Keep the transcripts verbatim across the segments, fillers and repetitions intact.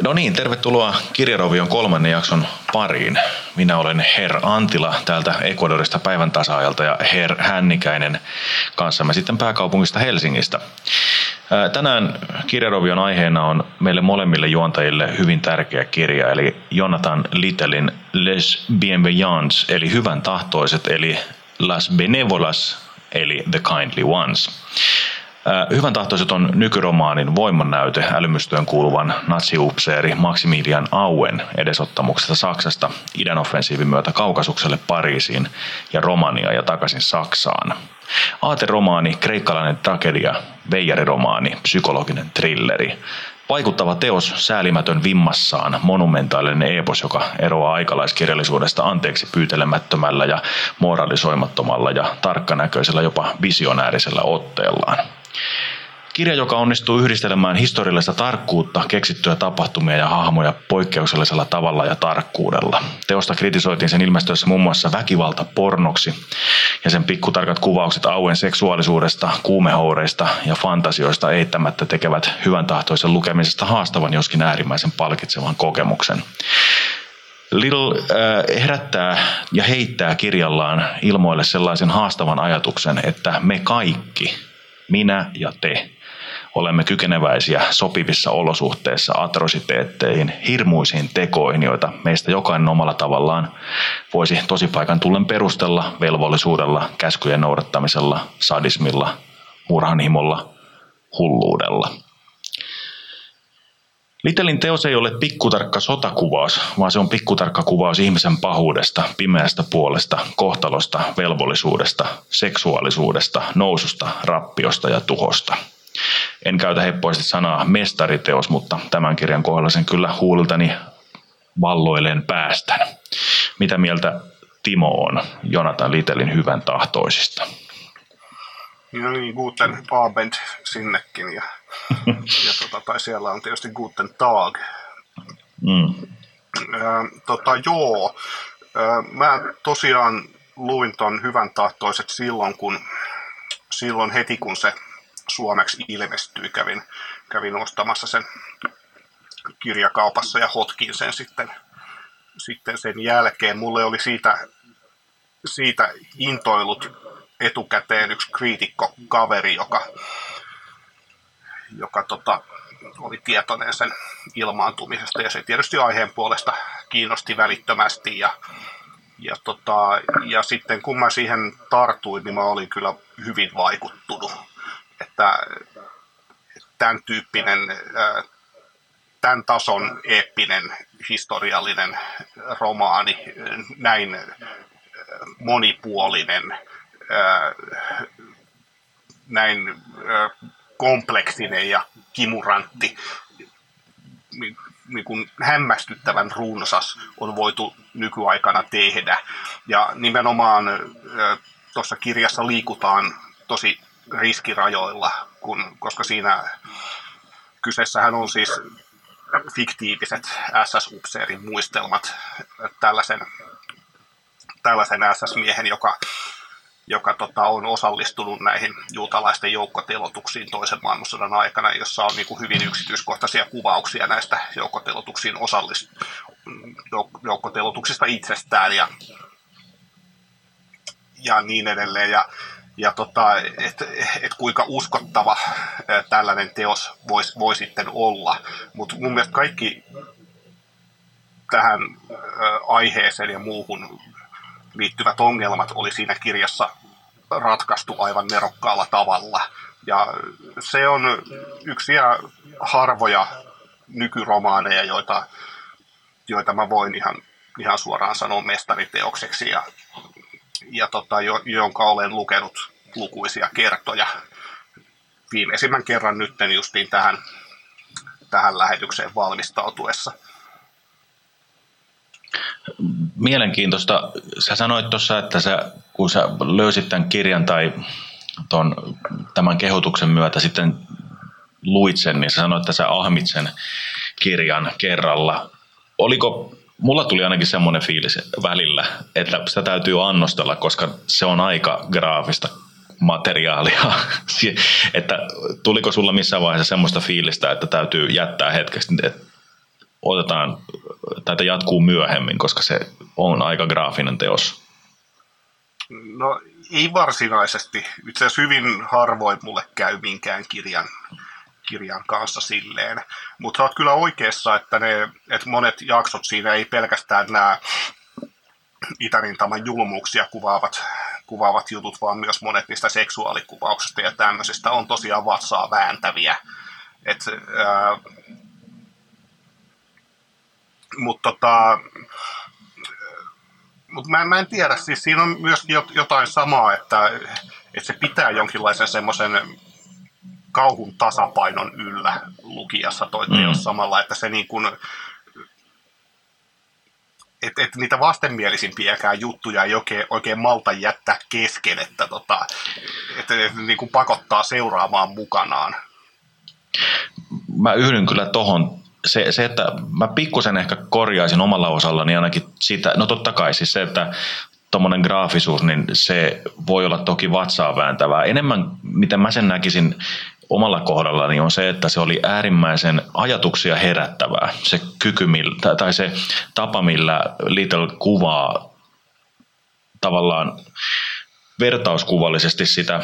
No niin, tervetuloa Kirjarovion kolmannen jakson pariin. Minä olen Herr Antila täältä Ecuadorista päivän tasaajalta ja Herr Hännikäinen kanssamme sitten pääkaupungista Helsingistä. Tänään Kirjarovion aiheena on meille molemmille juontajille hyvin tärkeä kirja, eli Jonathan Littellin Les Bienveillants, eli hyvän tahtoiset, eli Las Benevolas, eli The Kindly Ones. Hyvän tahtoiset on nykyromaanin voimannäyte älymystöön kuuluvan natsiupseeri Maximilian Auen edesottamuksesta Saksasta idänoffensiivin myötä Kaukasukselle, Pariisiin ja Romaniaan ja takaisin Saksaan. Aateromaani, kreikkalainen tragedia, veijariromaani, psykologinen thrilleri. Vaikuttava teos, säälimätön vimmassaan, monumentaalinen epos, joka eroaa aikalaiskirjallisuudesta anteeksi pyytelemättömällä ja moralisoimattomalla ja tarkkanäköisellä, jopa visionäärisellä otteellaan. Kirja, joka onnistuu yhdistelemään historiallista tarkkuutta, keksittyjä tapahtumia ja hahmoja poikkeuksellisella tavalla ja tarkkuudella. Teosta kritisoitiin sen ilmestyessä muun muassa väkivalta pornoksi ja sen pikkutarkat kuvaukset Auen seksuaalisuudesta, kuumehoureista ja fantasioista eittämättä tekevät hyvän tahtoisen lukemisesta haastavan, joskin äärimmäisen palkitsevan kokemuksen. Liddell äh, herättää ja heittää kirjallaan ilmoille sellaisen haastavan ajatuksen, että me kaikki, minä ja te, olemme kykeneväisiä sopivissa olosuhteissa atrositeetteihin, hirmuisiin tekoihin, joita meistä jokainen omalla tavallaan voisi tosipaikan tullen perustella velvollisuudella, käskyjen noudattamisella, sadismilla, murhanhimolla, hulluudella. Littellin teos ei ole pikkutarkka sotakuvaus, vaan se on pikkutarkka kuvaus ihmisen pahuudesta, pimeästä puolesta, kohtalosta, velvollisuudesta, seksuaalisuudesta, noususta, rappiosta ja tuhosta. En käytä heppoisesti sanaa mestariteos, mutta tämän kirjan kohdalla sen kyllä huuliltani valloilleen päästän. Mitä mieltä Timo on Jonathan Littellin hyvän tahtoisista? No niin, Guten Abend sinnekin, ja, ja tota, tai siellä on tietysti Guten Tag. Mm. Ää, tota, joo, ää, mä tosiaan luin ton hyvän tahtoiset silloin, kun, silloin heti kun se suomeksi ilmestyi, kävin, kävin ostamassa sen kirjakaupassa ja hotkin sen sitten, sitten sen jälkeen. Mulle oli siitä, siitä intoilut etukäteen yksi kriitikkokaveri, joka, joka tota, oli tietoinen sen ilmaantumisesta, ja se tietysti aiheen puolesta kiinnosti välittömästi. Ja, ja, tota, ja sitten kun mä siihen tartuin, niin mä olin kyllä hyvin vaikuttunut, että tämän tyyppinen, tämän tason eeppinen, historiallinen romaani, näin monipuolinen, näin kompleksinen ja kimurantti, niin kuin hämmästyttävän runsas on voitu nykyaikana tehdä. Ja nimenomaan tuossa kirjassa liikutaan tosi riskirajoilla, kun, koska siinä kyseessähän on siis fiktiiviset S S-upseerin muistelmat tällaisen, tällaisen S S-miehen, joka joka tota, on osallistunut näihin juutalaisten joukkotelotuksiin toisen maailmansodan aikana, jossa on niin kuin hyvin yksityiskohtaisia kuvauksia näistä joukkotelotuksiin osallist- jouk- joukkotelotuksista itsestään ja, ja niin edelleen. Ja, ja tota, et, et kuinka uskottava ä, tällainen teos voisi voi sitten olla. Mutta mun mielestä kaikki tähän ä, aiheeseen ja muuhun liittyvät ongelmat oli siinä kirjassa ratkaistu aivan nerokkaalla tavalla. Ja se on yksi harvoja nykyromaaneja, joita, joita mä voin ihan, ihan suoraan sanoa mestariteokseksi, ja, ja tota, jo, jonka olen lukenut lukuisia kertoja. Viimeisimmän kerran nytten justiin tähän, tähän lähetykseen valmistautuessa. Mielenkiintoista. Sä sanoit tuossa, että sä, kun sä löysit tämän kirjan tai ton, tämän kehotuksen myötä sitten luit sen, niin sä sanoit, että sä ahmit sen kirjan kerralla. Oliko, mulla tuli ainakin semmoinen fiilis välillä, että sitä täytyy annostella, koska se on aika graafista materiaalia. Että tuliko sulla missään vaiheessa semmoista fiilistä, että täytyy jättää hetkeksi, otetaan, tai jatkuu myöhemmin, koska se on aika graafinen teos? No ei varsinaisesti. Itse asiassa hyvin harvoin mulle käy minkään kirjan, kirjan kanssa silleen. Mutta sä oot kyllä oikeassa, että, ne, että monet jaksot siinä ei pelkästään nämä itärintaman julmuuksia kuvaavat, kuvaavat jutut, vaan myös monet niistä seksuaalikuvauksista ja tämmöisistä on tosiaan vatsaa vääntäviä. Et, ää, mutta tota, mut mä, mä en tiedä, siis siinä on myöskin jotain samaa, että, että se pitää jonkinlaisen semmoisen kauhun tasapainon yllä lukijassa toi teos mm. samalla, että se niin kuin, että et niitä vastenmielisimpiäkään juttuja ei oikein, oikein malta jättää kesken, että tota, et, et, niin kuin pakottaa seuraamaan mukanaan. Mä yhdyn kyllä tohon. Se, se, että mä pikkusen ehkä korjaisin omalla osallani ainakin sitä, no totta kai siis se, että tommonen graafisuus, niin se voi olla toki vatsaa vääntävää. Enemmän, miten mä sen näkisin omalla kohdallani, on se, että se oli äärimmäisen ajatuksia herättävää. Se kyky, millä, tai se tapa, millä Little kuvaa tavallaan vertauskuvallisesti sitä,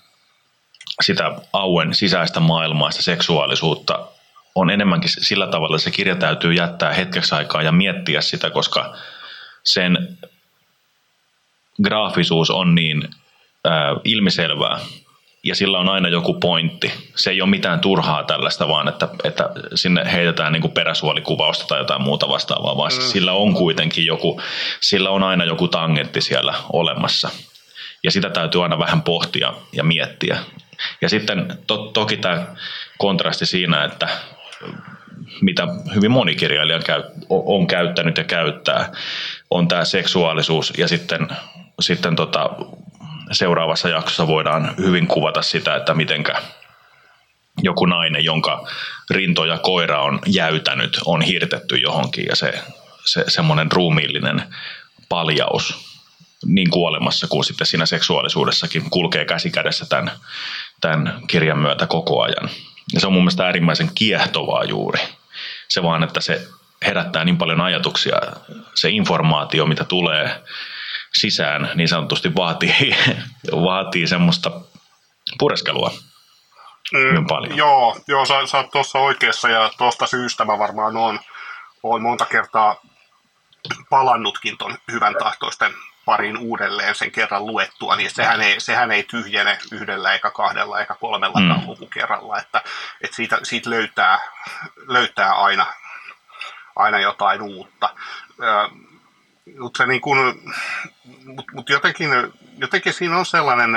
sitä Auen sisäistä maailmaa, sitä seksuaalisuutta, on enemmänkin sillä tavalla, että se kirja täytyy jättää hetkeksi aikaa ja miettiä sitä, koska sen graafisuus on niin ää, ilmiselvää ja sillä on aina joku pointti. Se ei ole mitään turhaa tällaista, vaan että, että sinne heitetään niin kuin peräsuolikuvausta tai jotain muuta vastaavaa, vaan mm. sillä on kuitenkin joku, sillä on aina joku tangentti siellä olemassa. Ja sitä täytyy aina vähän pohtia ja miettiä. Ja sitten to, toki tämä kontrasti siinä, että mitä hyvin moni kirjailija käy, on käyttänyt ja käyttää, on tämä seksuaalisuus. Ja sitten, sitten tota, seuraavassa jaksossa voidaan hyvin kuvata sitä, että mitenkä joku nainen, jonka rinto ja koira on jäytänyt, on hirtetty johonkin. Ja se, se semmoinen ruumiillinen paljaus niin kuolemassa kuin sitten siinä seksuaalisuudessakin kulkee käsi kädessä tämän, tämän kirjan myötä koko ajan. Ja se on mun mielestä äärimmäisen kiehtovaa juuri. Se vaan, että se herättää niin paljon ajatuksia. Se informaatio, mitä tulee sisään, niin sanotusti vaatii, vaatii semmoista pureskelua hyvin mm, paljon. Joo, joo sä, sä oot tuossa oikeassa ja tuosta syystä mä varmaan oon, oon monta kertaa palannutkin ton hyvän tahtoisten parin uudelleen sen kerran luettua, niin sehän ei, sehän ei tyhjene yhdellä eikä kahdella eikä kolmellakaan mm. lukukerralla, että, että siitä, siitä löytää, löytää aina, aina jotain uutta. Mutta se niin kuin, mut, mut jotenkin, jotenkin siinä on sellainen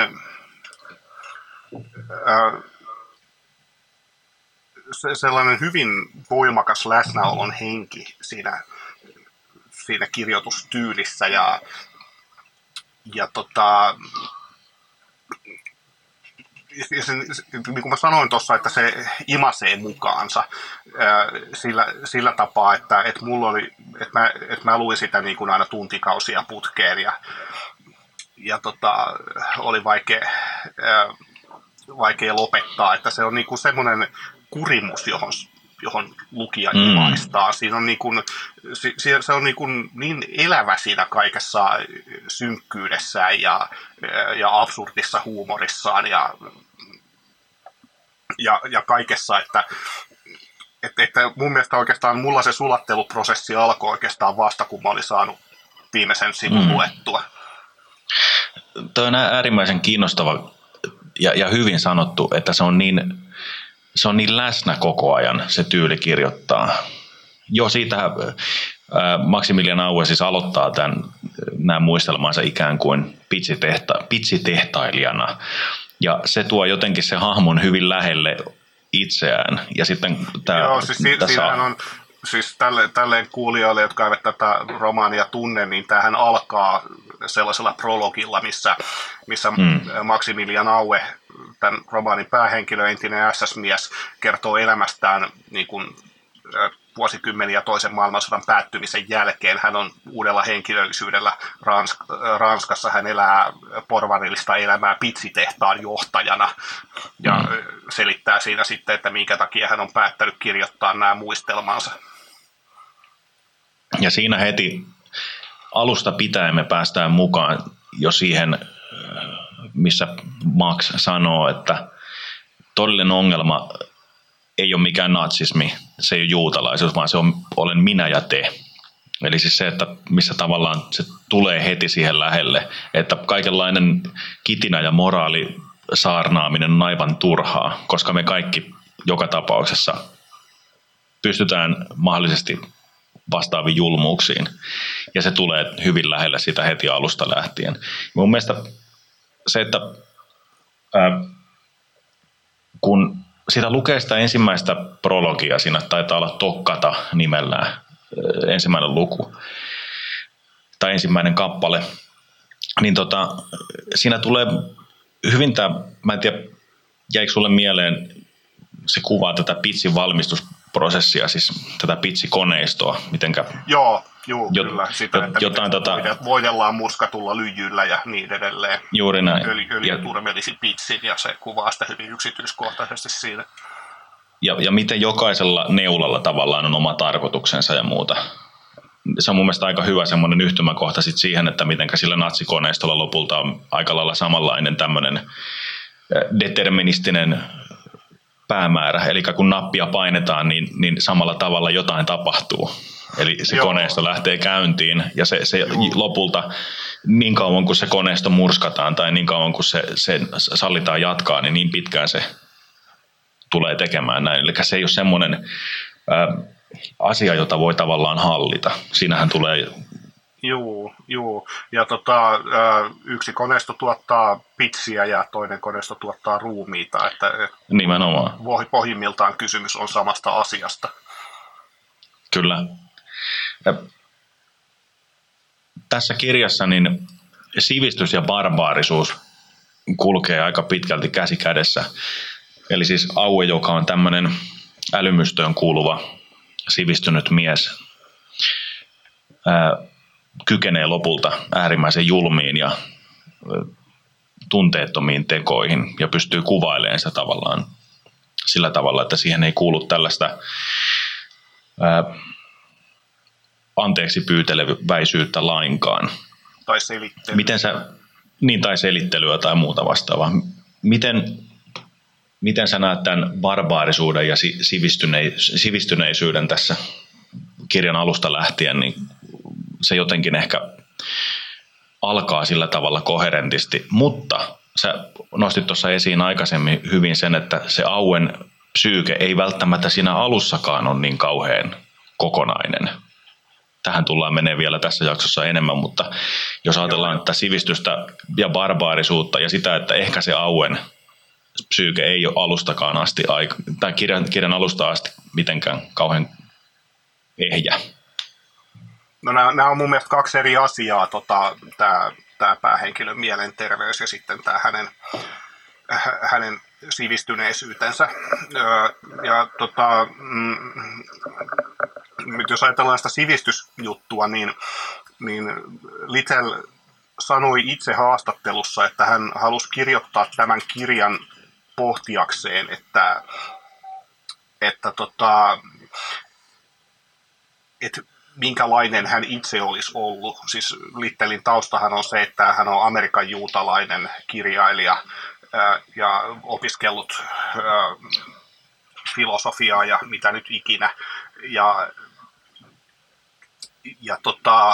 ää, se, sellainen hyvin voimakas läsnäolon henki siinä, siinä kirjoitustyylissä ja Ja tota, ja sen, niin kuin mä sanoin tuossa, että se imasee mukaansa ää, sillä, sillä tapaa, että, että, mulla oli, että, mä, että mä luin sitä niin kuin aina tuntikausia putkeen ja, ja tota, oli vaikea, ää, vaikea lopettaa, että se on niin kuin semmoinen kurimus, johon johon lukija mm. imaistaa. Siinä on niin, kuin, se, se on niin, kuin niin elävä siinä kaikessa synkkyydessään ja, ja absurdissa huumorissaan ja, ja, ja kaikessa, että, että, että mun mielestä oikeastaan mulla se sulatteluprosessi alkoi oikeastaan vasta, kun mä olin saanut viimeisen sivun mm. luettua. Tuo on äärimmäisen kiinnostava ja, ja hyvin sanottu, että se on niin Se on niin läsnä koko ajan, se tyyli kirjoittaa. Jo siitä Maximilian Aue siis aloittaa tämän, nämä muistelmansa ikään kuin pitsitehta, pitsitehtailijana. Ja se tuo jotenkin se hahmon hyvin lähelle itseään. Ja sitten tämä, Joo, siis si- tässä siinähän on, siis tälle, tälleen kuulijoille, jotka eivät tätä romaania tunne, niin tämähän alkaa sellaisella prologilla, missä, missä hmm. Maximilian Aue, tämän romaanin päähenkilö, entinen S S-mies, kertoo elämästään niin kuin vuosikymmeniä toisen maailmansodan päättymisen jälkeen. Hän on uudella henkilöllisyydellä Ransk- Ranskassa. Hän elää porvarillista elämää pitsitehtaan johtajana ja mm. selittää siinä sitten, että minkä takia hän on päättänyt kirjoittaa nämä muistelmansa. Ja siinä heti alusta pitäen me päästään mukaan jo siihen, missä Max sanoo, että todellinen ongelma ei ole mikään natsismi, se ei ole juutalaisuus, vaan se on olen minä ja te. Eli siis se, että missä tavallaan se tulee heti siihen lähelle, että kaikenlainen kitinä ja moraali saarnaaminen on aivan turhaa, koska me kaikki joka tapauksessa pystytään mahdollisesti vastaaviin julmuuksiin. Ja se tulee hyvin lähelle sitä heti alusta lähtien. Mun mielestä se, että ää, kun sitä lukee sitä ensimmäistä prologia, siinä taitaa olla Tokkata nimellään ää, ensimmäinen luku tai ensimmäinen kappale, niin tota, siinä tulee hyvin tämä, mä en tiedä, jäikö sulle mieleen, se kuvaa tätä pitsin valmistusprosessia, siis tätä pitsikoneistoa, mitenkä... Joo, juu, jot, kyllä. Sitä, jot, että jotain tota, voidellaan murskatulla lyijyllä ja niin edelleen. Juuri näin. Öljy, öljyturmelisi pitsin ja se kuvaa sitä hyvin yksityiskohtaisesti siinä. Ja, ja miten jokaisella neulalla tavallaan on oma tarkoituksensa ja muuta. Se on mun mielestä aika hyvä semmoinen yhtymäkohta sit siihen, että miten sillä natsikoneistolla lopulta on aika lailla samanlainen tämmöinen deterministinen päämäärä. Eli kun nappia painetaan, niin, niin samalla tavalla jotain tapahtuu. Eli se Joo. koneisto lähtee käyntiin ja se, se lopulta niin kauan kuin se koneisto murskataan tai niin kauan kuin se, se sallitaan jatkaa, niin niin pitkään se tulee tekemään näin. Eli se ei ole semmoinen ää, asia, jota voi tavallaan hallita. Siinähän tulee... Juu, juu. Ja tota, yksi koneisto tuottaa pitsiä ja toinen koneisto tuottaa ruumiita. Että Nimenomaan. Pohjimmiltaan kysymys on samasta asiasta. Kyllä. Ja tässä kirjassa niin sivistys ja barbaarisuus kulkee aika pitkälti käsi kädessä. Eli siis Aue, joka on tämmöinen älymystöön kuuluva sivistynyt mies, ää, kykenee lopulta äärimmäisen julmiin ja tunteettomiin tekoihin ja pystyy kuvailemaan sitä tavallaan sillä tavalla, että siihen ei kuulu tällaista ää, anteeksi pyyteleväisyyttä lainkaan. Tai selittelyä. Miten sä, niin, tai selittelyä tai muuta vastaavaa. Miten, miten sä näet tämän barbaarisuuden ja sivistyneisyyden tässä kirjan alusta lähtien, niin se jotenkin ehkä alkaa sillä tavalla koherentisti, mutta sä nostit tuossa esiin aikaisemmin hyvin sen, että se Auen psyyke ei välttämättä siinä alussakaan ole niin kauhean kokonainen. Tähän tullaan menee vielä tässä jaksossa enemmän, mutta jos ajatellaan, että sivistystä ja barbaarisuutta ja sitä, että ehkä se Auen psyyke ei ole alustakaan asti, tai kirjan, kirjan alusta asti mitenkään kauhean ehjä. No nämä, nämä on mun mielestä kaksi eri asiaa, tota, tämä, tämä päähenkilön mielenterveys ja sitten tämä hänen, hänen sivistyneisyytensä. Ja tota, mm, jos ajatellaan sitä sivistysjuttua, niin, niin Littell sanoi itse haastattelussa, että hän halusi kirjoittaa tämän kirjan pohtiakseen, että, että, tota, että minkälainen hän itse olisi ollut. Siis Littellin taustahan on se, että hän on Amerikan juutalainen kirjailija ää, ja opiskellut ää, filosofiaa ja mitä nyt ikinä. Ja, ja, tota,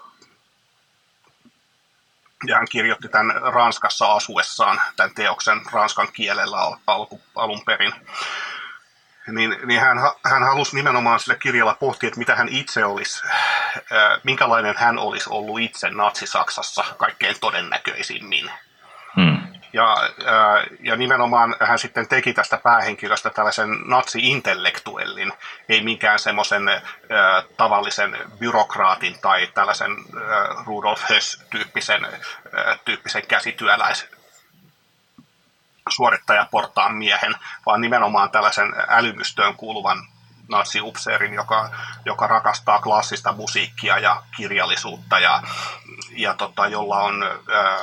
ja hän kirjoitti tämän Ranskassa asuessaan, tämän teoksen ranskan kielellä alku, alun perin. Niin, niin hän, hän halusi nimenomaan sillä kirjalla pohtia, että mitä hän itse olisi, minkälainen hän olisi ollut itse Natsi-Saksassa kaikkein todennäköisimmin. Hmm. Ja, ja nimenomaan hän sitten teki tästä päähenkilöstä tällaisen natsi-intellektuellin, ei minkään semmoisen tavallisen byrokraatin tai tällaisen Rudolf Höss-tyyppisen tyyppisen käsityöläis suorittajaportaan miehen, vaan nimenomaan tällaisen älymystöön kuuluvan natsiupseerin, joka, joka rakastaa klassista musiikkia ja kirjallisuutta ja, ja tota, jolla on ö,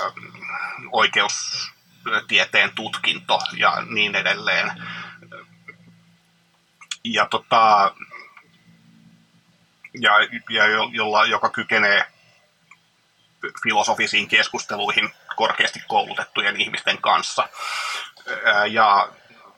oikeustieteen tutkinto ja niin edelleen. Ja, tota, ja, ja jolla, joka kykenee filosofisiin keskusteluihin korkeasti koulutettujen ihmisten kanssa. Ja,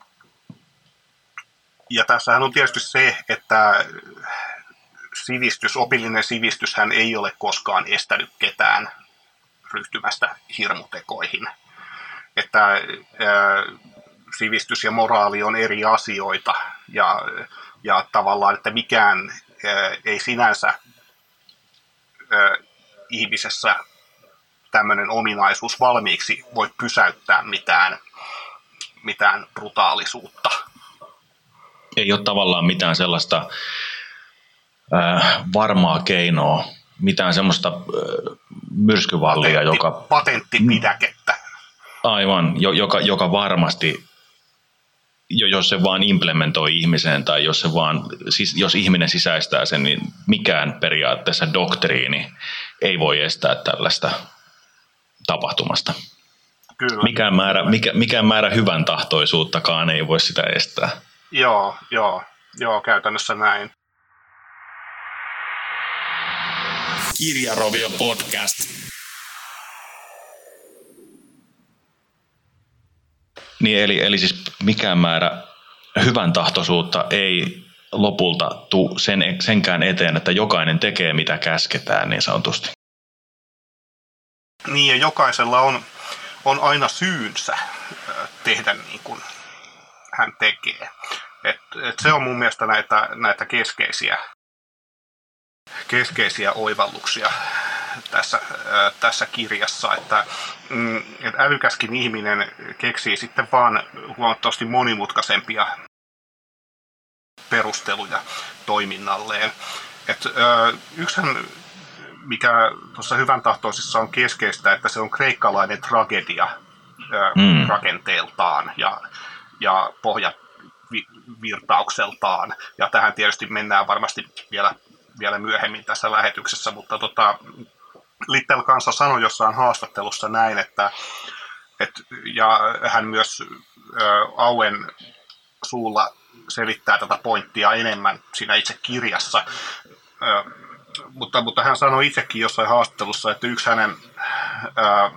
ja tässähän on tietysti se, että sivistys, opillinen sivistyshän ei ole koskaan estänyt ketään ryhtymästä hirmutekoihin. Että ää, sivistys ja moraali on eri asioita ja, ja tavallaan, että mikään ää, ei sinänsä ää, ihmisessä tämmöinen ominaisuus valmiiksi voi pysäyttää mitään, mitään brutaalisuutta. Ei ole tavallaan mitään sellaista äh, varmaa keinoa, mitään semmoista äh, myrskyvallia, Patentti, joka... Patenttipidäkettä. Aivan, joka, joka varmasti, jos se vaan implementoi ihmiseen tai jos, se vaan, jos ihminen sisäistää sen, niin mikään periaatteessa doktriini ei voi estää tällaista tapahtumasta. Kyllä. Mikään määrä, mikä, mikään määrä hyvän tahtoisuuttakaan ei voi sitä estää. Joo, joo, joo, käytännössä näin. Kirjarovio podcast. Niin, eli, eli siis mikään määrä hyvän tahtoisuutta ei lopulta tule sen, senkään eteen, että jokainen tekee mitä käsketään niin sanotusti. Niin, ja jokaisella on, on aina syynsä tehdä niin kuin hän tekee. Et, et se on mun mielestä näitä, näitä keskeisiä, keskeisiä oivalluksia tässä, ää, tässä kirjassa, että mm, et älykäskin ihminen keksii sitten vaan huomattavasti monimutkaisempia perusteluja toiminnalleen. Et, ää, yksihän, mikä tuossa hyvän tahtoisissa on keskeistä, että se on kreikkalainen tragedia ää, mm. rakenteeltaan ja, ja pohjavirtaukseltaan. Ja tähän tietysti mennään varmasti vielä, vielä myöhemmin tässä lähetyksessä, mutta tota, Littel kanssa sanoi jossain haastattelussa näin, että et, ja hän myös ä, Auen suulla selittää tätä pointtia enemmän siinä itse kirjassa, ä, mutta, mutta hän sanoi itsekin jossain haastattelussa, että yksi hänen ä,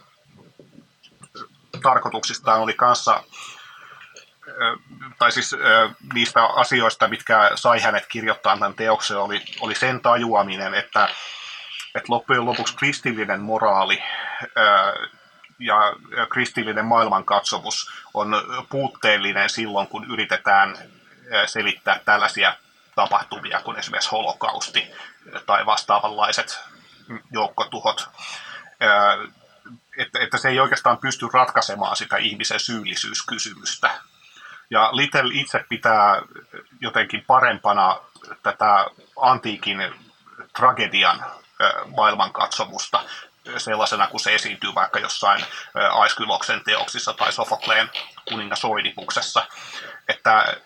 tarkoituksistaan oli kanssa, ä, tai siis ä, niistä asioista, mitkä sai hänet kirjoittamaan tämän teoksen, oli, oli sen tajuaminen, että että loppujen lopuksi kristillinen moraali ää, ja kristillinen maailmankatsomus on puutteellinen silloin, kun yritetään ää, selittää tällaisia tapahtumia kuin esimerkiksi holokausti tai vastaavanlaiset joukkotuhot. Ää, että, että se ei oikeastaan pysty ratkaisemaan sitä ihmisen syyllisyyskysymystä. Ja Littel itse pitää jotenkin parempana tätä antiikin tragedian maailmankatsomusta sellaisena, kun se esiintyy vaikka jossain Aiskyloksen teoksissa tai Sofokleen kuningas Oidipuksessa, että,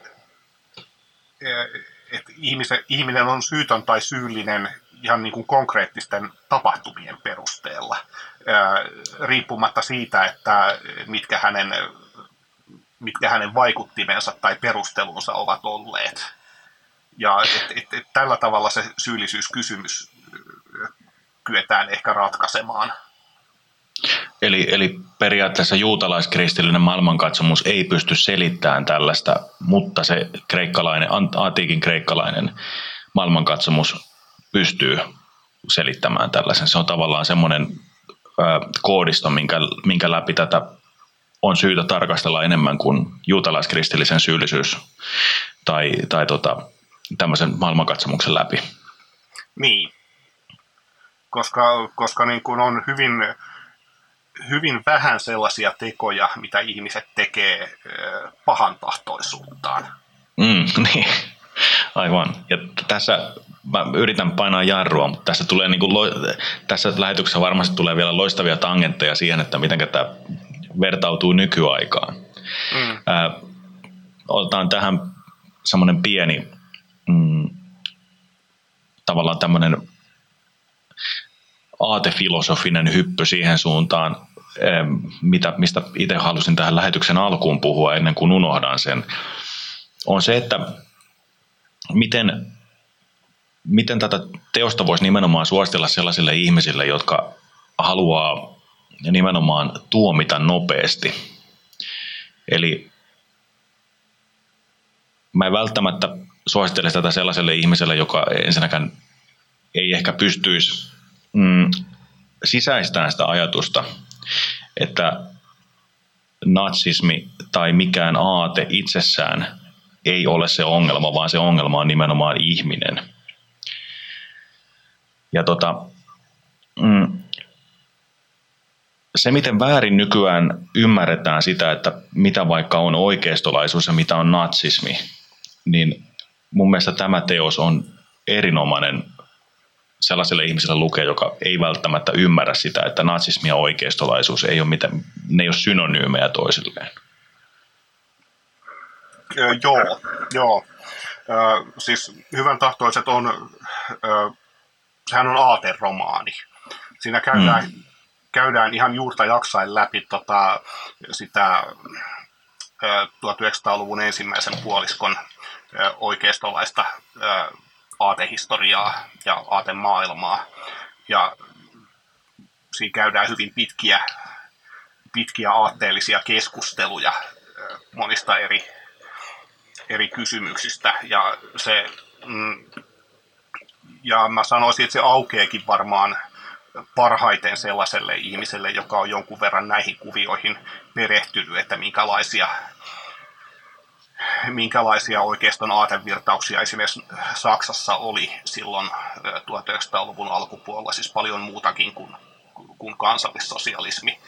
että ihminen on syytön tai syyllinen ihan niin kuin konkreettisten tapahtumien perusteella, riippumatta siitä, että mitkä hänen, mitkä hänen vaikuttimensa tai perustelunsa ovat olleet. Ja et, et, et, tällä tavalla se syyllisyyskysymys kyetään ehkä ratkaisemaan. Eli, eli periaatteessa juutalaiskristillinen maailmankatsomus ei pysty selittämään tällaista, mutta se kreikkalainen, antiikin kreikkalainen maailmankatsomus pystyy selittämään tällaisen. Se on tavallaan semmoinen ö, koodisto, minkä, minkä läpi tätä on syytä tarkastella enemmän kuin juutalaiskristillisen syyllisyys tai, tai tota, tämmöisen maailmankatsomuksen läpi. Niin, koska, koska niin kuin on hyvin, hyvin vähän sellaisia tekoja, mitä ihmiset tekee pahantahtoisuuttaan. Mm, niin, aivan. Ja tässä mä yritän painaa jarrua, mutta tässä, tulee niin kuin, tässä lähetyksessä varmasti tulee vielä loistavia tangentteja siihen, että miten tämä vertautuu nykyaikaan. Mm. Äh, otetaan tähän semmoinen pieni mm, tavallaan tämmöinen aatefilosofinen hyppy siihen suuntaan, mitä, mistä itse halusin tähän lähetyksen alkuun puhua ennen kuin unohdan sen, on se, että miten miten tätä teosta voisi nimenomaan suositella sellaisille ihmisille, jotka haluaa nimenomaan tuomita nopeasti. Eli mä en välttämättä suosittele tätä sellaiselle ihmiselle, joka ensinnäkään ei ehkä pystyisi mm, sisäistämään sitä ajatusta, että natsismi tai mikään aate itsessään ei ole se ongelma, vaan se ongelma on nimenomaan ihminen. Ja tota, mm, se, miten väärin nykyään ymmärretään sitä, että mitä vaikka on oikeistolaisuus ja mitä on natsismi, niin mun mielestä tämä teos on erinomainen sellaiselle ihmiselle lukea, joka ei välttämättä ymmärrä sitä, että natsismi ja oikeistolaisuus ei ole mitään, ne ei ole synonyymejä toisilleen. Öö, joo, joo. Öö, siis hyvän tahtoiset on, öö, sehän on aateromaani. Siinä käydään, mm. käydään ihan juurta jaksain läpi tota, sitä öö, tuhatyhdeksänsataaluvun ensimmäisen puoliskon öö, oikeistolaista öö, aatehistoriaa ja aatemaailmaa. Ja siinä käydään hyvin pitkiä, pitkiä aatteellisia keskusteluja öö, monista eri eri kysymyksistä, ja se, mm, ja mä sanoisin, että se aukeekin varmaan parhaiten sellaiselle ihmiselle, joka on jonkun verran näihin kuvioihin perehtynyt, että minkälaisia, minkälaisia oikeiston aatevirtauksia esimerkiksi Saksassa oli silloin tuhatyhdeksänsataaluvun alkupuolella, siis paljon muutakin kuin, kuin kansallissosialismi.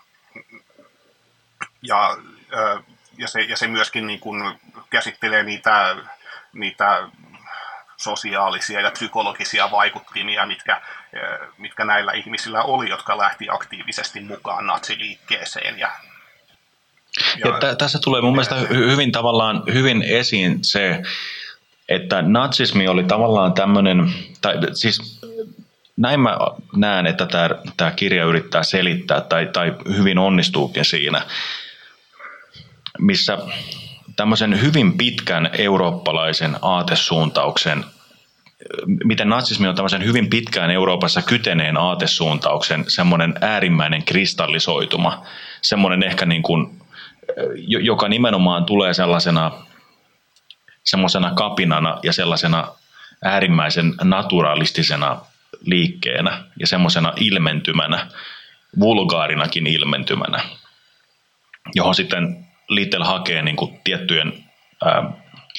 Ja Ja se, ja se myöskin niin kuin käsittelee niitä, niitä sosiaalisia ja psykologisia vaikuttimia, mitkä, mitkä näillä ihmisillä oli, jotka lähti aktiivisesti mukaan natsiliikkeeseen. Ja, ja... Ja t- tässä tulee mun mielestä hyvin tavallaan hyvin esiin se, että natsismi oli tavallaan tämmöinen, tai siis näin mä näen, että tämä, tämä kirja yrittää selittää tai, tai hyvin onnistuukin siinä, missä tämmöisen hyvin pitkän eurooppalaisen aatesuuntauksen, miten natsismi on tämmöisen hyvin pitkään Euroopassa kyteneen aatesuuntauksen semmoinen äärimmäinen kristallisoituma, semmoinen ehkä niin kuin, joka nimenomaan tulee sellaisena semmoisena kapinana ja sellaisena äärimmäisen naturalistisena liikkeenä ja semmoisena ilmentymänä, vulgaarinakin ilmentymänä, johon sitten Littell hakee niin kuin tiettyjen, ää,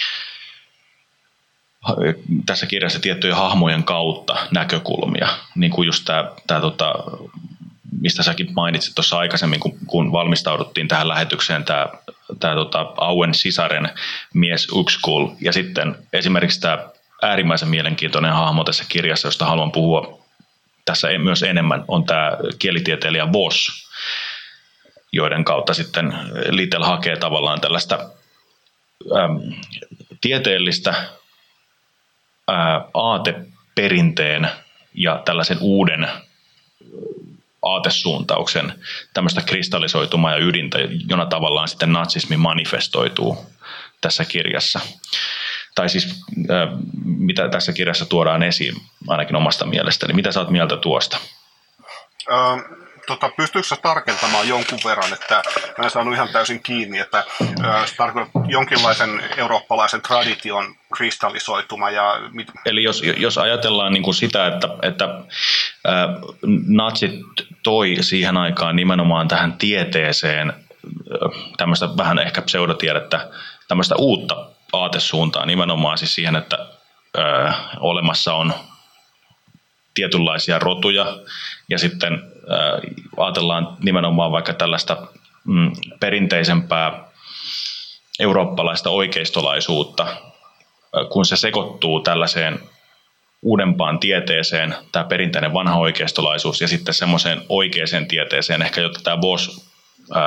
tässä kirjassa tiettyjen hahmojen kautta näkökulmia, niin kuin just tämä, tämä tota, mistä säkin mainitsit tuossa aikaisemmin, kun, kun valmistauduttiin tähän lähetykseen, tämä, tämä tota, Auen sisaren mies Uxkul, ja sitten esimerkiksi tämä äärimmäisen mielenkiintoinen hahmo tässä kirjassa, josta haluan puhua tässä myös enemmän, on tämä kielitieteilijä Voss, joiden kautta sitten Littell hakee tavallaan tällaista äm, tieteellistä ää, aateperinteen ja tällaisen uuden aatesuuntauksen tämmöistä kristallisoitumaa ja ydintä, jona tavallaan sitten natsismi manifestoituu tässä kirjassa. Tai siis ää, mitä tässä kirjassa tuodaan esiin, ainakin omasta mielestäni. Mitä sä oot mieltä tuosta? Um. Tota, pystyykö sä tarkentamaan jonkun verran, että mä en saanut ihan täysin kiinni, että ää, se tarkoittaa jonkinlaisen eurooppalaisen tradition kristallisoituma. Ja mit... Eli jos, jos ajatellaan niin kuin sitä, että, että ää, natsit toi siihen aikaan nimenomaan tähän tieteeseen tämmöistä vähän ehkä pseudotiedettä, tämmöistä uutta aatesuuntaa nimenomaan siis siihen, että ää, olemassa on tietynlaisia rotuja ja sitten äh, ajatellaan nimenomaan vaikka tällaista mm, perinteisempää eurooppalaista oikeistolaisuutta, äh, kun se sekoittuu tällaiseen uudempaan tieteeseen, tämä perinteinen vanha oikeistolaisuus ja sitten semmoiseen oikeaan tieteeseen, ehkä jota tämä Voss äh,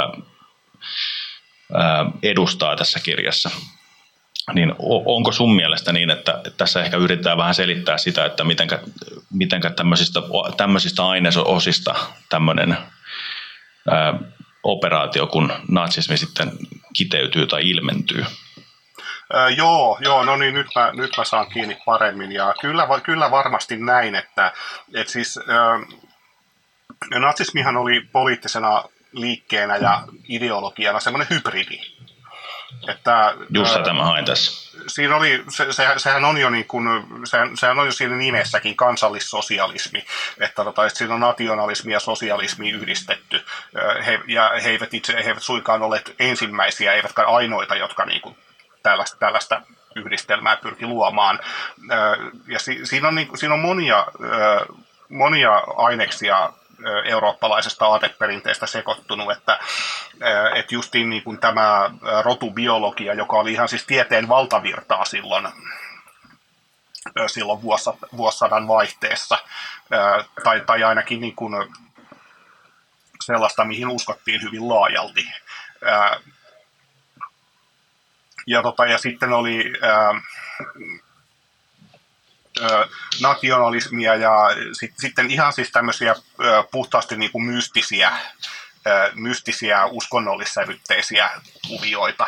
äh, edustaa tässä kirjassa. Niin onko sun mielestä niin, että tässä ehkä yritetään vähän selittää sitä, että mitenkä, mitenkä tämmöisistä, tämmöisistä ainesosista tämmöinen ää, operaatio, kun natsismi sitten kiteytyy tai ilmentyy? Äh, joo, joo, no niin, nyt mä, nyt mä saan kiinni paremmin. Ja kyllä, kyllä varmasti näin, että et siis, äh, natsismihan oli poliittisena liikkeenä ja ideologiana semmoinen hybridi. Että, Just tätä mä hain tässä. Siinä oli, se, se, sehän on jo niin kuin, sehän, sehän on jo siinä nimessäkin kansallissosialismi, että, tota, että siinä on nationalismi ja sosialismi yhdistetty, he, ja he eivät itse he eivät suinkaan olleet ensimmäisiä, eivätkä ainoita, jotka niin kuin tällaista, tällaista yhdistelmää pyrki luomaan. Ja si, siinä, on, niin, siinä on monia, monia aineksia eurooppalaisesta aateperinteestä sekoittunut, että, että justiin niin kuin tämä rotubiologia, joka oli ihan siis tieteen valtavirtaa silloin, silloin vuosisadan vaihteessa, tai, tai ainakin niin kuin sellaista, mihin uskottiin hyvin laajalti. Ja, tota, ja sitten oli nationalismia ja sit, sitten ihan siis tämmöisiä puhtaasti niin kuin mystisiä, mystisiä uskonnollissävytteisiä kuvioita.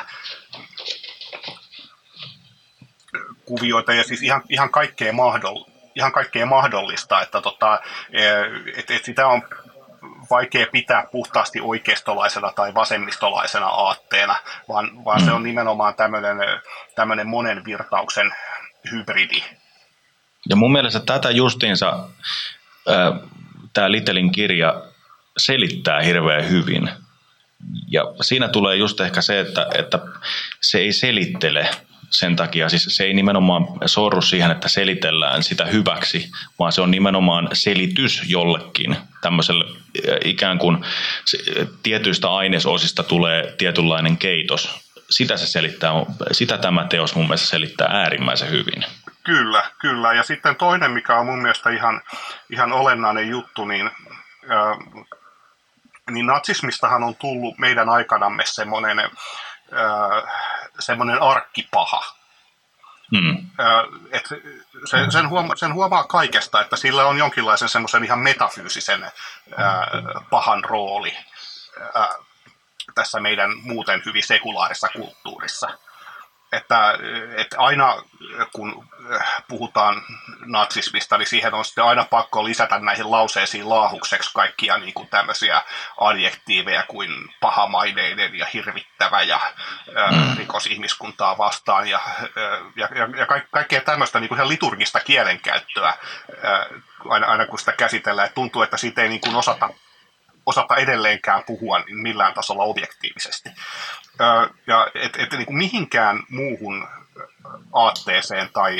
kuvioita ja siis ihan, ihan, kaikkea, mahdoll, ihan kaikkea mahdollista, että tota, et, et sitä on vaikea pitää puhtaasti oikeistolaisena tai vasemmistolaisena aatteena, vaan, vaan mm. se on nimenomaan tämmöinen, tämmöinen monen virtauksen hybridi. Ja mun mielestä tätä justiinsa tämä Littlein kirja selittää hirveän hyvin. Ja siinä tulee just ehkä se, että, että se ei selittele sen takia, siis se ei nimenomaan sorru siihen, että selitellään sitä hyväksi, vaan se on nimenomaan selitys jollekin tämmöiselle ikään kuin tietyistä ainesosista tulee tietynlainen keitos. Sitä se selittää, sitä tämä teos mun mielestä selittää äärimmäisen hyvin. Kyllä, kyllä. Ja sitten toinen, mikä on mun mielestä ihan, ihan olennainen juttu, niin, äh, niin natsismistahan on tullut meidän aikanamme semmoinen, äh, semmoinen arkkipaha. Hmm. Äh, et sen, sen, huoma, sen huomaa kaikesta, että sillä on jonkinlaisen semmoisen ihan metafyysisen äh, pahan rooli äh, tässä meidän muuten hyvin sekulaarissa kulttuurissa. Että, että aina kun puhutaan natsismista, niin siihen on sitten aina pakko lisätä näihin lauseisiin laahukseksi kaikkia niin kuin tämmöisiä adjektiiveja kuin pahamaineinen ja hirvittävä ja mm. rikos ihmiskuntaa vastaan ja, ja, ja, ja kaikkea tämmöistä niin kuin ihan liturgista kielenkäyttöä aina, aina kun sitä käsitellään. Että tuntuu, että siitä ei niin kuin osata, osata edelleenkään puhua millään tasolla objektiivisesti. Ja et, et, niin kuin mihinkään muuhun aatteeseen tai,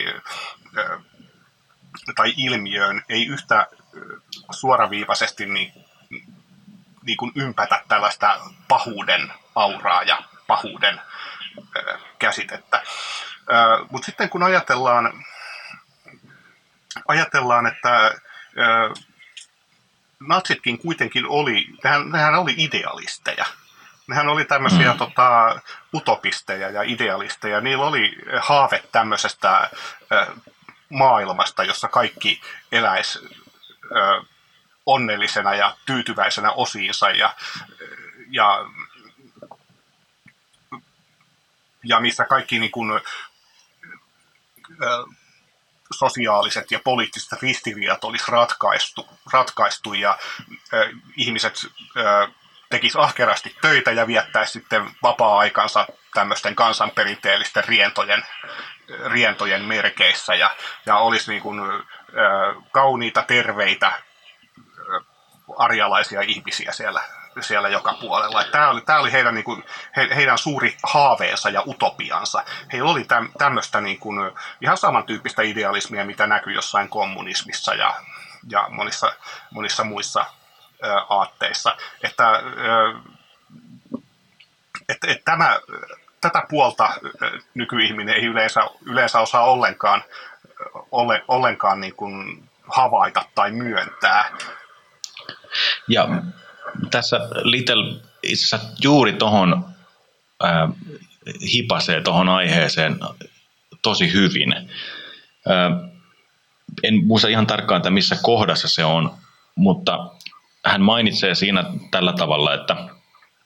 tai ilmiöön ei yhtä suoraviivaisesti niin, niin kuin ympätä tällaista pahuuden auraa ja pahuuden käsitettä. Mutta sitten kun ajatellaan, ajatellaan että natsitkin kuitenkin oli, nehän, nehän oli idealisteja. Nehän oli tämmöisiä mm. tota, utopisteja ja idealisteja. Niillä oli haave tämmöisestä äh, maailmasta, jossa kaikki eläisi äh, onnellisena ja tyytyväisenä osiinsa ja, ja, ja missä kaikki niin kuin, äh, sosiaaliset ja poliittiset ristiriidat olisi ratkaistu, ratkaistu ja äh, ihmiset äh, tekisi ahkerasti töitä ja viettäisi sitten vapaa-aikansa tämmöisten kansanperinteellisten rientojen, rientojen merkeissä ja, ja olisi niin kuin, ä, kauniita, terveitä, ä, arjalaisia ihmisiä siellä, siellä joka puolella. Tämä oli, tämä oli heidän, niin kuin, he, heidän suuri haaveensa ja utopiansa. Heillä oli täm, tämmöistä niin kuin, ihan samantyyppistä idealismia, mitä näkyy jossain kommunismissa ja, ja monissa, monissa muissa aatteissa, että, että, että tämä, tätä puolta nykyihminen ei yleensä, yleensä osaa ollenkaan, ole, ollenkaan niin kuin havaita tai myöntää. Ja tässä Little itse asiassa juuri tuohon äh, hipasee tuohon aiheeseen tosi hyvin. Äh, en muista ihan tarkkaan, että missä kohdassa se on, mutta hän mainitsee siinä tällä tavalla, että,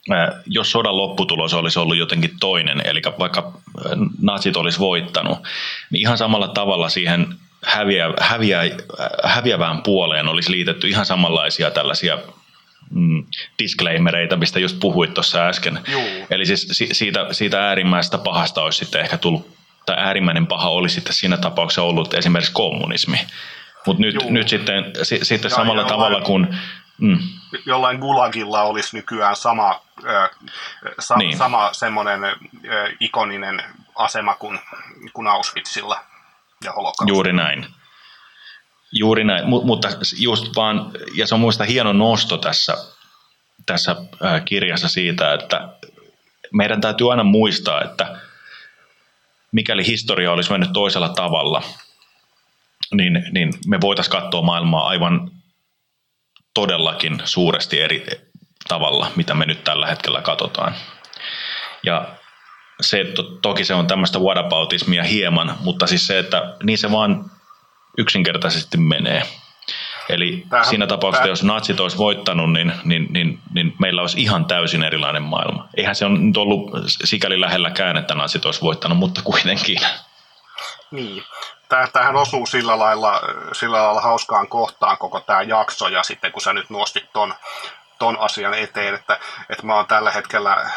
jos sodan lopputulos olisi ollut jotenkin toinen, eli vaikka natsit olisi voittanut, niin ihan samalla tavalla siihen häviä, häviä, häviävään puoleen olisi liitetty ihan samanlaisia tällaisia mm, disclaimereita, mistä just puhuit tuossa äsken. Juu. Eli siis siitä, siitä äärimmäisestä pahasta olisi sitten ehkä tullut, tai äärimmäinen paha olisi sitten siinä tapauksessa ollut esimerkiksi kommunismi. Mutta nyt, nyt sitten, si, sitten samalla jollain, tavalla kuin... Mm. Jollain Gulagilla olisi nykyään sama, äh, sa, niin. sama semmoinen äh, ikoninen asema kuin, kuin Auschwitzilla ja holokaustilla. Juuri näin. Juuri näin, M- mutta just vaan, ja se on muista hieno nosto tässä, tässä äh, kirjassa siitä, että meidän täytyy aina muistaa, että mikäli historia olisi mennyt toisella tavalla, niin, niin me voitaisiin katsoa maailmaa aivan todellakin suuresti eri tavalla, mitä me nyt tällä hetkellä katsotaan. Ja se, to, toki se on tämmöistä whataboutismia hieman, mutta siis se, että niin se vaan yksinkertaisesti menee. Eli tähän, siinä tapauksessa, tähän. jos natsit olisi voittanut, niin, niin, niin, niin meillä olisi ihan täysin erilainen maailma. Eihän se ole nyt ollut sikäli lähelläkään, että natsit olisi voittanut, mutta kuitenkin. Niin. Tämähän osuu sillä lailla, sillä lailla hauskaan kohtaan koko tämä jakso, ja sitten kun sä nyt nostit ton, ton asian eteen, että, että mä oon tällä hetkellä, äh,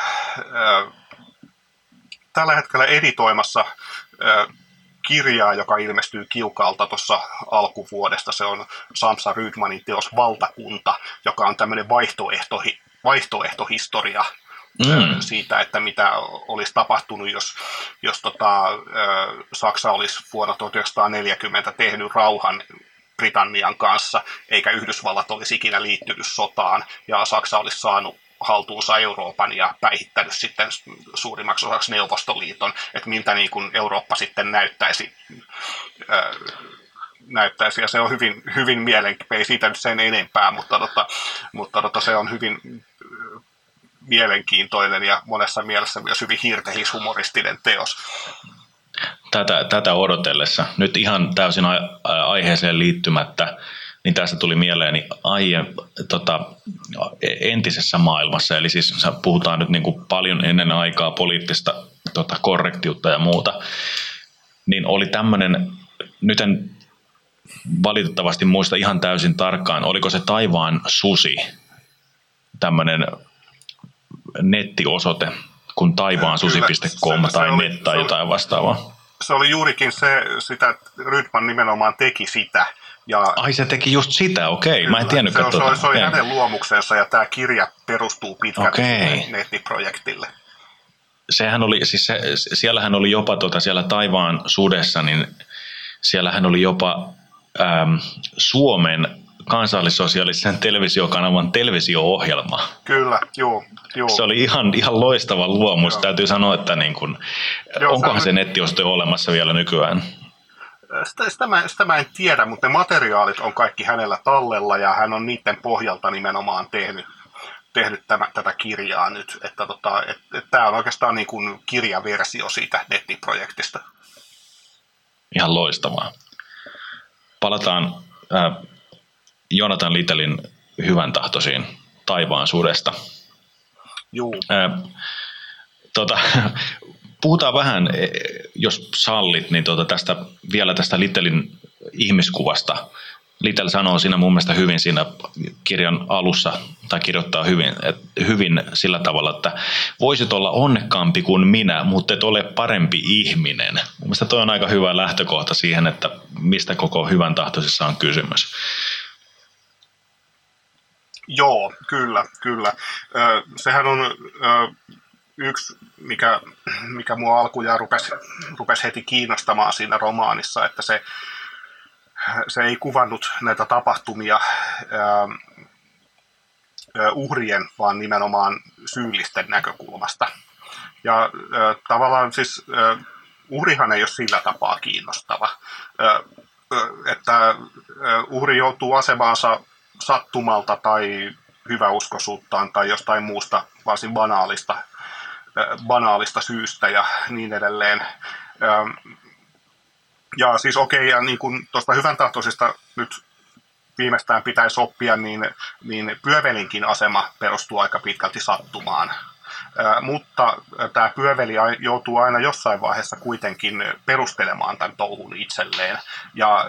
tällä hetkellä editoimassa äh, kirjaa, joka ilmestyy Kiukalta tuossa alkuvuodesta. Se on Samsa Rydmanin teos Valtakunta, joka on tämmöinen vaihtoehto, vaihtoehtohistoria mm. siitä, että mitä olisi tapahtunut, jos, jos tota, Saksa olisi vuonna tuhatyhdeksänsataaneljäkymmentä tehnyt rauhan Britannian kanssa, eikä Yhdysvallat olisi ikinä liittynyt sotaan, ja Saksa olisi saanut haltuunsa Euroopan ja päihittänyt sitten suurimmaksi osaksi Neuvostoliiton, että miltä niin kuin Eurooppa sitten näyttäisi, ää, näyttäisi. Ja se on hyvin, hyvin mielenkiintoinen, ei siitä nyt sen enempää, mutta, tota, mutta tota, se on hyvin mielenkiintoinen ja monessa mielessä myös hyvin hirtehishumoristinen teos. Tätä, tätä odotellessa, nyt ihan täysin aiheeseen liittymättä, niin tästä tuli mieleeni aie, tota, entisessä maailmassa, eli siis puhutaan nyt niin kuin paljon ennen aikaa poliittista tota, korrektiutta ja muuta, niin oli tämmöinen, nyt en valitettavasti muista ihan täysin tarkkaan, oliko se Taivaan susi, tämmöinen nettiosoite, kuin taivaansusi piste com tai net tai jotain vastaavaa. Se oli juurikin se, sitä, että Rydman nimenomaan teki sitä. Ja ai se teki just sitä, okei. Mä en tiennytkään se, tuota. Se, se oli okay. hänen luomuksensa ja tämä kirja perustuu pitkälti okay. nettiprojektille. Sehän oli, siis se, siellähän oli jopa tuota, siellä Taivaan sudessa, niin siellähän oli jopa äm, Suomen kansallissosiaalisen televisiokanavan televisio-ohjelma. Kyllä, joo. joo. Se oli ihan, ihan loistava luomus. Joo. Täytyy sanoa, että niin kun, joo, onkohan se, se nettiosoite olemassa vielä nykyään? Sitä, sitä, mä, sitä mä en tiedä, mutta ne materiaalit on kaikki hänellä tallella ja hän on niiden pohjalta nimenomaan tehnyt, tehnyt tämä, tätä kirjaa nyt. Että tota, et, et tämä on oikeastaan niin kuin kirjaversio siitä nettiprojektista. Ihan loistavaa. Palataan äh, Jonathan Littellin hyvän tahtoisiin Taivaan sudesta. Juu. Äh, tota, puhutaan vähän, jos sallit, niin tuota tästä, vielä tästä Littellin ihmiskuvasta. Littell sanoo siinä mun mielestä hyvin siinä kirjan alussa, tai kirjoittaa hyvin, et, hyvin sillä tavalla, että voisit olla onnekkaampi kuin minä, mutta et ole parempi ihminen. Mun mielestä toi on aika hyvä lähtökohta siihen, että mistä koko hyvän tahtoisessa on kysymys. Joo, kyllä, kyllä. Ö, sehän on ö, yksi, mikä, mikä mua alkujaan rupesi, rupesi heti kiinnostamaan siinä romaanissa, että se, se ei kuvannut näitä tapahtumia ö, uhrien, vaan nimenomaan syyllisten näkökulmasta. Ja ö, tavallaan siis ö, uhrihan ei ole sillä tapaa kiinnostava, ö, ö, että ö, uhri joutuu asemaansa sattumalta tai hyväuskoisuuttaan tai jostain muusta varsin banaalista, banaalista syystä ja niin edelleen. Ja siis okei, okay, ja niin kuin tuosta hyvän tahtoisesta nyt viimeistään pitäisi oppia, niin, niin Pyövelinkin asema perustuu aika pitkälti sattumaan. Mutta tämä Pyöveli joutuu aina jossain vaiheessa kuitenkin perustelemaan tämän touhun itselleen. Ja,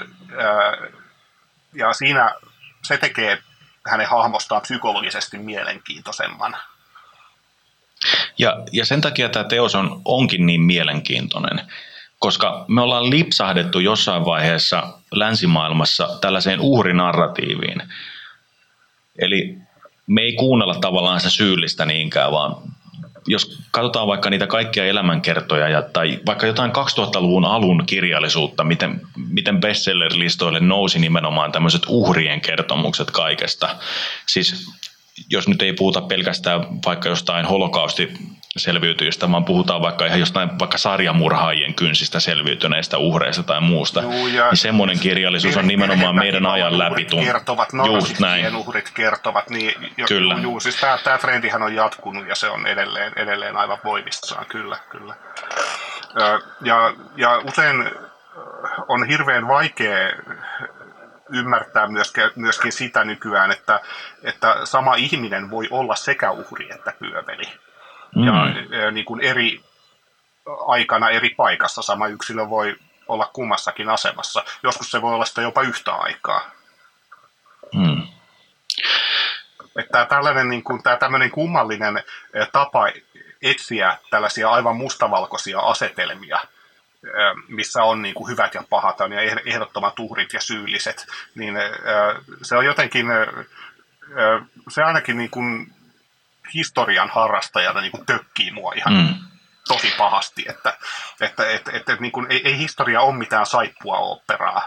ja siinä se tekee hänen hahmostaan psykologisesti mielenkiintoisemman. Ja, ja sen takia tämä teos on, onkin niin mielenkiintoinen, koska me ollaan lipsahdettu jossain vaiheessa länsimaailmassa tällaiseen uhrinarratiiviin. Eli me ei kuunnella tavallaan sitä syyllistä niinkään, vaan jos katsotaan vaikka niitä kaikkia elämänkertoja ja, tai vaikka jotain kaksituhattaluvun alun kirjallisuutta, miten, miten bestseller-listoille nousi nimenomaan tämmöiset uhrien kertomukset kaikesta. Siis jos nyt ei puhuta pelkästään vaikka jostain holokaustiselviytyjistä, vaan puhutaan vaikka ihan jostain vaikka sarjamurhaajien kynsistä selviytyneistä uhreista tai muusta, Juu, niin semmoinen kirjallisuus on nimenomaan meidän ajan läpi. Kertovat, Just näin. Uhrit kertovat, niin jo, kyllä. Juu, siis tämä, tämä trendihän on jatkunut ja se on edelleen, edelleen aivan voimissaan, kyllä, kyllä. Ja, ja usein on hirveän vaikea ymmärtää myöskin sitä nykyään, että, että sama ihminen voi olla sekä uhri että pyöveli. Mm. Ja, ja niin kuin eri aikana eri paikassa sama yksilö voi olla kummassakin asemassa. Joskus se voi olla sitä jopa yhtä aikaa. Mm. Että tällainen niin kuin, tämä tämmöinen kummallinen tapa etsiä tällaisia aivan mustavalkoisia asetelmia, missä on niin kuin hyvät ja pahat ja ehdottomat uhrit ja syylliset, niin se on jotenkin, se ainakin niin kuin historian harrastajana niin kuin tökkii mua ihan mm. tosi pahasti, että, että, että, että niin kuin, ei, ei historia ole mitään saippua oopperaa.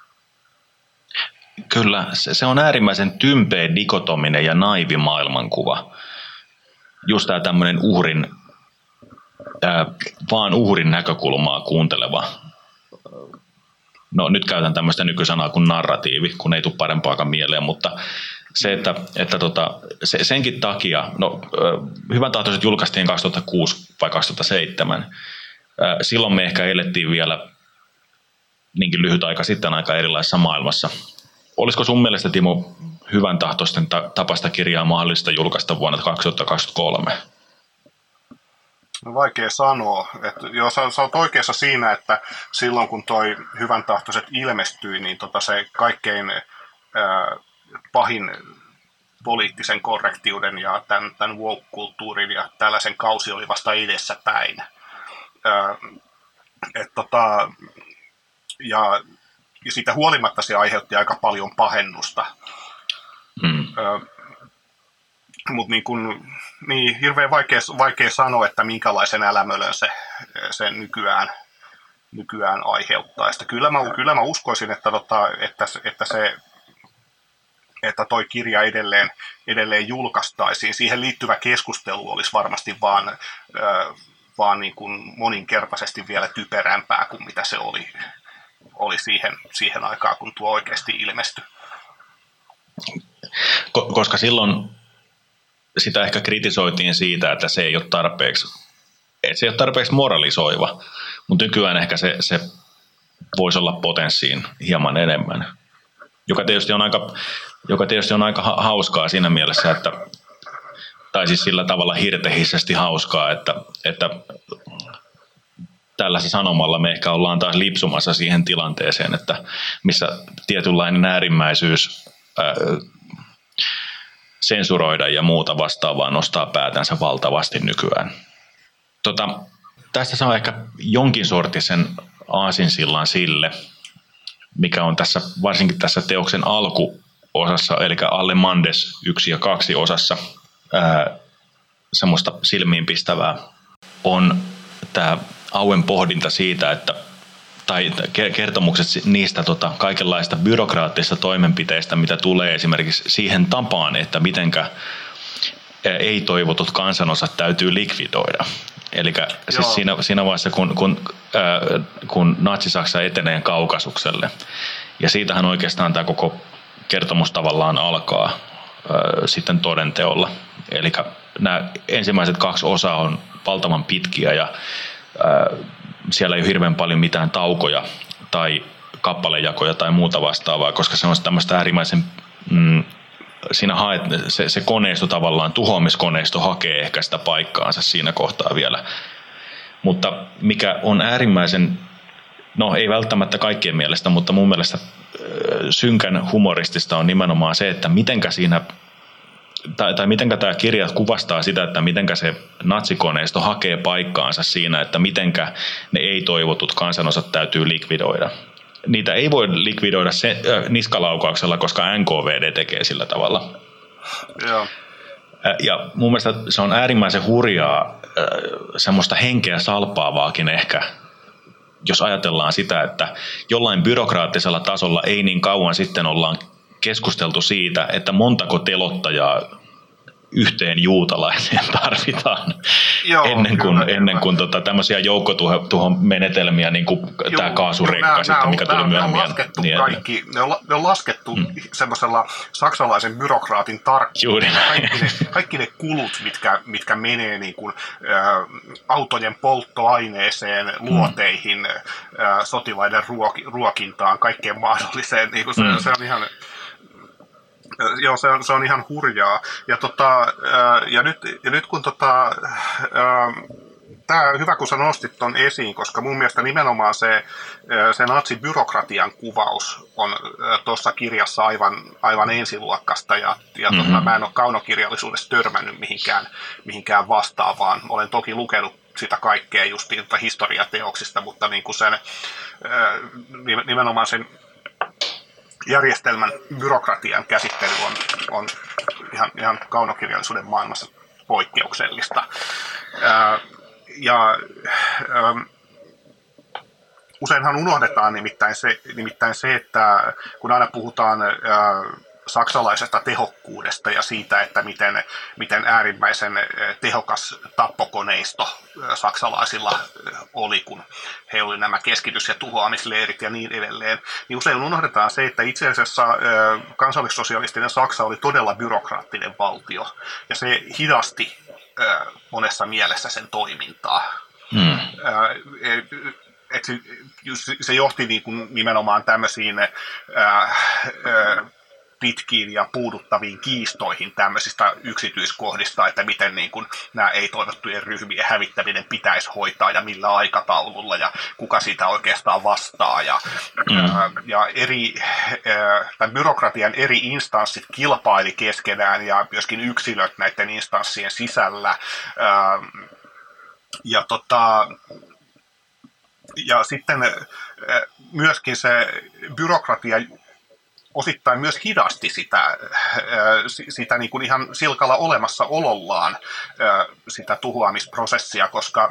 Kyllä, se, se on äärimmäisen tympeä, dikotominen ja naivi maailmankuva. Just tämä tämmöinen uhrin Ää, vaan uhrin näkökulmaa kuunteleva. No nyt käytän tämmöistä nykysanaa kuin narratiivi, kun ei tule parempaakaan mieleen, mutta se, että, että tota, se, senkin takia, no Hyvän tahtoiset julkaistiin kaksituhattakuusi vai kaksituhattaseitsemän. Ää, silloin me ehkä elettiin vielä niinkin lyhyt aika sitten aika erilaisessa maailmassa. Olisiko sun mielestä, Timo, Hyvän tahtoisten ta- tapasta kirjaa mahdollista julkaista vuonna kaksituhattakaksikymmentäkolme? No vaikea sanoa. Että joo, sä, sä oot oikeassa siinä, että silloin kun toi Hyvän tahtoiset ilmestyi, niin tota se kaikkein ää, pahin poliittisen korrektiuden ja tämän, tämän woke-kulttuurin ja tällaisen kausi oli vasta edessä päin. Ää, et tota, ja, ja siitä huolimatta se aiheutti aika paljon pahennusta. Mm. Ää, Mutta niin kun, niin hirveän vaikea, vaikea sanoa, että minkälaisen älämölön se, se nykyään, nykyään aiheuttaa. Sitä kyllä, mä, kyllä mä uskoisin, että, tota, että, että, se, että toi kirja edelleen, edelleen julkaistaisiin. Siihen liittyvä keskustelu olisi varmasti vaan, äh, vaan niin kun moninkertaisesti vielä typerämpää kuin mitä se oli, oli siihen, siihen aikaan, kun tuo oikeasti ilmestyi. Koska silloin sitä ehkä kritisoitiin siitä, että se ei ole tarpeeksi, että se ei ole tarpeeksi moralisoiva, mutta nykyään ehkä se, se voisi olla potenssiin hieman enemmän, joka tietysti on aika, joka tietysti on aika hauskaa siinä mielessä, että, tai siis sillä tavalla hirtehisesti hauskaa, että, että tällä sanomalla me ehkä ollaan taas lipsumassa siihen tilanteeseen, että missä tietynlainen äärimmäisyys ää, sensuroida ja muuta vastaavaa nostaa päätänsä valtavasti nykyään. Tota, tästä saa ehkä jonkin sortisen aasinsillan sille, mikä on tässä, varsinkin tässä teoksen alkuosassa, eli Alle Mandes yksi ja kaksi osassa, ää, semmoista silmiinpistävää, on tämä Auen pohdinta siitä, että tai kertomukset niistä tota, kaikenlaista byrokraattisista toimenpiteistä, mitä tulee esimerkiksi siihen tapaan, että mitenkä ei-toivotut kansanosat täytyy likvidoida. Eli siis siinä, siinä vaiheessa, kun, kun, äh, kun Natsi-Saksa etenee Kaukasukselle, ja siitähän oikeastaan tämä koko kertomus tavallaan alkaa äh, sitten todenteolla. Eli nämä ensimmäiset kaksi osaa on valtavan pitkiä, ja äh, siellä ei ole hirveän paljon mitään taukoja tai kappalejakoja tai muuta vastaavaa, koska se on tämmöistä äärimmäisen, mm, siinä haet, se, se koneisto tavallaan, tuhoamiskoneisto hakee ehkä sitä paikkaansa siinä kohtaa vielä. Mutta mikä on äärimmäisen, no ei välttämättä kaikkien mielestä, mutta mun mielestä synkän humoristista on nimenomaan se, että mitenkä siinä, tai, tai mitenkä tämä kirja kuvastaa sitä, että mitenkä se natsikoneisto hakee paikkaansa siinä, että mitenkä ne ei-toivotut kansanosat täytyy likvidoida. Niitä ei voi likvidoida se, äh, niskalaukauksella, koska N K V D tekee sillä tavalla. Joo. Ja mun mielestä se on äärimmäisen hurjaa, äh, semmoista henkeä salpaavaakin ehkä, jos ajatellaan sitä, että jollain byrokraattisella tasolla ei niin kauan sitten ollaan keskusteltu siitä, että montako telottajaa yhteen juutalaiseen tarvitaan. Joo, ennen kuin, kyllä, ennen kuin tota, tämmöisiä joukkotuhon menetelmiä, niin kuin Joo, tämä kaasurekka, nämä, sitten, mikä nämä, tuli myöhemmin. Ne on laskettu niin, kaikki, ne on, ne on laskettu mm. semmoisella saksalaisen byrokraatin tarkkuudella. Kaikki ne, kaikki ne kulut, mitkä, mitkä menee niin kuin, ä, autojen polttoaineeseen, luoteihin, ä, sotilaiden ruok, ruokintaan, kaikkeen mahdolliseen. Niin kuin se, mm. se on ihan... Joo, se on, se on ihan hurjaa. Ja, tota, ja, nyt, ja nyt kun tota, tämä hyvä, kun sä nostit ton esiin, koska mun mielestä nimenomaan se, se natsibyrokratian kuvaus on tuossa kirjassa aivan, aivan ensiluokkasta, ja, ja mm-hmm. tota, mä en ole kaunokirjallisuudessa törmännyt mihinkään, mihinkään vastaavaan. Olen toki lukenut sitä kaikkea justiin historiateoksista, mutta niin kuin sen, nimenomaan sen järjestelmän byrokratian käsittely on, on ihan, ihan kaunokirjallisuuden maailmassa poikkeuksellista. Ää, ja ää, useinhan unohdetaan nimittäin se, nimittäin se, että kun aina puhutaan ää, saksalaisesta tehokkuudesta ja siitä, että miten, miten äärimmäisen tehokas tappokoneisto saksalaisilla oli, kun he olivat nämä keskitys- ja tuhoamisleirit ja niin edelleen, niin usein unohdetaan se, että itse asiassa kansallissosialistinen Saksa oli todella byrokraattinen valtio, ja se hidasti monessa mielessä sen toimintaa. Hmm. Et se johti niin kuin nimenomaan tämmöisiin ää, ää, pitkiin ja puuduttaviin kiistoihin tämmöisistä yksityiskohdista, että miten niin kuin nämä ei-toivottujen ryhmien hävittäminen pitäisi hoitaa ja millä aikataululla ja kuka siitä oikeastaan vastaa. Ja, mm. ää, ja eri, ää, tämän byrokratian eri instanssit kilpaili keskenään ja myöskin yksilöt näiden instanssien sisällä. Ää, ja tota... Ja sitten myöskin se byrokratia osittain myös hidasti sitä, sitä niin kuin ihan silkalla olemassaolollaan sitä tuhoamisprosessia, koska,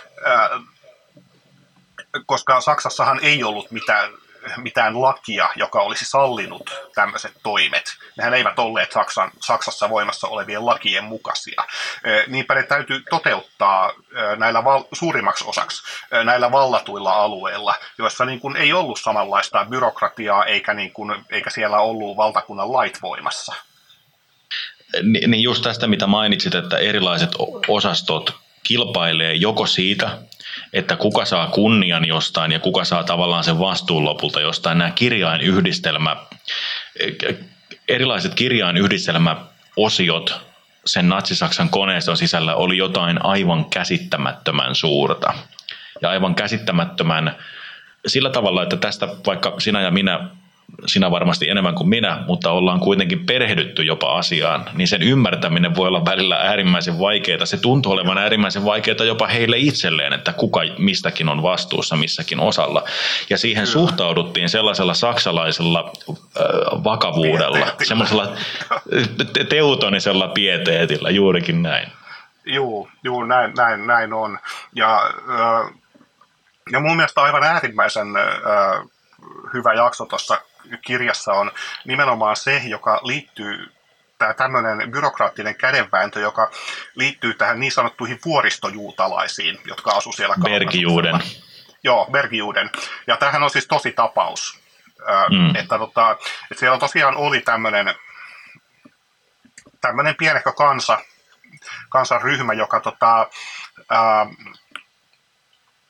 koska Saksassahan ei ollut mitään, mitään lakia, joka olisi sallinut tämmöiset toimet. Nehän eivät olleet Saksan, Saksassa voimassa olevien lakien mukaisia. Niinpä ne täytyy toteuttaa näillä val, suurimmaksi osaksi näillä vallatuilla alueilla, joissa niin kuin ei ollut samanlaista byrokratiaa eikä, niin kuin, eikä siellä ollut valtakunnan lait voimassa. Niin just tästä, mitä mainitsit, että erilaiset osastot kilpailee joko siitä, että kuka saa kunnian jostain ja kuka saa tavallaan sen vastuun lopulta jostain. Nämä kirjainyhdistelmä, erilaiset kirjainyhdistelmäosiot sen natsi-Saksan koneiston sisällä oli jotain aivan käsittämättömän suurta. Ja aivan käsittämättömän sillä tavalla, että tästä vaikka sinä ja minä, sinä varmasti enemmän kuin minä, mutta ollaan kuitenkin perehdytty jopa asiaan, niin sen ymmärtäminen voi olla välillä äärimmäisen vaikeaa. Se tuntuu olevan äärimmäisen vaikeaa jopa heille itselleen, että kuka mistäkin on vastuussa missäkin osalla. Ja siihen Kyllä. suhtauduttiin sellaisella saksalaisella äh, vakavuudella, semmoisella teutonisella pieteetillä, juurikin näin. Joo, joo näin, näin, näin on. Ja, äh, ja mun mielestä aivan äärimmäisen äh, hyvä jakso tuossa kirjassa on nimenomaan se, joka liittyy, tämä tämmöinen byrokraattinen kädenvääntö, joka liittyy tähän niin sanottuihin vuoristojuutalaisiin, jotka asuivat siellä Bergiuden. Joo, Bergiuden. Ja tämähän on siis tosi tapaus. Mm. Että, tota, että siellä tosiaan oli tämmöinen, tämmöinen pienehkö kansa, kansanryhmä, joka tota, ää,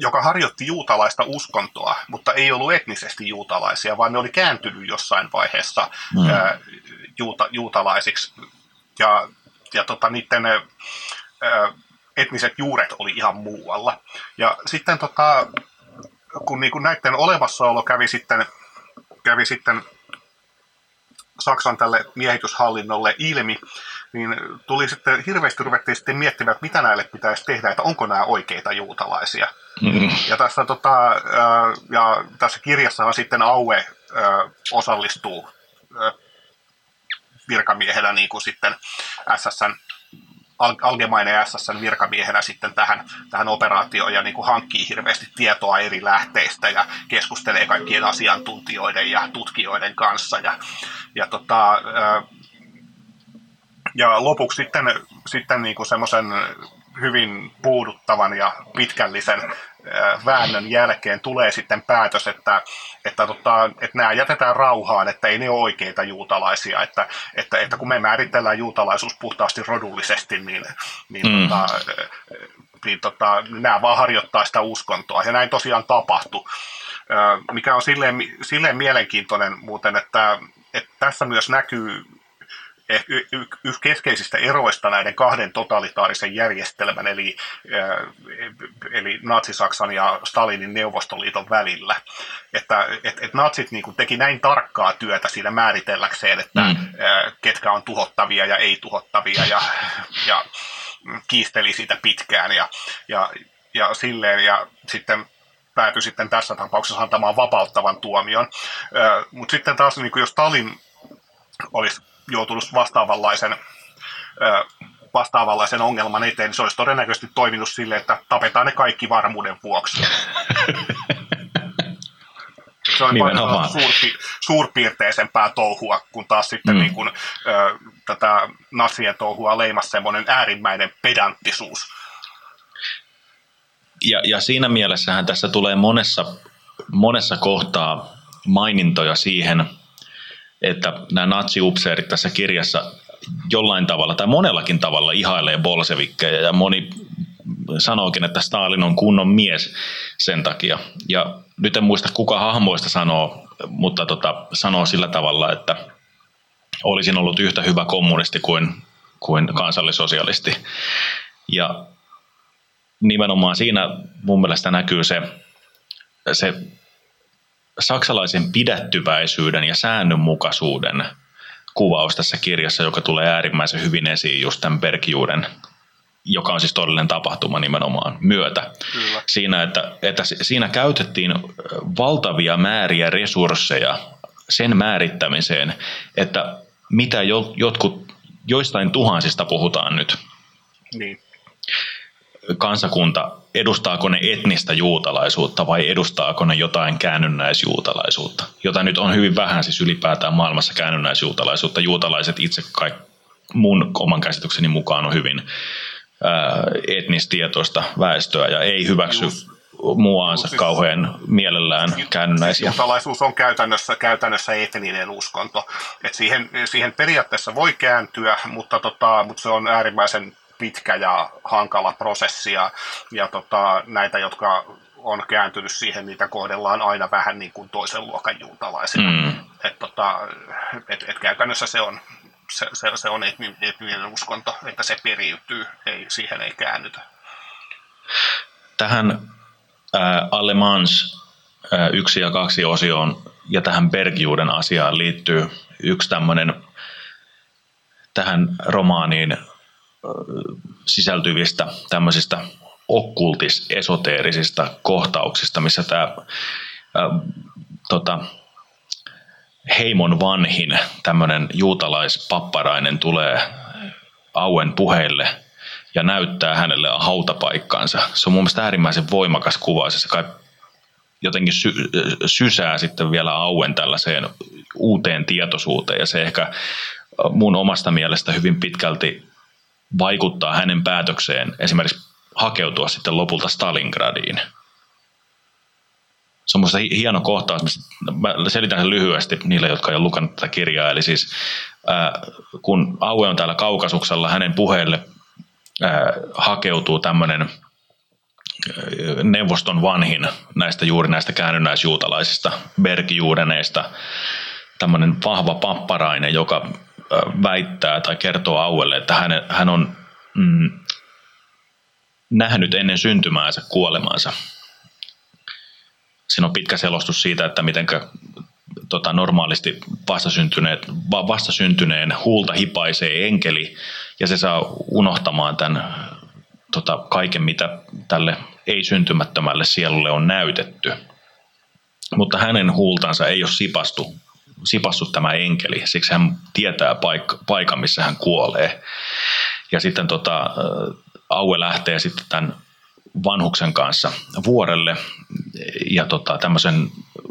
joka harjoitti juutalaista uskontoa, mutta ei ollut etnisesti juutalaisia, vaan ne oli kääntynyt jossain vaiheessa mm. ää, juuta, juutalaisiksi. Ja, ja tota, niiden ää, etniset juuret oli ihan muualla. Ja sitten tota, kun niinku näiden olemassaolo kävi sitten, kävi sitten Saksan tälle miehityshallinnolle ilmi, niin tuli sitten hirveästi ruvettiin sitten miettimään, että mitä näille pitäisi tehdä, että onko nämä oikeita juutalaisia. Mm. Ja, tässä, tota, ja tässä kirjassahan sitten Aue osallistuu virkamiehenä niin kuin sitten S S:n Allgemeine S S:n virkamiehenä sitten tähän, tähän operaatioon ja niin kuin hankkii hirveästi tietoa eri lähteistä ja keskustelee kaikkien asiantuntijoiden ja tutkijoiden kanssa. Ja, ja, tota, ja lopuksi sitten, sitten niin kuin semmoisen hyvin puuduttavan ja pitkällisen väännön jälkeen tulee sitten päätös, että, että, tota, että nämä jätetään rauhaan, että ei ne ole oikeita juutalaisia, että, että, että kun me määritellään juutalaisuus puhtaasti rodullisesti, niin, niin, mm. tota, niin tota, nämä vaan harjoittaa sitä uskontoa. Ja näin tosiaan tapahtui, mikä on silleen, silleen mielenkiintoinen muuten, että, että tässä myös näkyy yksi keskeisistä eroista näiden kahden totalitaarisen järjestelmän, eli, eli Natsi-Saksan ja Stalinin Neuvostoliiton välillä. Että et, et natsit niin kuin teki näin tarkkaa työtä siinä määritelläkseen, että mm. ketkä on tuhottavia ja ei-tuhottavia, ja, ja kiisteli siitä pitkään ja, ja, ja silleen, ja sitten päätyi sitten tässä tapauksessa antamaan vapauttavan tuomion. Mutta sitten taas, niin kuin jos Stalin olisi joutunut vastaavanlaisen, vastaavanlaisen ongelman eteen, niin se olisi todennäköisesti toiminut silleen, että tapetaan ne kaikki varmuuden vuoksi. Se on paljon suurpi, suurpiirteisempää touhua, kun taas sitten mm. niin kun, ö, tätä natsien touhua leimasi semmoinen äärimmäinen pedanttisuus. Ja, ja siinä mielessähän tässä tulee monessa, monessa kohtaa mainintoja siihen, että nämä natsiupseerit tässä kirjassa jollain tavalla tai monellakin tavalla ihailee bolsevikkeja, ja moni sanookin, että Stalin on kunnon mies sen takia. Ja nyt en muista kuka hahmoista sanoo, mutta tota, sanoo sillä tavalla, että olisin ollut yhtä hyvä kommunisti kuin, kuin kansallisosialisti. Ja nimenomaan siinä mun mielestä näkyy se, se saksalaisen pidättyväisyyden ja säännönmukaisuuden kuvaus tässä kirjassa, joka tulee äärimmäisen hyvin esiin just tämän Bergjuden, joka on siis todellinen tapahtuma nimenomaan, myötä. Kyllä. Siinä, että, että siinä käytettiin valtavia määriä resursseja sen määrittämiseen, että mitä jo, jotkut, joistain tuhansista puhutaan nyt. Niin. Kansakunta, edustaako ne etnistä juutalaisuutta vai edustaako ne jotain käännynnäisjuutalaisuutta, jota nyt on hyvin vähän siis ylipäätään maailmassa käännynnäisjuutalaisuutta. Juutalaiset itse kai mun oman käsitykseni mukaan on hyvin ää, etnistietoista väestöä ja ei hyväksy Just. muaansa siis, kauhean mielellään käännynnäisiä. Juutalaisuus on käytännössä, käytännössä etninen uskonto. Et siihen, siihen periaatteessa voi kääntyä, mutta, tota, mutta se on äärimmäisen pitkä ja hankala prosessi, ja, ja tota, näitä, jotka on kääntynyt siihen, niitä kohdellaan aina vähän niin kuin toisen luokan juutalaisina. Mm. Et, tota, et, et käytännössä se on, se, se, se on etninen uskonto, että se periytyy, ei, siihen ei käännytä. Tähän ää, Allemans ää, yksi ja kaksi osioon ja tähän Bergjuden asiaan liittyy yksi tämmöinen tähän romaaniin sisältyvistä tämmöisistä okkultis-esoteerisista kohtauksista, missä tämä ää, tota, heimon vanhin tämmöinen juutalaispapparainen tulee Auen puheille ja näyttää hänelle hautapaikkaansa. Se on mun mielestä äärimmäisen voimakas kuva. Se kai jotenkin sy- sysää sitten vielä Auen tällaiseen uuteen tietoisuuteen, ja se ehkä mun omasta mielestä hyvin pitkälti vaikuttaa hänen päätökseen esimerkiksi hakeutua sitten lopulta Stalingradiin. Se on minusta hieno kohtaus. Mä selitän sen lyhyesti niille, jotka ei ole lukenut tätä kirjaa. Eli siis ää, kun Aue on täällä Kaukasuksella, hänen puheelle ää, hakeutuu tämmöinen neuvoston vanhin näistä juuri näistä käännynnäisjuutalaisista bergijuudeneista, tämmöinen vahva papparainen, joka väittää tai kertoo Auelle, että hän, hän on mm, nähnyt ennen syntymäänsä kuolemansa. Siinä on pitkä selostus siitä, että miten tota, normaalisti vastasyntyneen huulta hipaisee enkeli, ja se saa unohtamaan tämän tota, kaiken, mitä tälle ei-syntymättömälle sielulle on näytetty. Mutta hänen huultansa ei ole sipastu, sipassut tämä enkeli, siksi hän tietää paik- paikan, missä hän kuolee. Ja sitten tota, Aue lähtee sitten tämän vanhuksen kanssa vuorelle ja tota, tämmöisen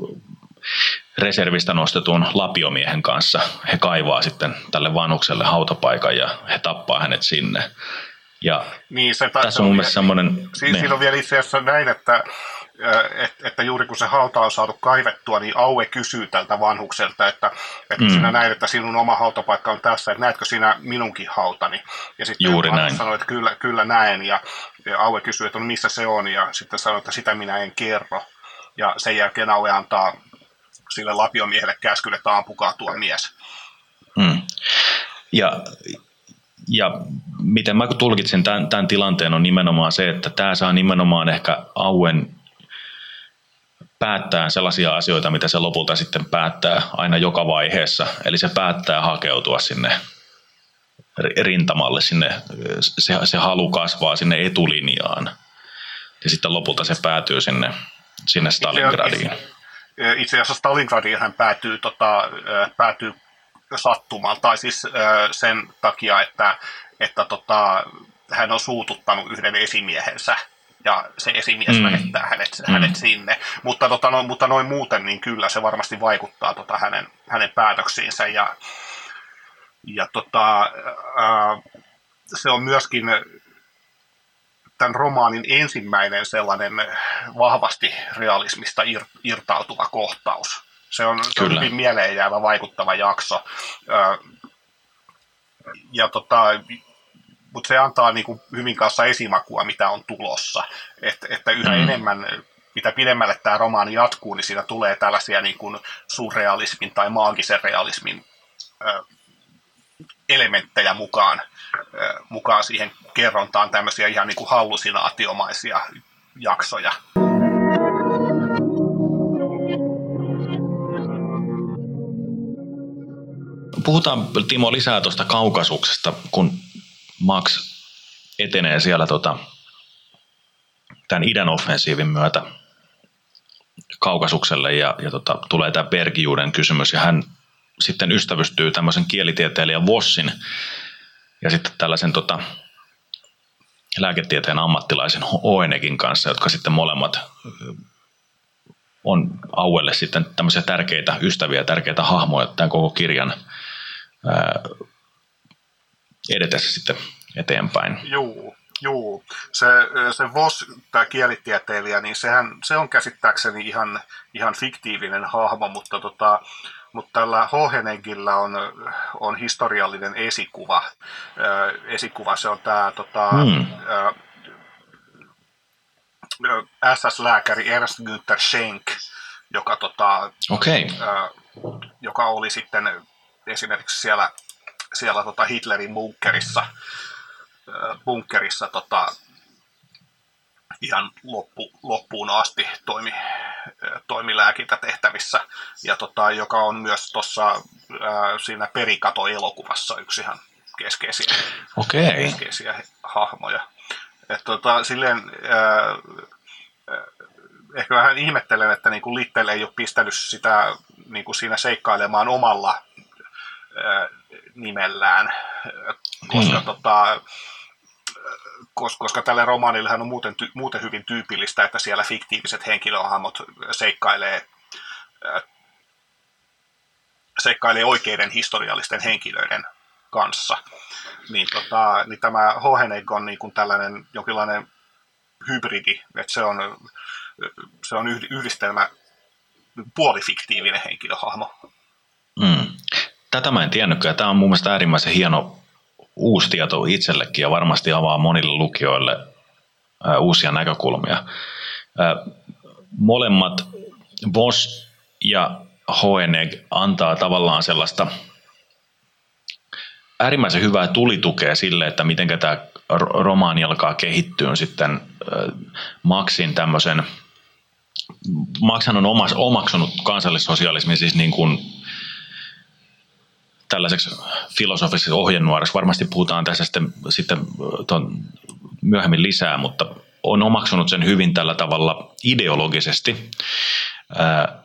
reservistä nostetun lapiomiehen kanssa he kaivaa sitten tälle vanhukselle hautapaikan ja he tappaa hänet sinne. Ja niin, se, tässä on mun mielestä semmoinen... Siinä, siinä on vielä itse asiassa näin, että, että, että juuri kun se hauta on saatu kaivettua, niin Aue kysyy tältä vanhukselta, että, että mm. sinä näet, että sinun oma hautapaikka on tässä, että näetkö sinä minunkin hautani? Ja sitten juuri näin. sanoi, että kyllä, kyllä näen, ja, ja Aue kysyy, että no, missä se on, ja sitten sanoi, että sitä minä en kerro. Ja sen jälkeen Aue antaa sille lapiomiehelle käskyn, että ampukaa tuo mies. Mm. Ja... Ja miten mä tulkitsin tämän, tämän tilanteen on nimenomaan se, että tämä saa nimenomaan ehkä Auen päättää sellaisia asioita, mitä se lopulta sitten päättää aina joka vaiheessa. Eli se päättää hakeutua sinne rintamalle, sinne, se, se halu kasvaa sinne etulinjaan. Ja sitten lopulta se päätyy sinne, sinne Stalingradiin. Itse, itse asiassa Stalingradiin hän päätyy, tota, päätyy sattumaan, tai siis sen takia, että, että tota, hän on suututtanut yhden esimiehensä, ja se esimies mm. lähettää hänet, mm. hänet sinne. Mutta, tota, no, mutta noin muuten, niin kyllä se varmasti vaikuttaa tota, hänen, hänen päätöksiinsä, ja, ja tota, ää, se on myöskin tämän romaanin ensimmäinen sellainen vahvasti realismista ir, irtautuva kohtaus. Se on, se on hyvin mieleenjäävä, vaikuttava jakso. Ja tota, mutta se antaa niin kuin hyvin kanssa esimakua, mitä on tulossa. Et, että yhä mm. enemmän, mitä pidemmälle tämä romaani jatkuu, niin siinä tulee tällaisia niin kuin surrealismin tai maagisen realismin ö, elementtejä mukaan, ö, mukaan siihen kerrontaan, tämmöisiä ihan niin kuin hallusinaatiomaisia jaksoja. Puhutaan, Timo, lisää tuosta Kaukasuksesta, kun Max etenee siellä tota, tämän idän offensiivin myötä Kaukasukselle ja, ja tota, tulee tämä Bergijuuden kysymys ja hän sitten ystävystyy tämmöisen kielitieteilijän Vossin ja sitten tällaisen tota, lääketieteen ammattilaisen Hoenegin kanssa, jotka sitten molemmat on Auelle sitten tämmöisiä tärkeitä ystäviä, tärkeitä hahmoja tämän koko kirjan ää, edetessä sitten eteenpäin. Juu, juu. Se, se Voss, tämä kielitieteilijä, niin sehän, se on käsittääkseni ihan, ihan fiktiivinen hahmo, mutta, tota, mutta tällä Hohenegillä on, on historiallinen esikuva. Ö, esikuva, se on tämä tota, hmm. S S-lääkäri Ernst Günther Schenk, joka, tota, okay. ö, joka oli sitten esimerkiksi siellä, siellä tota Hitlerin bunkkerissa, bunkkerissa tota, ihan loppu, loppuun asti toimi, toimi lääkintätehtävissä, ja tota, joka on myös tuossa siinä Perikato-elokuvassa yksi ihan keskeisiä, okay. keskeisiä hahmoja. Et, tota, silleen, ää, ehkä vähän ihmettelen, että niin kuin Little ei ole pistänyt sitä niin kuin siinä seikkailemaan omalla ää, nimellään, koska, hmm. tota, koska, koska tälle romaanillehan on muuten, ty, muuten hyvin tyypillistä, että siellä fiktiiviset henkilöhahmot seikkailee, ää, seikkailee oikeiden historiallisten henkilöiden kanssa. Niin, tota, niin tämä Hoheneg on niin kuin tällainen jonkinlainen hybridi, että se on, se on yhdistelmä puolifiktiivinen henkilöhahmo. Mm. Tätä mä en tiennytkään. Tämä on mun mielestä äärimmäisen hieno uusi tieto itsellekin ja varmasti avaa monille lukijoille ää, uusia näkökulmia. Ää, molemmat Voss ja Hohenegg antaa tavallaan sellaista äärimmäisen hyvää tulitukea sille, että miten tämä romaani alkaa kehittyä sitten ää, Maxin tämmöisen. Maxhan on omas, omaksunut kansallissosialismin siis niin kuin tällaiseksi filosofiseksi ohjenuoreksi. Varmasti puhutaan tässä sitten, sitten ton myöhemmin lisää, mutta on omaksunut sen hyvin tällä tavalla ideologisesti ää,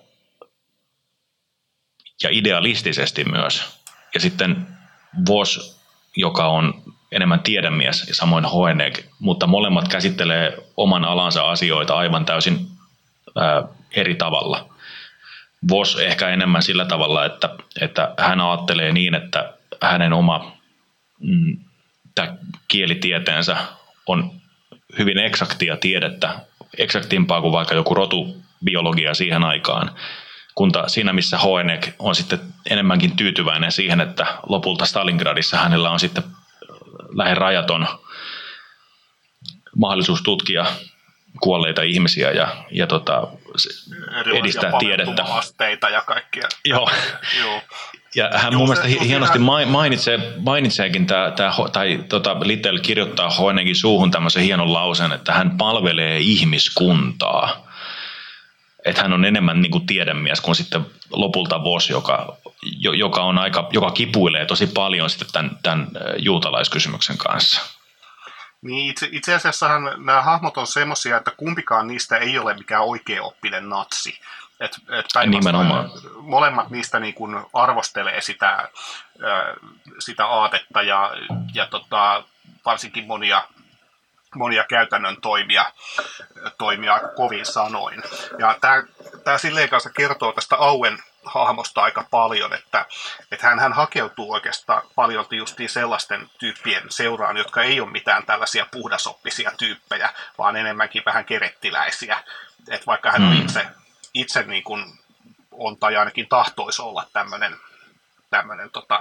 ja idealistisesti myös. Ja sitten Voss, joka on enemmän tiedemies, ja samoin Hohenegg, mutta molemmat käsittelee oman alansa asioita aivan täysin ää, eri tavalla. Voss ehkä enemmän sillä tavalla, että, että hän ajattelee niin, että hänen oma mm, kielitieteensä on hyvin eksaktia tiedettä, eksaktimpaa kuin vaikka joku rotubiologia siihen aikaan. Kun siinä, missä Hohenegg on sitten enemmänkin tyytyväinen siihen, että lopulta Stalingradissa hänellä on sitten lähes rajaton mahdollisuus tutkia kuolleita ihmisiä ja, ja tota, edistää tiedettä. Asteita ja kaikkia. Joo. Joo. Ja hän Joo, mun mielestä hi- hienosti ihan mainitsee, mainitseekin, tää, tää, tai tota, Littell kirjoittaa Hoheneggin suuhun tämmöisen hienon lauseen, että hän palvelee ihmiskuntaa. Että hän on enemmän niin kuin tiedemies kuin sitten lopulta Voss, joka, joka, on aika, joka kipuilee tosi paljon sitten tämän, tämän juutalaiskysymyksen kanssa. Niin itse, itse asiassahan nämä hahmot on semmoisia, että kumpikaan niistä ei ole mikään oikeaoppinen natsi. Et, et Nimenomaan. Molemmat niistä niin kuin arvostelee sitä, sitä aatetta ja, ja tota, varsinkin monia, monia käytännön toimia, toimia aika kovin sanoin. Ja tämä, tämä silleen kanssa kertoo tästä Auen hahmosta aika paljon, että, että hän, hän hakeutuu oikeastaan paljon justiin sellaisten tyyppien seuraan, jotka ei ole mitään tällaisia puhdasoppisia tyyppejä, vaan enemmänkin vähän kerettiläisiä. Että vaikka hän on mm. itse, itse niin kuin on tai ainakin tahtoisi olla tämmöinen, tämmöinen tota,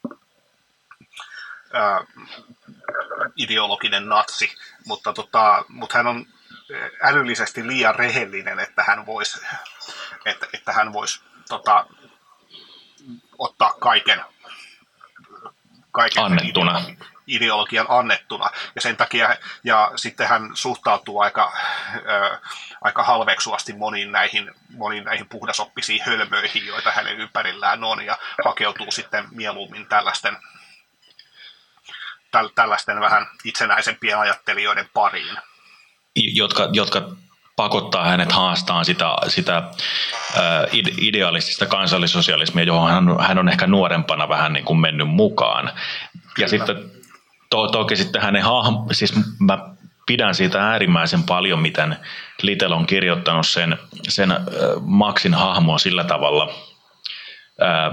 ää, ideologinen natsi, mutta, tota, mutta hän on älyllisesti liian rehellinen, että hän voisi että, että hän voisi tota, ottaa kaiken, kaiken annettuna. ideologian annettuna. Ja sen takia, ja sitten hän suhtautuu aika, ö, aika halveksuvasti moniin näihin, moniin näihin puhdasoppisiin hölmöihin, joita hänen ympärillään on, ja hakeutuu sitten mieluummin tällaisten, täl, tällaisten vähän itsenäisempien ajattelijoiden pariin. Jotka, jotka pakottaa hänet haastaan sitä, sitä ää, idealistista kansallissosialismia, johon hän, hän on ehkä nuorempana vähän niin kuin mennyt mukaan. Ja Kyllä. sitten to, toki sitten hänen hahmo, siis mä pidän siitä äärimmäisen paljon, miten Littell on kirjoittanut sen, sen äh, Maxin hahmoa sillä tavalla ää,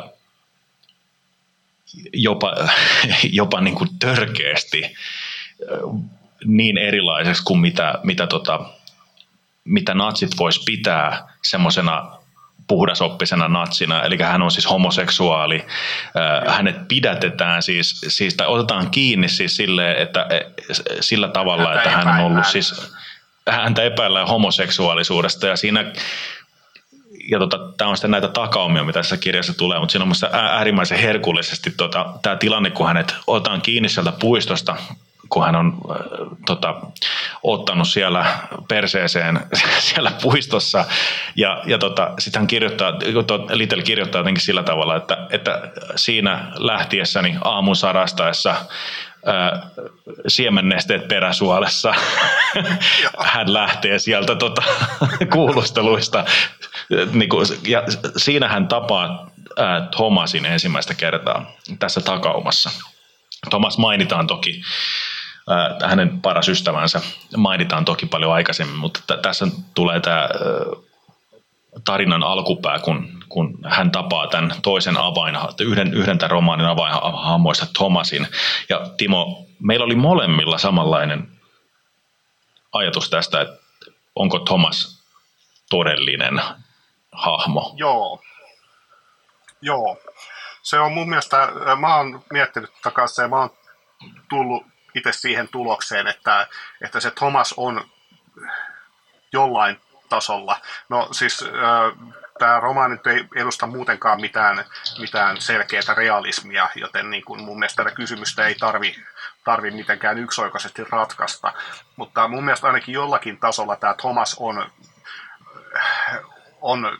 jopa, jopa niin kuin törkeästi äh, niin erilaiseksi kuin mitä, mitä tota, mitä natsit vois pitää semmoisena puhdasoppisena natsina, eli hän on siis homoseksuaali, hänet pidätetään siis, siis tai otetaan kiinni siis silleen, että, sillä tavalla, häntä että hän on ollut siis, häntä epäillään homoseksuaalisuudesta ja siinä, ja tota, tämä on sitten näitä takaumia, mitä tässä kirjassa tulee, mutta siinä on minusta äärimmäisen herkullisesti tota, tämä tilanne, kun hänet otetaan kiinni sieltä puistosta, kun hän on äh, tota, ottanut siellä perseeseen siellä puistossa. Ja, ja tota, sitten hän kirjoittaa, Littell kirjoittaa jotenkin sillä tavalla, että, että siinä lähtiessäni aamun sarastaessa äh, siemennesteet peräsuolessa hän lähtee sieltä tota, kuulusteluista. Niin kuin, ja siinä hän tapaa äh, Thomasin ensimmäistä kertaa tässä takaumassa. Thomas mainitaan toki, äh, hänen paras ystävänsä mainitaan toki paljon aikaisemmin, mutta t- tässä tulee tämä äh, tarinan alkupää, kun, kun hän tapaa tämän toisen avain, yhden, yhden tämän romaanin avainhahmoista Thomasin. Ja Timo, meillä oli molemmilla samanlainen ajatus tästä, että onko Thomas todellinen hahmo? Joo. Joo. Se on mun mielestä, mä oon miettinyt takaisin ja mä oon tullut itse siihen tulokseen, että, että se Thomas on jollain tasolla. No siis äh, tämä romaani ei edusta muutenkaan mitään, mitään selkeää realismia, joten niin kuin mun mielestä tätä kysymystä ei tarvi, tarvi mitenkään yksioikoisesti ratkaista. Mutta mun mielestä ainakin jollakin tasolla tämä Thomas on, on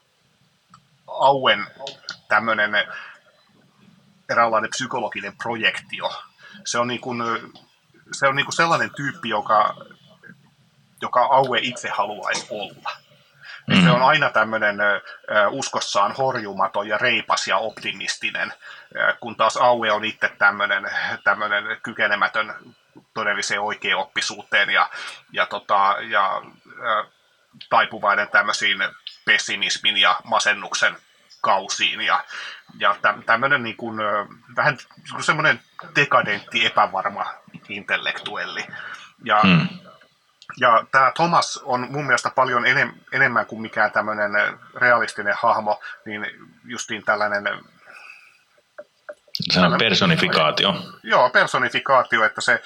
Auen tämmöinen eräänlainen psykologinen projektio. Se on, niin kuin, se on niin kuin sellainen tyyppi, joka, joka Aue itse haluaisi olla. Mm. Se on aina tämmöinen uskossaan horjumaton ja reipas ja optimistinen, kun taas Aue on itse tämmöinen, tämmöinen kykenemätön todelliseen oikeaoppisuuteen ja, ja, tota, ja ä, taipuvainen tämmöisiin pessimismin ja masennuksen kausiin. Ja, ja tämmöinen niin kuin, vähän semmoinen dekadentti, epävarma intellektuelli. Ja, mm. ja tämä Thomas on mun mielestä paljon enem, enemmän kuin mikään tämmöinen realistinen hahmo, niin justiin tällainen... Se on personifikaatio. Joo, personifikaatio, että se,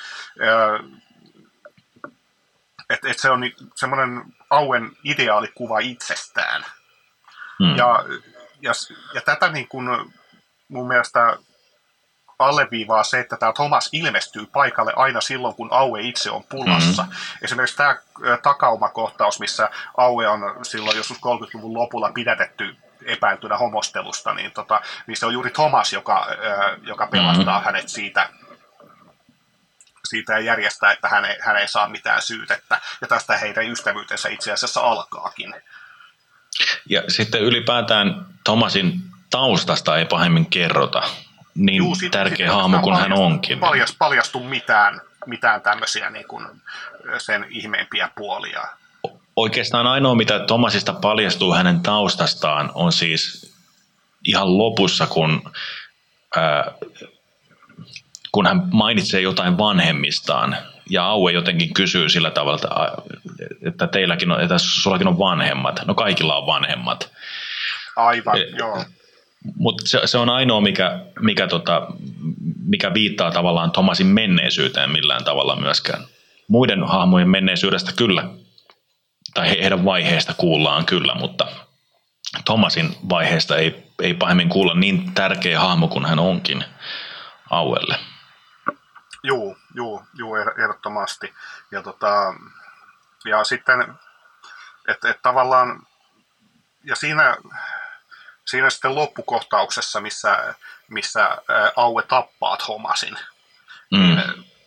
että, että se on semmoinen Auen ideaalikuva itsestään. Hmm. Ja, ja, ja tätä niin kuin mun mielestä alleviivaa se, että tämä Thomas ilmestyy paikalle aina silloin, kun Aue itse on pulassa. Mm-hmm. Esimerkiksi tämä takaumakohtaus, missä Aue on silloin joskus kolmekymmentäluvun lopulla pidätetty epäiltynä homostelusta, niin, tota, niin se on juuri Thomas, joka, joka pelastaa mm-hmm. hänet siitä, siitä ja järjestää, että hän ei, hän ei saa mitään syytettä. Ja tästä heidän ystävyytensä itse asiassa alkaakin. Ja sitten ylipäätään Thomasin taustasta ei pahemmin kerrota. Niin Juu, sit, tärkeä sit, hahmo kuin hän onkin. Paljas, paljastu mitään, mitään tämmöisiä niin kuin sen ihmeempiä puolia. Oikeastaan ainoa, mitä Thomasista paljastuu hänen taustastaan, on siis ihan lopussa, kun, ää, kun hän mainitsee jotain vanhemmistaan. Ja Aue jotenkin kysyy sillä tavalla, että teilläkin on, että sullakin on vanhemmat. No kaikilla on vanhemmat. Aivan, e- joo. Mutta se, se on ainoa, mikä, mikä, tota, mikä viittaa tavallaan Thomasin menneisyyteen millään tavalla myöskään. Muiden hahmojen menneisyydestä kyllä, tai he, heidän vaiheesta kuullaan kyllä, mutta Thomasin vaiheesta ei, ei pahemmin kuulla niin tärkeä hahmo kuin hän onkin Auelle. Joo, joo, joo, ehdottomasti. Ja, tota, ja sitten, että et tavallaan, ja siinä... Siinä sitten loppukohtauksessa, missä, missä Aue tappaa Thomasin, mm. niin,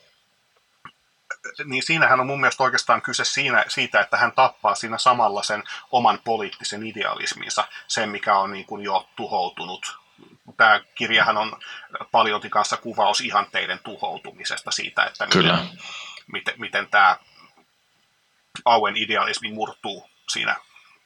niin siinähän on mun mielestä oikeastaan kyse siinä, siitä, että hän tappaa siinä samalla sen oman poliittisen idealisminsa, sen mikä on niin kuin jo tuhoutunut. Tämä kirjahan on paljolti kanssa kuvaus ihanteiden tuhoutumisesta siitä, että miten, miten, miten tämä Auen idealismi murtuu siinä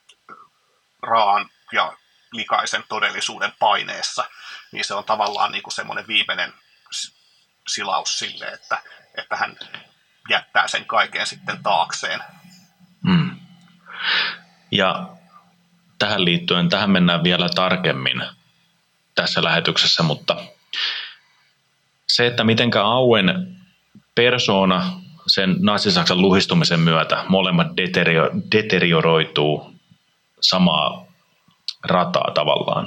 raan ja likaisen todellisuuden paineessa, niin se on tavallaan niin kuin semmoinen viimeinen silaus sille, että, että hän jättää sen kaiken sitten taakseen. Mm. Ja tähän liittyen, tähän mennään vielä tarkemmin tässä lähetyksessä, mutta se, että mitenkä Auen persoona sen Natsi-Saksan luhistumisen myötä molemmat deterio- deterioroituu samaa rataa tavallaan.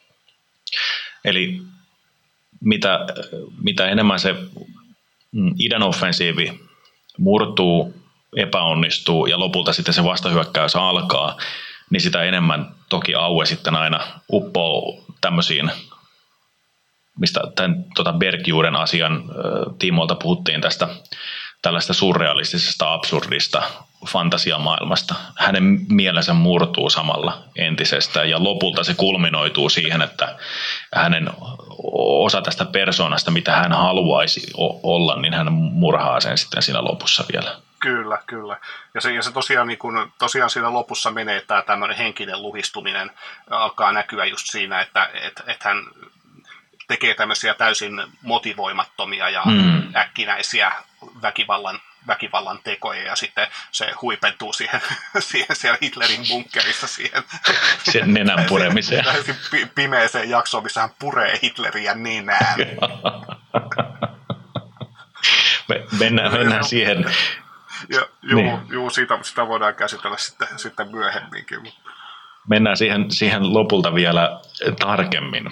Eli mitä, mitä enemmän se idän offensiivi murtuu, epäonnistuu ja lopulta sitten se vastahyökkäys alkaa, niin sitä enemmän toki Aue sitten aina uppoo tämmöisiin, mistä tämän tota Bergjuuden asian äh, tiimoilta puhuttiin tästä tällaista surrealistisesta, absurdista fantasiamaailmasta. Hänen mielensä murtuu samalla entisestään ja lopulta se kulminoituu siihen, että hänen osa tästä persoonasta, mitä hän haluaisi olla, niin hän murhaa sen sitten siinä lopussa vielä. Kyllä, kyllä. Ja se, ja se tosiaan, niin kun, tosiaan siinä lopussa menee tämä tämmöinen henkinen luhistuminen, alkaa näkyä just siinä, että et, et hän tekee tämmöisiä täysin motivoimattomia ja mm. äkkinäisiä väkivallan, väkivallan tekoja, ja sitten se huipentuu siihen, siihen siellä Hitlerin bunkkerissa siihen sen nenän puremiseen. Täysin pimeeseen jaksoon, missä hän puree Hitleriä nenään. Me, mennään, mennään siihen. Ja, juu, niin. juu sitä, sitä voidaan käsitellä sitten, sitten myöhemminkin. Mennään siihen, siihen lopulta vielä tarkemmin.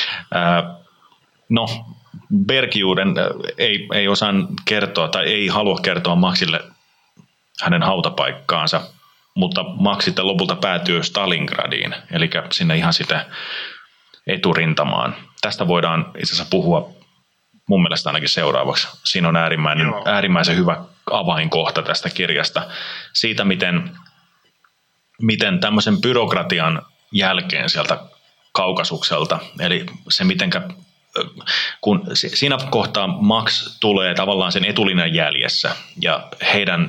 No, Bergjuuden ei, ei osaan kertoa tai ei halua kertoa Maxille hänen hautapaikkaansa, mutta Max sitten lopulta päätyy Stalingradiin, eli sinne ihan sitä eturintamaan. Tästä voidaan itse asiassa puhua mun mielestä ainakin seuraavaksi. Siinä on äärimmäinen, äärimmäisen hyvä avainkohta tästä kirjasta. Siitä, miten, miten tämmöisen byrokratian jälkeen sieltä Kaukasukselta, eli se mitenkä, kun siinä kohtaa Max tulee tavallaan sen etulinjan jäljessä ja heidän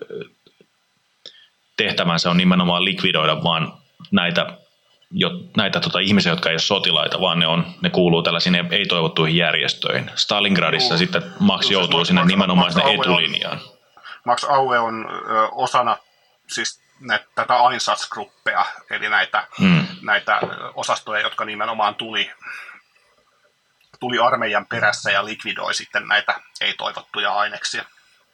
tehtävänsä on nimenomaan likvidoida vaan näitä, jo, näitä tota, ihmisiä, jotka ei ole sotilaita, vaan ne, on, ne kuuluu tällaisiin ei-toivottuihin järjestöihin. Stalingradissa Juu. sitten Max Juu, joutuu Max, sinne Max, nimenomaan Max sinne etulinjaan. On, Max Aue on ö, osana siis ne, tätä Einsatzgruppeja, eli näitä, hmm. näitä osastoja, jotka nimenomaan tuli, tuli armeijan perässä ja likvidoi sitten näitä ei-toivottuja aineksia.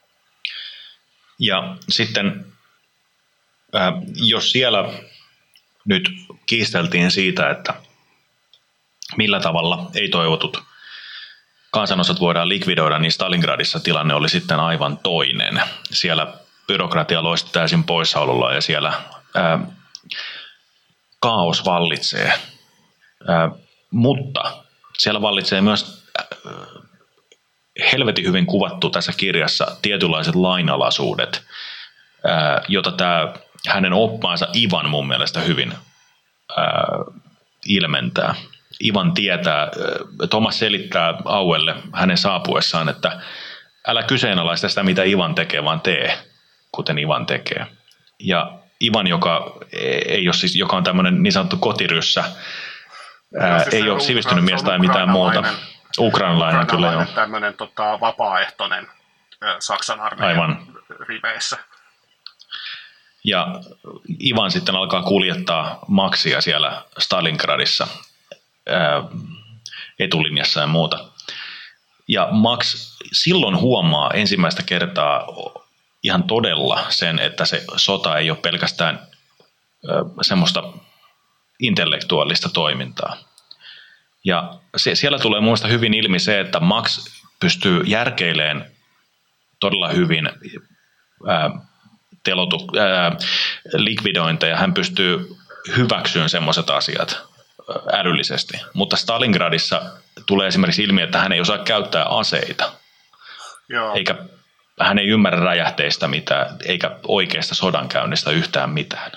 Ja sitten Äh, jos siellä nyt kiisteltiin siitä, että millä tavalla ei-toivotut kansanosat voidaan likvidoida, niin Stalingradissa tilanne oli sitten aivan toinen. Siellä byrokratia loisti täysin poissaololla ja siellä ää, kaos vallitsee. Ää, mutta siellä vallitsee myös ää, helvetin hyvin kuvattu tässä kirjassa tietynlaiset lainalaisuudet, ää, jota tämä hänen oppaansa Ivan mun mielestä hyvin ää, ilmentää. Ivan tietää, Thomas selittää Auelle hänen saapuessaan, että älä kyseenalaista sitä, mitä Ivan tekee, vaan tee, kuten Ivan tekee. Ja Ivan, joka, ei ole siis, joka on tämmöinen niin sanottu kotiryssä, ää, siis ei ole sivistynyt mies tai mitään muuta. Ukrainalainen kyllä jo. Tämmöinen tota, vapaaehtoinen Saksan armeijan riveissä. Ja Ivan sitten alkaa kuljettaa Maxia siellä Stalingradissa ää, etulinjassa ja muuta. Ja Max silloin huomaa ensimmäistä kertaa ihan todella sen, että se sota ei ole pelkästään ää, semmoista intellektuaalista toimintaa. Ja se, siellä tulee muista hyvin ilmi se, että Max pystyy järkeilemään todella hyvin ää, telotu, ää, likvidointeja. Hän pystyy hyväksyyn semmoiset asiat älyllisesti. Mutta Stalingradissa tulee esimerkiksi ilmi, että hän ei osaa käyttää aseita. Joo. Eikä hän ei ymmärrä räjähteistä mitään, eikä oikeasta sodankäynnistä yhtään mitään.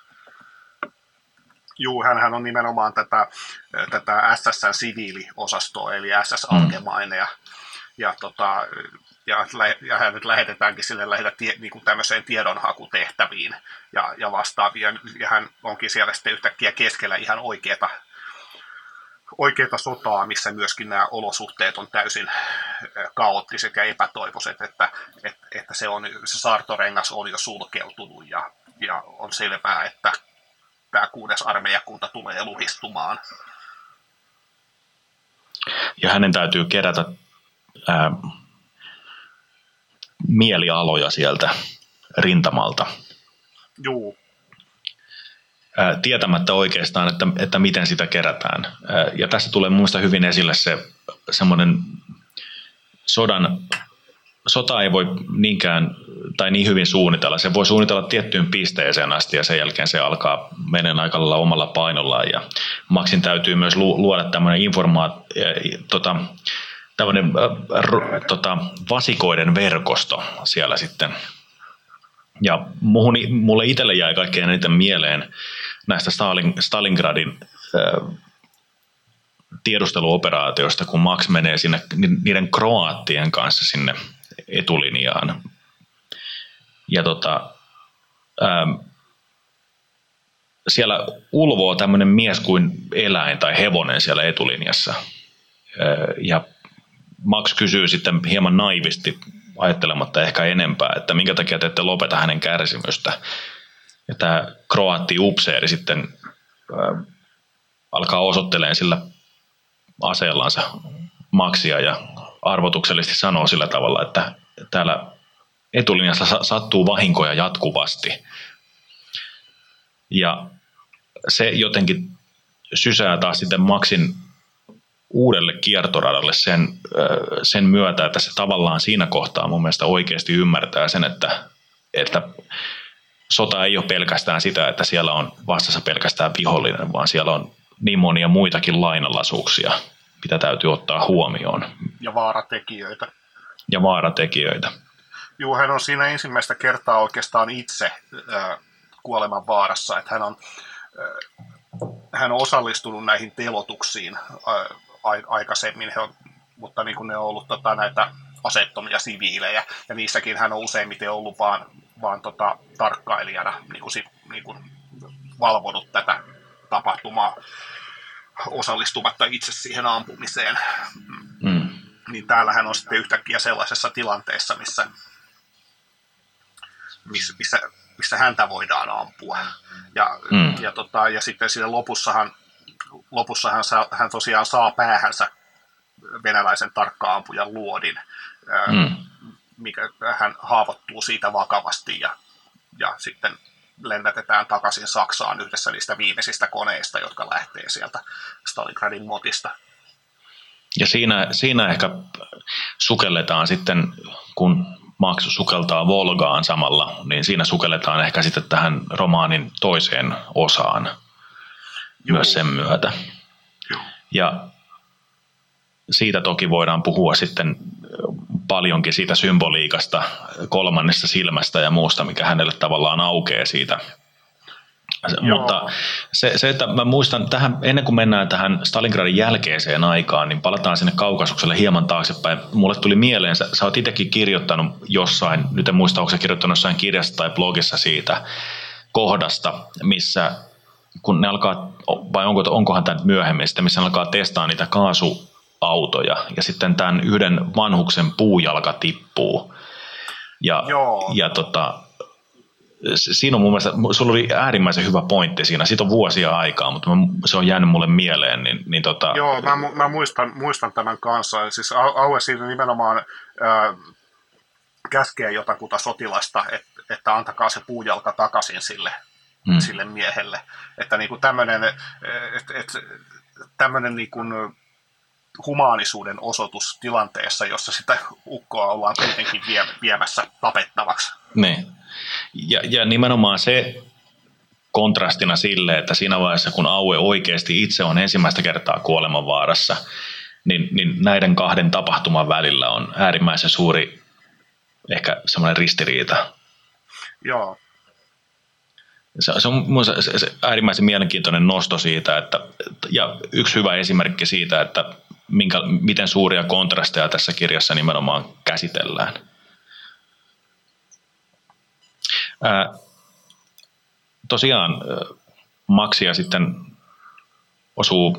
Juu, hänhän on nimenomaan tätä, tätä S S-siviiliosastoa, eli S S-Allgemeine, ja, ja, tota, ja, ja hänet lähetetäänkin sille lähinnä tie, niin kuin tämmöiseen tiedonhakutehtäviin ja, ja vastaaviin, ja hän onkin siellä sitten yhtäkkiä keskellä ihan oikeata, oikeata sotaa, missä myöskin nämä olosuhteet on täysin kaoottiset ja epätoivoiset, että, että, että se, on, se saartorengas on jo sulkeutunut, ja, ja on selvää, että tämä kuudes armeijakunta tulee luhistumaan. Ja hänen täytyy kerätä ää, mielialoja sieltä rintamalta. Juu. Ää, tietämättä oikeastaan, että, että miten sitä kerätään. Ää, ja tässä tulee minusta hyvin esille se semmoinen sodan, sota ei voi niinkään tai niin hyvin suunnitella. Se voi suunnitella tiettyyn pisteeseen asti ja sen jälkeen se alkaa menen aika lailla omalla painollaan. Ja Maxin täytyy myös luoda tämmöinen informaat, tota, tämmöinen äh, tota, vasikoiden verkosto siellä sitten. Ja muhun, mulle itselle jäi kaikkein eniten mieleen näistä Stalin, Stalingradin äh, tiedusteluoperaatioista, kun Max menee sinne niiden kroaattien kanssa sinne etulinjaan. Ja tota, ää, siellä ulvoo tämmöinen mies kuin eläin tai hevonen siellä etulinjassa. Ää, ja Max kysyy sitten hieman naivisti, ajattelematta ehkä enempää, että minkä takia te ette lopeta hänen kärsimystä. Ja tämä kroaatti-upseeri sitten ää, alkaa osoittelemaan sillä aseellansa Maxia ja arvotuksellisesti sanoo sillä tavalla, että täällä etulinjassa sattuu vahinkoja jatkuvasti. Ja se jotenkin sysää taas sitten Maxin uudelle kiertoradalle sen, sen myötä, että se tavallaan siinä kohtaa mun mielestä oikeasti ymmärtää sen, että, että sota ei ole pelkästään sitä, että siellä on vastassa pelkästään vihollinen, vaan siellä on niin monia muitakin lainalaisuuksia, mitä täytyy ottaa huomioon. Ja vaaratekijöitä. Ja vaaratekijöitä. Juu, hän on siinä ensimmäistä kertaa oikeastaan itse äh, kuoleman vaarassa, että hän on, äh, hän on osallistunut näihin telotuksiin äh, aikaisemmin, he on, mutta niin kuin ne on ollut tota, näitä aseettomia siviilejä, ja niissäkin hän on useimmiten ollut vaan, vaan tota, tarkkailijana niin kuin, niin kuin valvonut tätä tapahtumaa osallistumatta itse siihen ampumiseen. Mm. Niin täällä hän on sitten yhtäkkiä sellaisessa tilanteessa, missä, missä, missä, missä häntä voidaan ampua. Ja, mm. ja, tota, ja sitten siinä lopussahan Lopussa hän, saa, hän tosiaan saa päähänsä venäläisen tarkka-ampujan luodin, mm. mikä hän haavoittuu siitä vakavasti ja, ja sitten lennätetään takaisin Saksaan yhdessä niistä viimeisistä koneista, jotka lähtee sieltä Stalingradin motista. Ja siinä, siinä ehkä sukelletaan sitten, kun Max sukeltaa Volgaan samalla, niin siinä sukelletaan ehkä sitten tähän romaanin toiseen osaan. Juu. Myös sen myötä. Juu. Ja siitä toki voidaan puhua sitten paljonkin siitä symboliikasta, kolmannesta silmästä ja muusta, mikä hänelle tavallaan aukeaa siitä. Joo. Mutta se, se, että mä muistan, tähän, ennen kuin mennään tähän Stalingradin jälkeiseen aikaan, niin palataan sinne Kaukasukselle hieman taaksepäin. Mulle tuli mieleen, sä, sä oot itsekin kirjoittanut jossain, nyt en muista, onko sä kirjoittanut jossain kirjassa tai blogissa siitä kohdasta, missä kun ne alkaa, vai onko, onkohan tämä myöhemmin sitten, missä ne alkaa testaa niitä kaasuautoja, ja sitten tämän yhden vanhuksen puujalka tippuu. Ja, ja tota, siinä on mun mielestä, sulla oli äärimmäisen hyvä pointti siinä, siitä on vuosia aikaa, mutta mä, se on jäänyt mulle mieleen. Niin, niin tota... Joo, mä, mä muistan, muistan tämän kanssa. Siis Aue siinä nimenomaan äh, käskee jotakuta sotilasta, et, että antakaa se puujalka takaisin sille, hmm. sille miehelle. Että niinku tämmöinen et, et, tämmöinen niinku humaanisuuden osoitus tilanteessa, jossa sitä ukkoa ollaan kuitenkin vie, viemässä tapettavaksi. Niin. Ja, ja nimenomaan se kontrastina sille, että siinä vaiheessa, kun Aue oikeasti itse on ensimmäistä kertaa kuolemanvaarassa, niin, niin näiden kahden tapahtuman välillä on äärimmäisen suuri ehkä semmoinen ristiriita. Joo. Se, se on se, se, se äärimmäisen mielenkiintoinen nosto siitä, että, ja yksi hyvä esimerkki siitä, että minkä, miten suuria kontrasteja tässä kirjassa nimenomaan käsitellään. Ää, tosiaan Maxia sitten osuu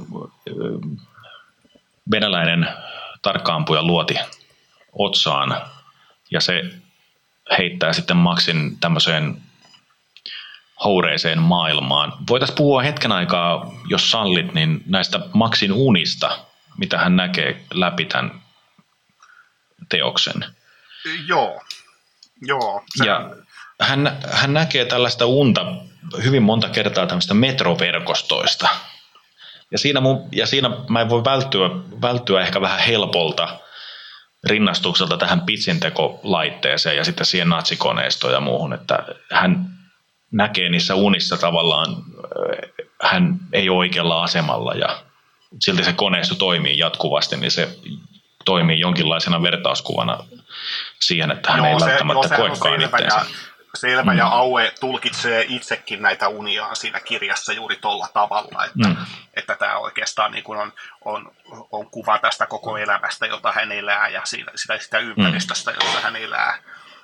venäläinen tarkka-ampuja luoti otsaan, ja se heittää sitten Maxin tämmöiseen houreiseen maailmaan. Voitaisiin puhua hetken aikaa, jos sallit, niin näistä Maxin unista, mitä hän näkee läpi tämän teoksen. Joo, joo. Se... Ja hän, hän näkee tällaista unta hyvin monta kertaa tämmöistä metroverkostoista. Ja siinä, mun, ja siinä mä en voi välttyä, välttyä ehkä vähän helpolta rinnastukselta tähän pitsintekolaitteeseen ja sitten siihen natsikoneistoon ja muuhun, että hän näkee niissä unissa tavallaan, hän ei ole oikealla asemalla ja silti se koneisto toimii jatkuvasti, niin se toimii jonkinlaisena vertauskuvana siihen, että hän Joo, ei se, välttämättä jo, koekaan itseensä. Ja, selvä, mm. ja Aue tulkitsee itsekin näitä uniaan siinä kirjassa juuri tuolla tavalla, että, mm. että tämä oikeastaan niin kuin on, on, on kuva tästä koko elämästä, jota hän elää, ja sitä, sitä ympäristöstä, mm. jossa hän elää.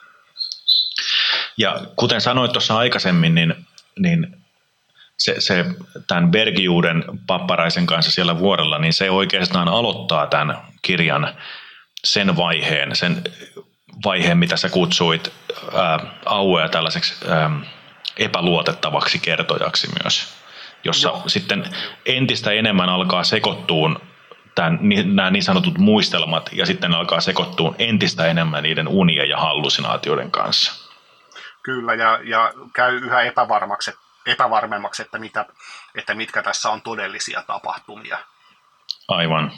Ja kuten sanoit tuossa aikaisemmin, niin, niin se, se tämän Bergiuden Papparaisen kanssa siellä vuorella, niin se oikeastaan aloittaa tämän kirjan sen vaiheen, sen vaiheen, mitä sä kutsuit ää, Auea tällaiseksi ää, epäluotettavaksi kertojaksi myös, jossa Joo. sitten entistä enemmän alkaa sekoittua tämän, nämä niin sanotut muistelmat ja sitten alkaa sekoittua entistä enemmän niiden unien ja hallusinaatioiden kanssa. Kyllä, ja, ja käy yhä epävarmaksi, epävarmemmaksi, että, mitä, että mitkä tässä on todellisia tapahtumia. Aivan.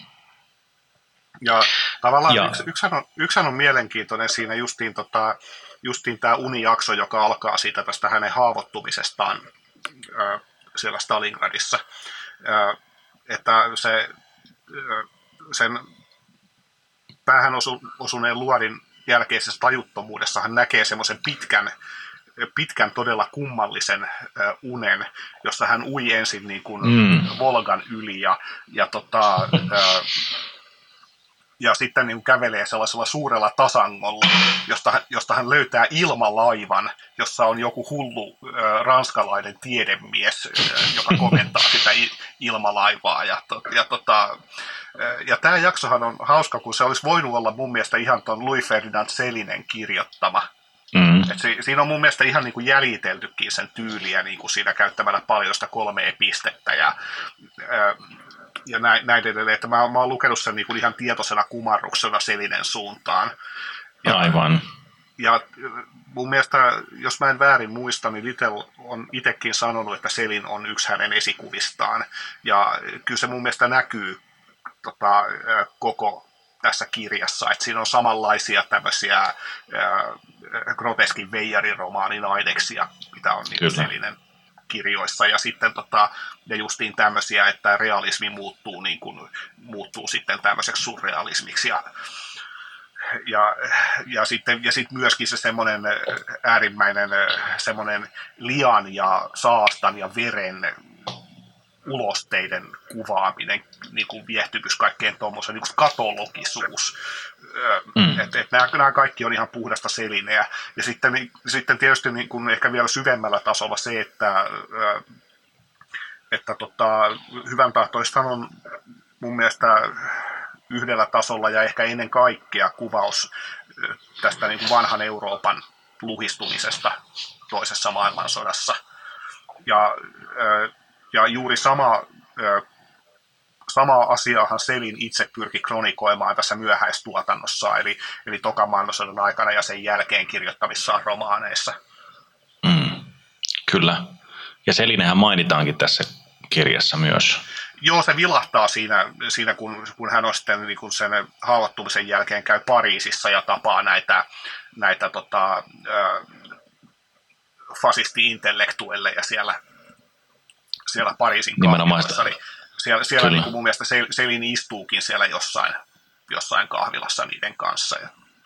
Ja tavallaan ja. Yksi, yksihän, on, yksihän on mielenkiintoinen siinä justiin, tota, justiin tämä unijakso, joka alkaa siitä tästä hänen haavoittumisestaan ää, siellä Stalingradissa. Ää, että se, ää, sen päähän osu, osuneen luodin jälkeisessä tajuttomuudessa hän näkee semmoisen pitkän, pitkän todella kummallisen ää, unen, jossa hän ui ensin niin kuin mm. Volgan yli ja, ja tota, ää, ja sitten niin kävelee sellaisella suurella tasangolla, josta, josta hän löytää ilmalaivan, jossa on joku hullu äh, ranskalainen tiedemies, äh, joka komentaa sitä ilmalaivaa. Ja, to, ja, tota, äh, ja tämä jaksohan on hauska, kun se olisi voinut olla mun mielestä ihan tuon Louis Ferdinand Célinen kirjoittama. Mm. Et si, siinä on mun mielestä ihan niin kuin jäljiteltykin sen tyyliä niin kuin siinä käyttämällä paljon sitä kolmea pistettä ja äh, ja näin, näin edelleen, että mä, mä oon lukenut sen niin kuin ihan tietoisena kumarruksena Célinen suuntaan. Ja, Aivan. Ja mun mielestä, jos mä en väärin muista, niin Little on itsekin sanonut, että Céline on yksi hänen esikuvistaan. Ja kyllä se mun mielestä näkyy tota, koko tässä kirjassa, että siinä on samanlaisia tämmöisiä ää, groteskin veijariromaanin aineksia, mitä on niin Célinen kirjoissa, ja sitten tota, ja justiin tämmöisiä, että realismi muuttuu, niin kuin, muuttuu sitten tämmöiseksi surrealismiksi, ja, ja, ja sitten ja sitten myöskin se semmoinen äärimmäinen semmoinen lian ja saastan ja veren ulosteiden kuvaaminen, niin kuin viehtyvyys, kaikkeen tuommoisen niin katologisuus. Mm. Että et nämä, nämä kaikki on ihan puhdasta Célineä. Ja sitten, niin, sitten tietysti niin kuin ehkä vielä syvemmällä tasolla se, että, että tota, hyvän tahtoistahan on mun mielestä yhdellä tasolla ja ehkä ennen kaikkea kuvaus tästä niin kuin vanhan Euroopan luhistumisesta toisessa maailmansodassa. Ja Ja juuri sama, sama asiahan Céline itse pyrki kronikoimaan tässä myöhäistuotannossa, eli, eli tokan maailmansodan aikana ja sen jälkeen kirjoittamissaan romaaneissa. Mm, kyllä. Ja Célinehän mainitaankin tässä kirjassa myös. Joo, se vilahtaa siinä, siinä kun, kun hän on sitten niin kun sen haavoittumisen jälkeen käy Pariisissa ja tapaa näitä, näitä tota, äh, fasisti-intellektuelleja siellä siellä Pariisin kahvilassa, niin siellä, siellä niin kuin mun mielestä Céline istuukin siellä jossain, jossain kahvilassa niiden kanssa.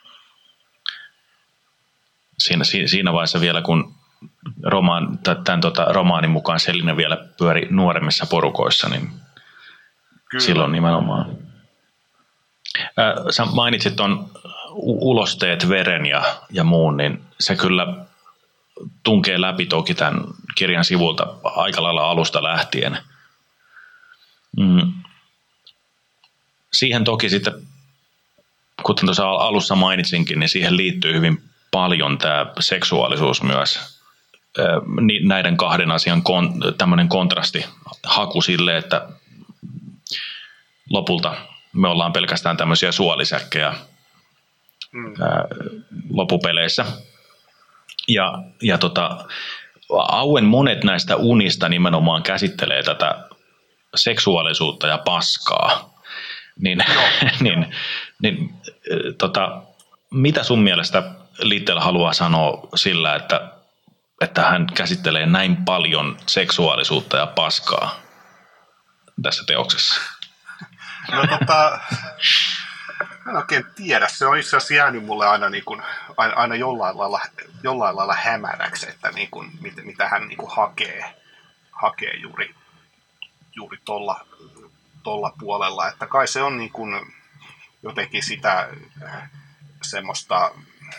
Siinä, siinä vaiheessa vielä, kun romaan, tämän tota, romaanin mukaan Céline vielä pyöri nuoremmissa porukoissa, niin Kyllä. silloin nimenomaan. Ää, sä mainitsit tuon ulosteet, veren ja, ja muun, niin se kyllä tunkee läpi toki tämän kirjan sivulta aika lailla alusta lähtien. Mm. Siihen toki sitten, kuten tuossa alussa mainitsinkin, niin siihen liittyy hyvin paljon tämä seksuaalisuus myös. Näiden kahden asian kon, tämmöinen kontrasti haku sille, että lopulta me ollaan pelkästään tämmöisiä suolisäkkejä mm. loppupeleissä. Ja, ja tota, Auen monet näistä unista nimenomaan käsittelee tätä seksuaalisuutta ja paskaa. Niin, niin, niin, tota, mitä sun mielestä Little haluaa sanoa sillä, että, että hän käsittelee näin paljon seksuaalisuutta ja paskaa tässä teoksessa? No tota... En oikein tiedä. Se on itse asiassa jäänyt mulle aina, niin kuin, aina, aina jollain, lailla, jollain lailla hämäräksi, että niin kuin, mit, mitä hän niin kuin hakee, hakee juuri, juuri tolla, tolla puolella. Että kai se on niin kuin jotenkin sitä semmoista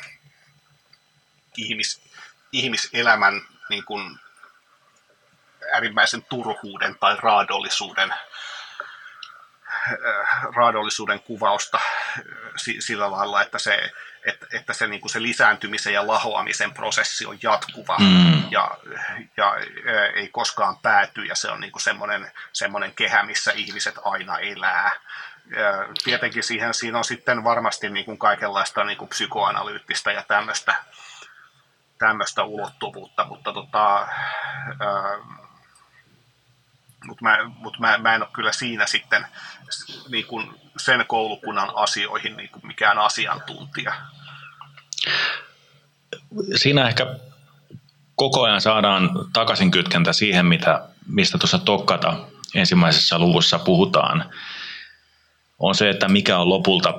ihmis, ihmiselämän niin kuin äärimmäisen turhuuden tai raadollisuuden raadollisuuden kuvausta sillä lailla, että se, että, että se, niin kuin se lisääntymisen ja lahoamisen prosessi on jatkuva mm. ja, ja ei koskaan pääty, ja se on niin kuin semmoinen, semmoinen kehä, missä ihmiset aina elää. Ja tietenkin siihen siinä on sitten varmasti niin kuin kaikenlaista niin kuin psykoanalyyttistä ja tämmöistä, tämmöistä ulottuvuutta, mutta tota, ää, Mutta mä, mut mä, mä en ole kyllä siinä sitten niin kuin sen koulukunnan asioihin niin kuin mikään asiantuntija. Siinä ehkä koko ajan saadaan takaisin kytkentä siihen, mitä, mistä tuossa Tokkata ensimmäisessä luvussa puhutaan. On se, että mikä on lopulta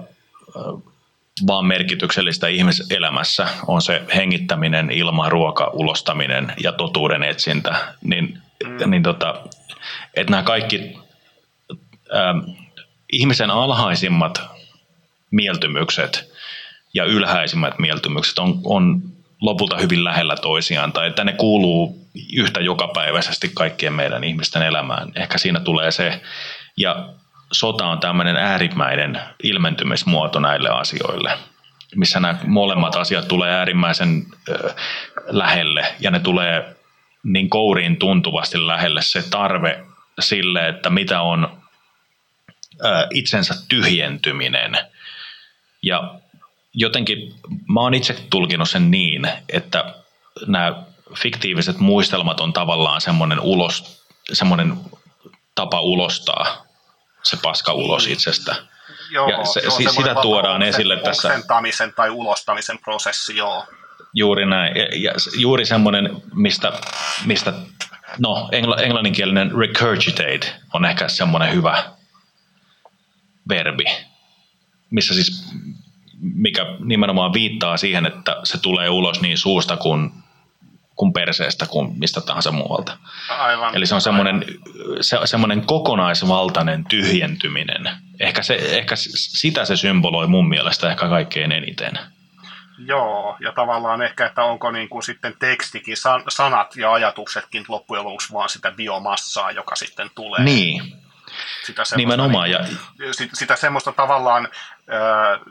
vaan merkityksellistä ihmiselämässä, on se hengittäminen, ilma, ruoka, ulostaminen ja totuuden etsintä. Niin, mm. niin tota, että nämä kaikki äh, ihmisen alhaisimmat mieltymykset ja ylhäisimmät mieltymykset on, on lopulta hyvin lähellä toisiaan, tai että ne kuuluu yhtä jokapäiväisesti kaikkien meidän ihmisten elämään. Ehkä siinä tulee se, ja sota on tämmöinen äärimmäinen ilmentymismuoto näille asioille, missä nämä molemmat asiat tulee äärimmäisen äh, lähelle, ja ne tulee niin kouriin tuntuvasti lähelle se tarve sille, että mitä on ää, itsensä tyhjentyminen. Ja jotenkin mä oon itse tulkinut sen niin, että nämä fiktiiviset muistelmat on tavallaan semmoinen, ulos, semmoinen tapa ulostaa se paska ulos itsestä. Joo, ja se, joo, sitä tuodaan esille tässä. Oksentamisen tai ulostamisen prosessi, joo. Juuri näin. Ja, ja juuri semmoinen, mistä, mistä no, engl- englanninkielinen regurgitate on ehkä semmoinen hyvä verbi, missä siis, mikä nimenomaan viittaa siihen, että se tulee ulos niin suusta kuin, kuin perseestä kuin mistä tahansa muualta. Aivan. Eli se on semmoinen, se, semmoinen kokonaisvaltainen tyhjentyminen. Ehkä, se, ehkä sitä se symboloi mun mielestä ehkä kaikkein eniten. Joo, ja tavallaan ehkä, että onko niin kuin sitten tekstikin, san, sanat ja ajatuksetkin loppujen lopuksi vaan sitä biomassaa, joka sitten tulee. Niin, sitä nimenomaan. Niin, ja sitä, sitä semmoista tavallaan äh,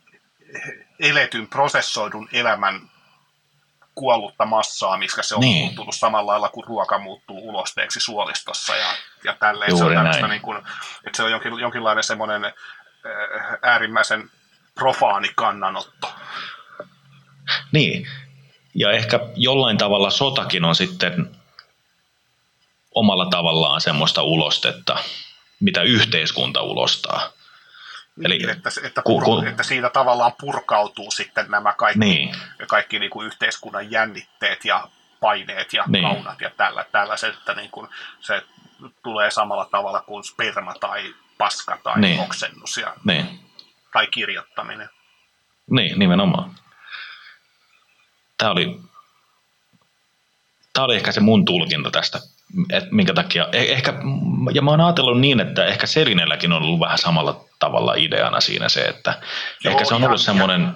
eletyn, prosessoidun elämän kuollutta massaa, miksi se on niin. muuttunut samalla lailla kuin ruoka muuttuu ulosteeksi suolistossa ja, ja tälleen. Juuri se on näin. Niin kuin, että se on jonkin, jonkinlainen semmoinen äh, äärimmäisen profaani kannanotto. Niin, ja ehkä jollain tavalla sotakin on sitten omalla tavallaan semmoista ulostetta, mitä yhteiskunta ulostaa. Niin, Eli, että, että, pur, kun, että siitä tavallaan purkautuu sitten nämä kaikki, niin. kaikki niin kuin yhteiskunnan jännitteet ja paineet ja niin. kaunat ja tällä, tällaiset, että niin kuin se tulee samalla tavalla kuin sperma tai paska tai niin. oksennus ja, niin. tai kirjoittaminen. Niin, nimenomaan. Tämä oli, tämä oli ehkä se mun tulkinta tästä, että minkä takia, ehkä, ja mä oon ajatellut niin, että ehkä Selinelläkin on ollut vähän samalla tavalla ideana siinä se, että Joo, ehkä se on ihan, ollut semmoinen...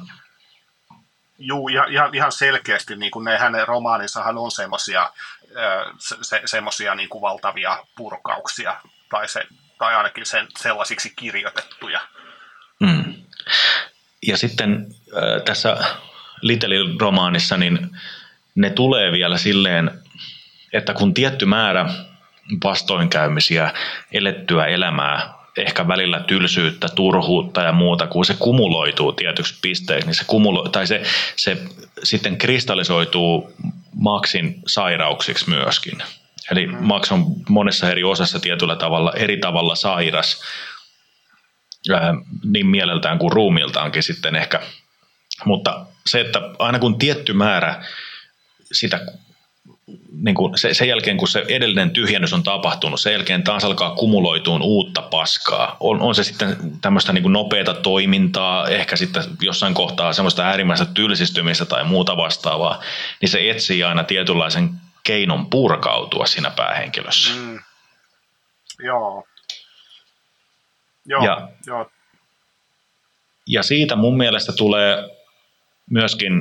Juu, ihan, ihan selkeästi, niin kuin ne hänen romaaninsahan on semmoisia se, semmoisia niin kuin valtavia purkauksia, tai, se, tai ainakin sen sellaisiksi kirjoitettuja. Mm. Ja sitten äh, tässä Little-romaanissa, niin ne tulee vielä silleen, että kun tietty määrä vastoinkäymisiä, elettyä elämää, ehkä välillä tylsyyttä, turhuutta ja muuta, kun se kumuloituu tietyksi pisteeksi, niin se, kumulo- tai se, se sitten kristallisoituu Maxin sairauksiksi myöskin. Eli Max on monessa eri osassa tietyllä tavalla, eri tavalla sairas, ää, niin mieleltään kuin ruumiiltaankin sitten ehkä. Mutta se, että aina kun tietty määrä sitä, niin kuin se, sen jälkeen kun se edellinen tyhjennys on tapahtunut, sen jälkeen taas alkaa kumuloituun uutta paskaa. On, on se sitten tämmöistä niin kuin nopeata toimintaa, ehkä sitten jossain kohtaa semmoista äärimmäistä tylsistymistä tai muuta vastaavaa, niin se etsii aina tietynlaisen keinon purkautua siinä päähenkilössä. Mm. Joo. Joo, ja, joo. ja siitä mun mielestä tulee myöskin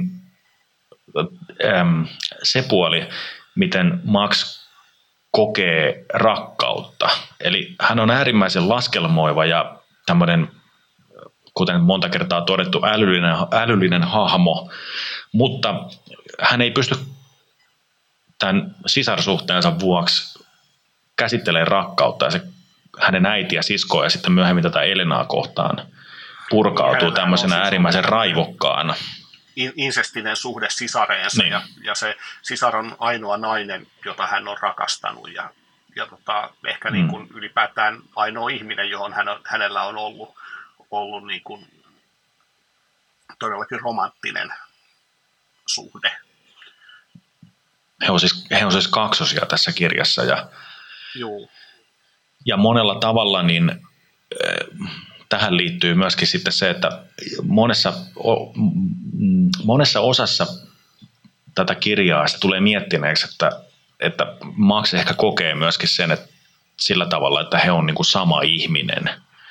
äm, se puoli, miten Max kokee rakkautta. Eli hän on äärimmäisen laskelmoiva ja tämmöinen, kuten monta kertaa todettu, älyllinen, älyllinen hahmo, mutta hän ei pysty tämän sisarsuhteensa vuoksi käsittelemään rakkautta. Ja se hänen äitiä, siskoa ja sitten myöhemmin tätä Elenaa kohtaan purkautuu Hänellä tämmöisenä siis äärimmäisen raivokkaana. Insestinen suhde sisareensa, niin. ja, ja se sisar on ainoa nainen, jota hän on rakastanut, ja, ja tota, ehkä mm. niin kuin ylipäätään ainoa ihminen, johon hän on, hänellä on ollut, ollut niin kuin todellakin romanttinen suhde. He on siis, he on siis kaksosia tässä kirjassa, ja, Joo. ja monella tavalla niin äh, tähän liittyy myöskin sitten se, että monessa, o, monessa osassa tätä kirjaa se tulee miettineeksi, että, että Max ehkä kokee myöskin sen, että sillä tavalla, että he on niin kuin sama ihminen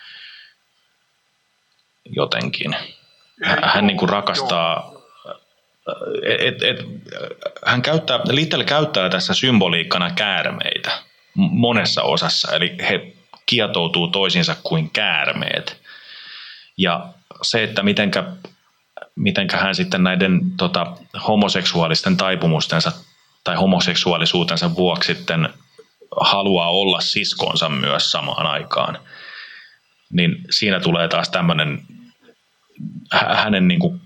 jotenkin. Hän niin kuin rakastaa, et, et, hän käyttää, Little käyttää tässä symboliikkana käärmeitä monessa osassa, eli he kietoutuu toisiinsa kuin käärmeet. Ja se, että mitenkä, mitenkä hän sitten näiden tota, homoseksuaalisten taipumustensa tai homoseksuaalisuutensa vuoksi sitten haluaa olla siskonsa myös samaan aikaan, niin siinä tulee taas tämmöinen hänen niin kuin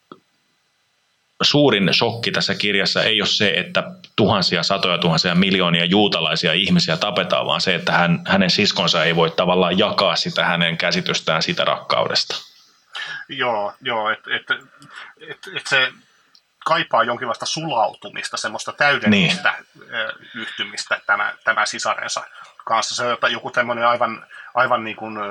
suurin shokki tässä kirjassa ei ole se, että tuhansia, satoja tuhansia, miljoonia juutalaisia ihmisiä tapetaan, vaan se, että hän, hänen siskonsa ei voi tavallaan jakaa sitä hänen käsitystään sitä rakkaudesta. Joo, joo että et, et, et se kaipaa jonkinlaista sulautumista, semmoista täydellistä niin. yhtymistä tämä, tämä sisarensa kanssa. Se on joku tämmöinen aivan, aivan niin kuin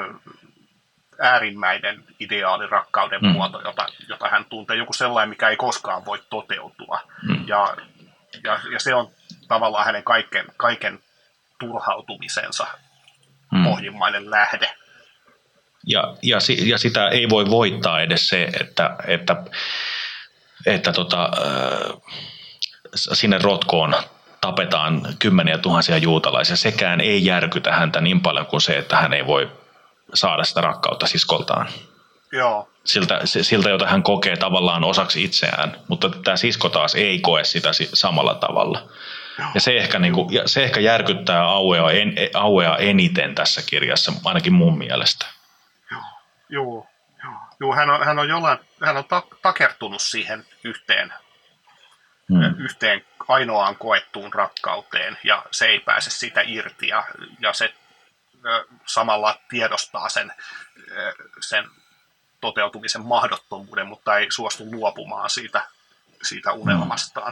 äärimmäinen ideaali rakkauden mm. muoto, jota, jota hän tuntee, joku sellainen, mikä ei koskaan voi toteutua. Mm. Ja, ja, ja se on tavallaan hänen kaiken, kaiken turhautumisensa mm. pohjimmainen lähde. Ja, ja, ja sitä ei voi voittaa edes se, että, että, että tota, äh, sinne rotkoon tapetaan kymmeniä tuhansia juutalaisia. Sekään ei järkytä häntä niin paljon kuin se, että hän ei voi saada sitä rakkautta siskoltaan. Joo. Siltä, siltä, jota hän kokee tavallaan osaksi itseään, mutta tämä sisko taas ei koe sitä samalla tavalla. Joo. Ja se ehkä, niin kuin, se ehkä järkyttää Auea, en, Auea eniten tässä kirjassa, ainakin mun mielestä. Joo, joo, joo. joo hän, on, hän on jollain, hän on ta- takertunut siihen yhteen, hmm. yhteen ainoaan koettuun rakkauteen, ja se ei pääse sitä irti, ja, ja se samalla tiedostaa sen, sen toteutumisen mahdottomuuden, mutta ei suostu luopumaan siitä, siitä unelmastaan.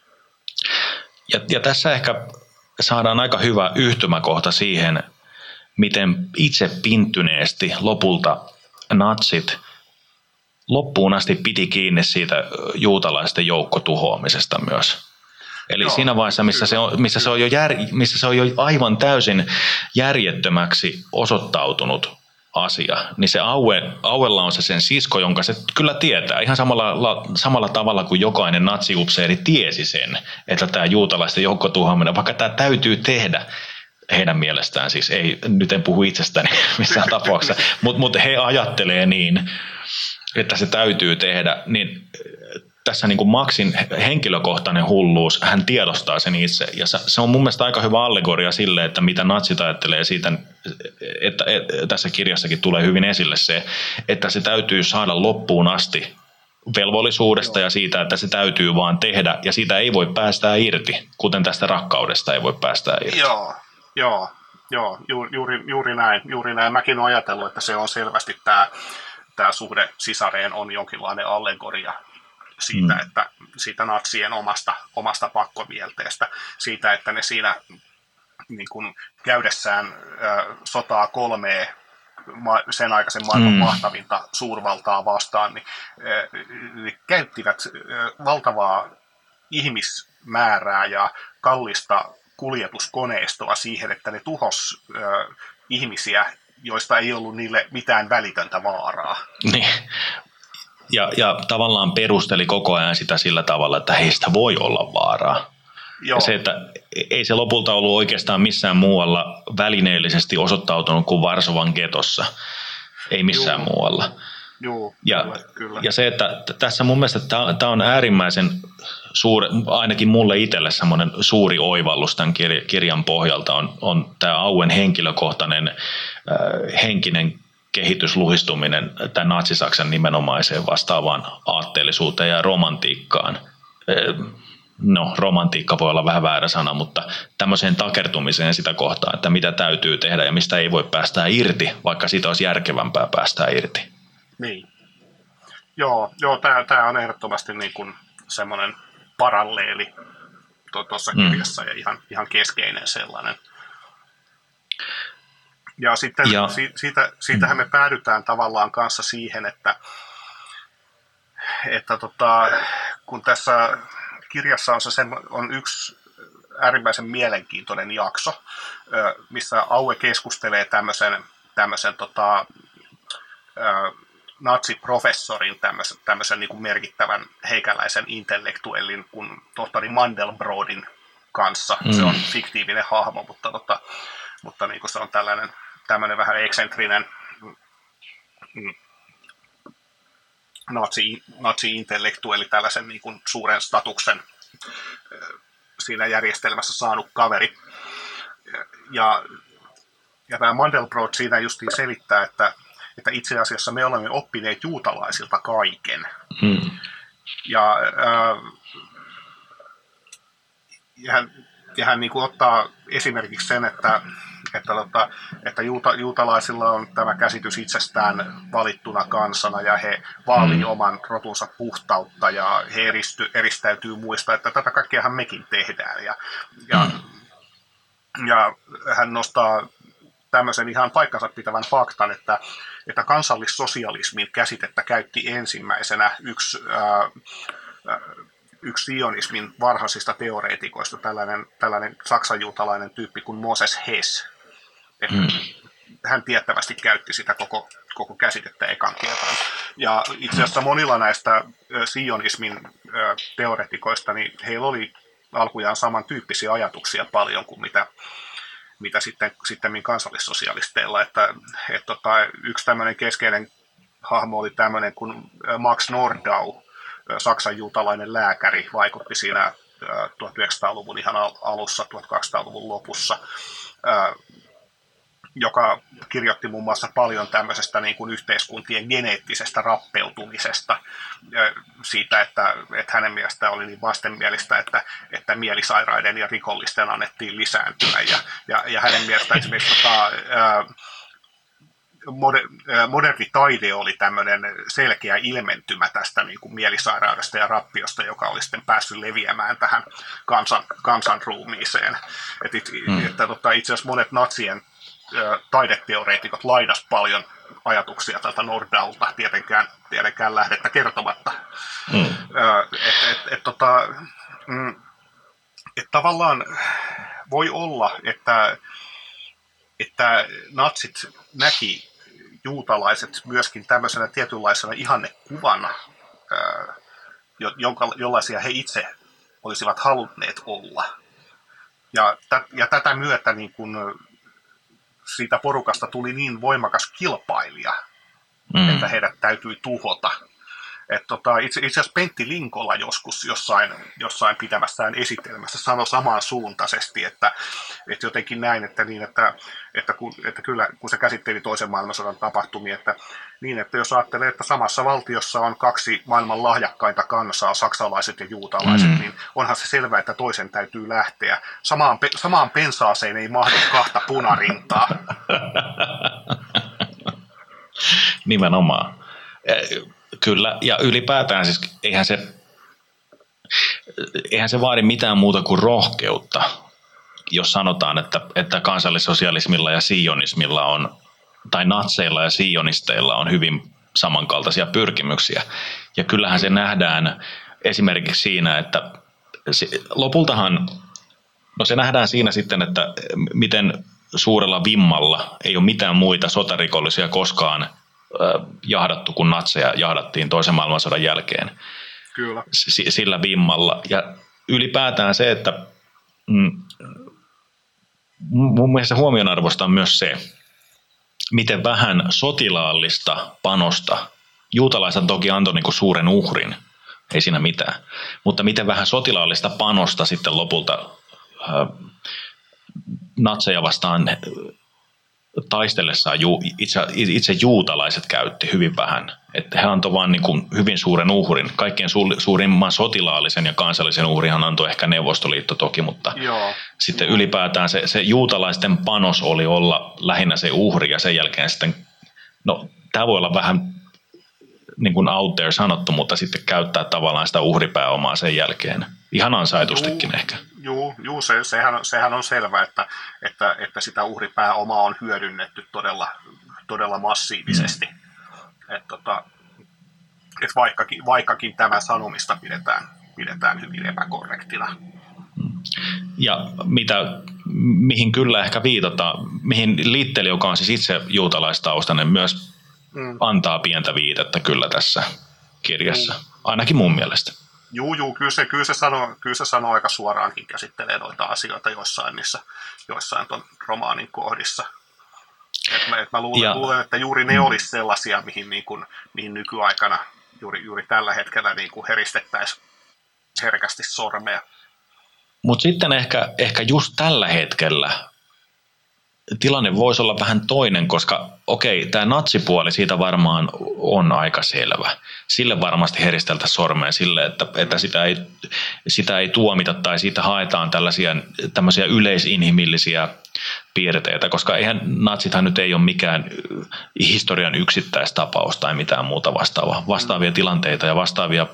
Ja, ja tässä ehkä saadaan aika hyvä yhtymäkohta siihen, miten itse pinttyneesti lopulta natsit loppuun asti piti kiinni siitä juutalaisten joukkotuhoamisesta myös. Eli Joo, siinä vaiheessa, missä se, on, missä, se on jo jär, missä se on jo aivan täysin järjettömäksi osoittautunut asia, niin se Aue, Auella on se sen sisko, jonka se kyllä tietää. Ihan samalla, samalla tavalla kuin jokainen natsiupseeri tiesi sen, että tämä juutalaisten joukkotuhoaminen, vaikka tämä täytyy tehdä heidän mielestään, siis ei, nyt en puhu itsestäni missään tapauksessa, mutta mut he ajattelee niin, että se täytyy tehdä, niin tässä niin kuin Maxin henkilökohtainen hulluus, hän tiedostaa sen itse. Ja se on mun mielestä aika hyvä allegoria sille, että mitä natsit ajattelee siitä, että tässä kirjassakin tulee hyvin esille se, että se täytyy saada loppuun asti velvollisuudesta ja siitä, että se täytyy vaan tehdä ja siitä ei voi päästää irti, kuten tästä rakkaudesta ei voi päästää irti. Joo, joo, joo juuri, juuri näin. Juuri näin. Mäkin olen ajatellut, että se on selvästi tämä, tämä suhde sisareen on jonkinlainen allegoria siitä, mm. että siitä natsien omasta, omasta pakkomielteestä, siitä, että ne siinä niin kuin käydessään äh, sotaa kolmea ma- sen aikaisen maailman mm. mahtavinta suurvaltaa vastaan, niin äh, ne käyttivät äh, valtavaa ihmismäärää ja kallista kuljetuskoneistoa siihen, että ne tuhos äh, ihmisiä, joista ei ollut niille mitään välitöntä vaaraa. Niin. Ja, ja tavallaan perusteli koko ajan sitä sillä tavalla, että heistä voi olla vaaraa. Joo. Ja se, että ei se lopulta ollut oikeastaan missään muualla välineellisesti osoittautunut kuin Varsovan getossa. Ei missään Joo. muualla. Joo, ja, kyllä, kyllä. ja se, että tässä mun mielestä tämä on äärimmäisen suuri, ainakin mulle itselle semmoinen suuri oivallus tämän kirjan pohjalta on, on tämä Auen henkilökohtainen äh, henkinen kehitysluhistuminen tämän natsi-Saksan nimenomaiseen vastaavaan aatteellisuuteen ja romantiikkaan. No, romantiikka voi olla vähän väärä sana, mutta tämmöiseen takertumiseen sitä kohtaa, että mitä täytyy tehdä ja mistä ei voi päästää irti, vaikka siitä olisi järkevämpää päästää irti. Niin. Joo, joo tämä on ehdottomasti niin kuin semmoinen paralleeli tuossa mm. kirjassa ja ihan, ihan keskeinen sellainen. Ja sitten ja, si, siitä, siitähän me päädytään tavallaan kanssa siihen, että, että tota, kun tässä kirjassa on, se sen, on yksi äärimmäisen mielenkiintoinen jakso, missä Aue keskustelee tämmöisen, tämmöisen tota, natsiprofessorin, tämmöisen, tämmöisen niin kuin merkittävän heikäläisen intellektuellin kuin tohtori Mandelbrodin kanssa. Mm. Se on fiktiivinen hahmo, mutta, tota, mutta niin kuin se on tällainen tämmöinen vähän eksentrinen mm, natsi, natsi-intellektuelli, tällaisen niin kuin suuren statuksen siinä järjestelmässä saanut kaveri. Ja, ja tämä Mandelbrot siinä justiin selittää, että, että itse asiassa me olemme oppineet juutalaisilta kaiken. Hmm. Ja, ää, ja hän, ja hän niin kuin ottaa esimerkiksi sen, että Että, että, että juuta, juutalaisilla on tämä käsitys itsestään valittuna kansana ja he vaalii mm. oman rotunsa puhtautta ja he eristy, eristäytyy muista, että tätä kaikkeahan mekin tehdään. Ja, ja, mm. ja hän nostaa tämmöisen ihan paikkansa pitävän faktan, että, että kansallissosialismin käsitettä käytti ensimmäisenä yksi... Ää, yksi sionismin varhaisista teoreetikoista, tällainen, tällainen saksanjuutalainen tyyppi kuin Moses Hess. Hmm. Hän tiettävästi käytti sitä koko, koko käsitettä ekan kerran. Ja itse asiassa monilla näistä sionismin teoreetikoista, niin heillä oli alkujaan samantyyppisiä ajatuksia paljon kuin mitä, mitä sitten, sitten kansallissosialisteilla. Että, et, tota, yksi tämmöinen keskeinen hahmo oli tämmöinen kuin Max Nordau, Saksan juutalainen lääkäri, vaikutti siinä tuhatyhdeksänsataaluvun ihan alussa, tuhatkaksisataaluvun lopussa, joka kirjoitti muun muassa paljon tämmöisestä niin kuin yhteiskuntien geneettisestä rappeutumisesta, siitä, että, että hänen mielestään oli niin vastenmielistä, että, että mielisairaiden ja rikollisten annettiin lisääntyä, ja, ja, ja hänen mielestään esimerkiksi tota, moderni taide oli tämmöinen selkeä ilmentymä tästä niin kuin mielisairaudesta ja rappiosta, joka oli sitten päässyt leviämään tähän kansan, kansanruumiiseen. Et it, hmm. että, tota, itse asiassa monet natsien ä, taideteoreetikot laidas paljon ajatuksia tältä Nordaulta, tietenkään, tietenkään lähdettä kertomatta. Hmm. Että et, et, tota, mm, et tavallaan voi olla, että, että natsit näki juutalaiset myöskin tämmöisenä tietynlaisena ihannekuvana, jonka, jollaisia he itse olisivat halunneet olla. Ja, ja tätä myötä niin kun siitä porukasta tuli niin voimakas kilpailija, mm. että heidät täytyi tuhota. Et tota, itse, itse asiassa Pentti Linkola joskus jossain, jossain pitämässään esitelmässä sanoi samansuuntaisesti, että, että jotenkin näin, että, niin, että, että, kun, että kyllä kun se käsitteli toisen maailmansodan tapahtumia, että niin, että jos ajattelee, että samassa valtiossa on kaksi maailman lahjakkainta kansaa, saksalaiset ja juutalaiset, mm. niin onhan se selvää, että toisen täytyy lähteä. Samaan, samaan pensaaseen ei mahdu kahta punarintaa. Nimenomaan. Kyllä, ja ylipäätään siis eihän se, eihän se vaadi mitään muuta kuin rohkeutta, jos sanotaan, että, että kansallissosialismilla ja sionismilla on, tai natseilla ja sionisteilla on hyvin samankaltaisia pyrkimyksiä. Ja kyllähän se nähdään esimerkiksi siinä, että lopultahan, no se nähdään siinä sitten, että miten suurella vimmalla ei ole mitään muita sotarikollisia koskaan jahdattu, kun natseja jahdattiin toisen maailmansodan jälkeen. Kyllä. S- sillä vimmalla. Ja ylipäätään se, että mm, mun mielestä huomionarvoista on myös se, miten vähän sotilaallista panosta juutalaiset toki antoi niin kuin suuren uhrin, ei siinä mitään. Mutta miten vähän sotilaallista panosta sitten lopulta äh, natseja vastaan taistellessaan ju, itse, itse juutalaiset käytti hyvin vähän. Että he antoi vain niin kuin hyvin suuren uhrin. Kaikkein su, suurimman sotilaallisen ja kansallisen uhrihan antoi ehkä Neuvostoliitto toki, mutta Joo. sitten ylipäätään se, se juutalaisten panos oli olla lähinnä se uhri ja sen jälkeen sitten, no tämä voi olla vähän niin kuin out there sanottu, mutta sitten käyttää tavallaan sitä uhripääomaa sen jälkeen. Ihan ansaitustikin Juu, ehkä. Joo, juu, se, sehän, sehän on selvä, että, että, että sitä uhripääomaa on hyödynnetty todella, todella massiivisesti. Mm. Et, tota, et vaikkakin, vaikkakin tämä sanomista pidetään, pidetään hyvin epäkorrektina. Ja mitä, mihin kyllä ehkä viitataan, mihin Littell, joka on siis itse juutalaistaustainen, myös mm. antaa pientä viitettä kyllä tässä kirjassa, mm. ainakin mun mielestä. Juu, juu, kyllä se, kyllä, se sanoo, kyllä se sanoo aika suoraankin, käsittelee noita asioita joissain niissä, joissain ton romaanin kohdissa. Et mä, et mä luulen, ja, luulen, että juuri ne mm. olisi sellaisia, mihin, niin kun, mihin nykyaikana juuri, juuri tällä hetkellä niin kun heristettäisiin herkästi sormea. Mutta sitten ehkä, ehkä just tällä hetkellä tilanne voisi olla vähän toinen, koska okei, tämä natsipuoli siitä varmaan on aika selvä. Sille varmasti heristeltä sormea sille, että, että sitä, ei, sitä ei tuomita tai siitä haetaan tällaisia tämmöisiä yleisinhimillisiä piirteitä, koska eihän natsithan nyt ei ole mikään historian yksittäistapaus tai mitään muuta vastaavaa. Vastaavia tilanteita ja vastaavia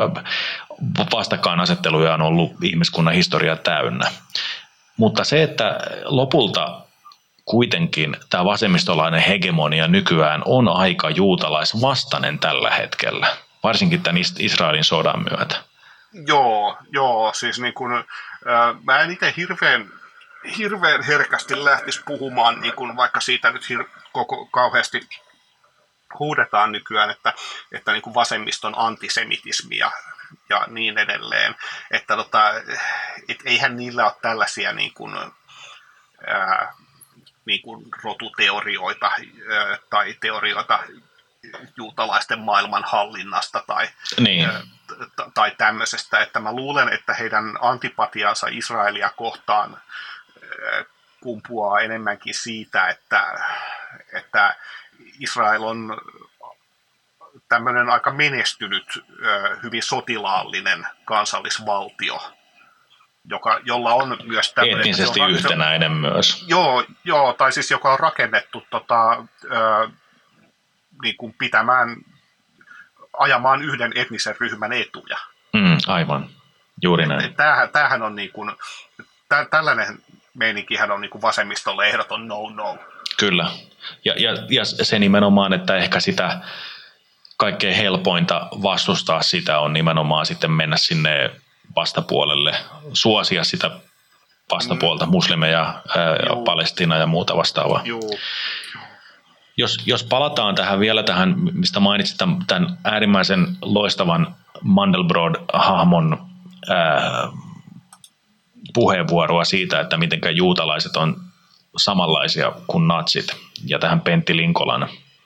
vastakkainasetteluja on ollut ihmiskunnan historiaa täynnä. Mutta se, että lopulta kuitenkin tämä vasemmistolainen hegemonia nykyään on aika juutalaisvastainen tällä hetkellä, varsinkin tämän Israelin sodan myötä. Joo, joo, siis niin kun, äh, mä en itse hirveän, hirveän herkästi lähtisi puhumaan, niin kun vaikka siitä nyt hir- koko, kauheasti huudetaan nykyään, että, että niin kun vasemmiston antisemitismi ja, ja niin edelleen, että tota, et eihän niillä ole tällaisia niin kun, äh, niin kuin rotuteorioita ää, tai teorioita juutalaisten maailmanhallinnasta tai, niin. ää, t- tai tämmöisestä, että mä luulen, että heidän antipatiansa Israelia kohtaan ää, kumpuaa enemmänkin siitä, että, että Israel on tämmöinen aika menestynyt, ää, hyvin sotilaallinen kansallisvaltio, Joka, jolla on myös tämmöinen... Etnisesti on, yhtenäinen myös. Joo, joo, tai siis joka on rakennettu tota, ö, niin kuin pitämään, ajamaan yhden etnisen ryhmän etuja. Mm, aivan, juuri näin. Tämähän, tämähän on niin kuin, tä, tällainen meininkihän on niin kuin vasemmistolle ehdoton no-no. Kyllä, ja, ja, ja se nimenomaan, että ehkä sitä kaikkein helpointa vastustaa sitä on nimenomaan sitten mennä sinne vastapuolelle, suosia sitä vastapuolta, mm. muslimeja, ää, Palestiina ja muuta vastaavaa. Juu. Jos, jos palataan tähän vielä tähän, mistä mainitsit tämän, tämän äärimmäisen loistavan Mandelbrot-hahmon ää, puheenvuoroa siitä, että miten juutalaiset on samanlaisia kuin natsit, ja tähän Pentti Linkolan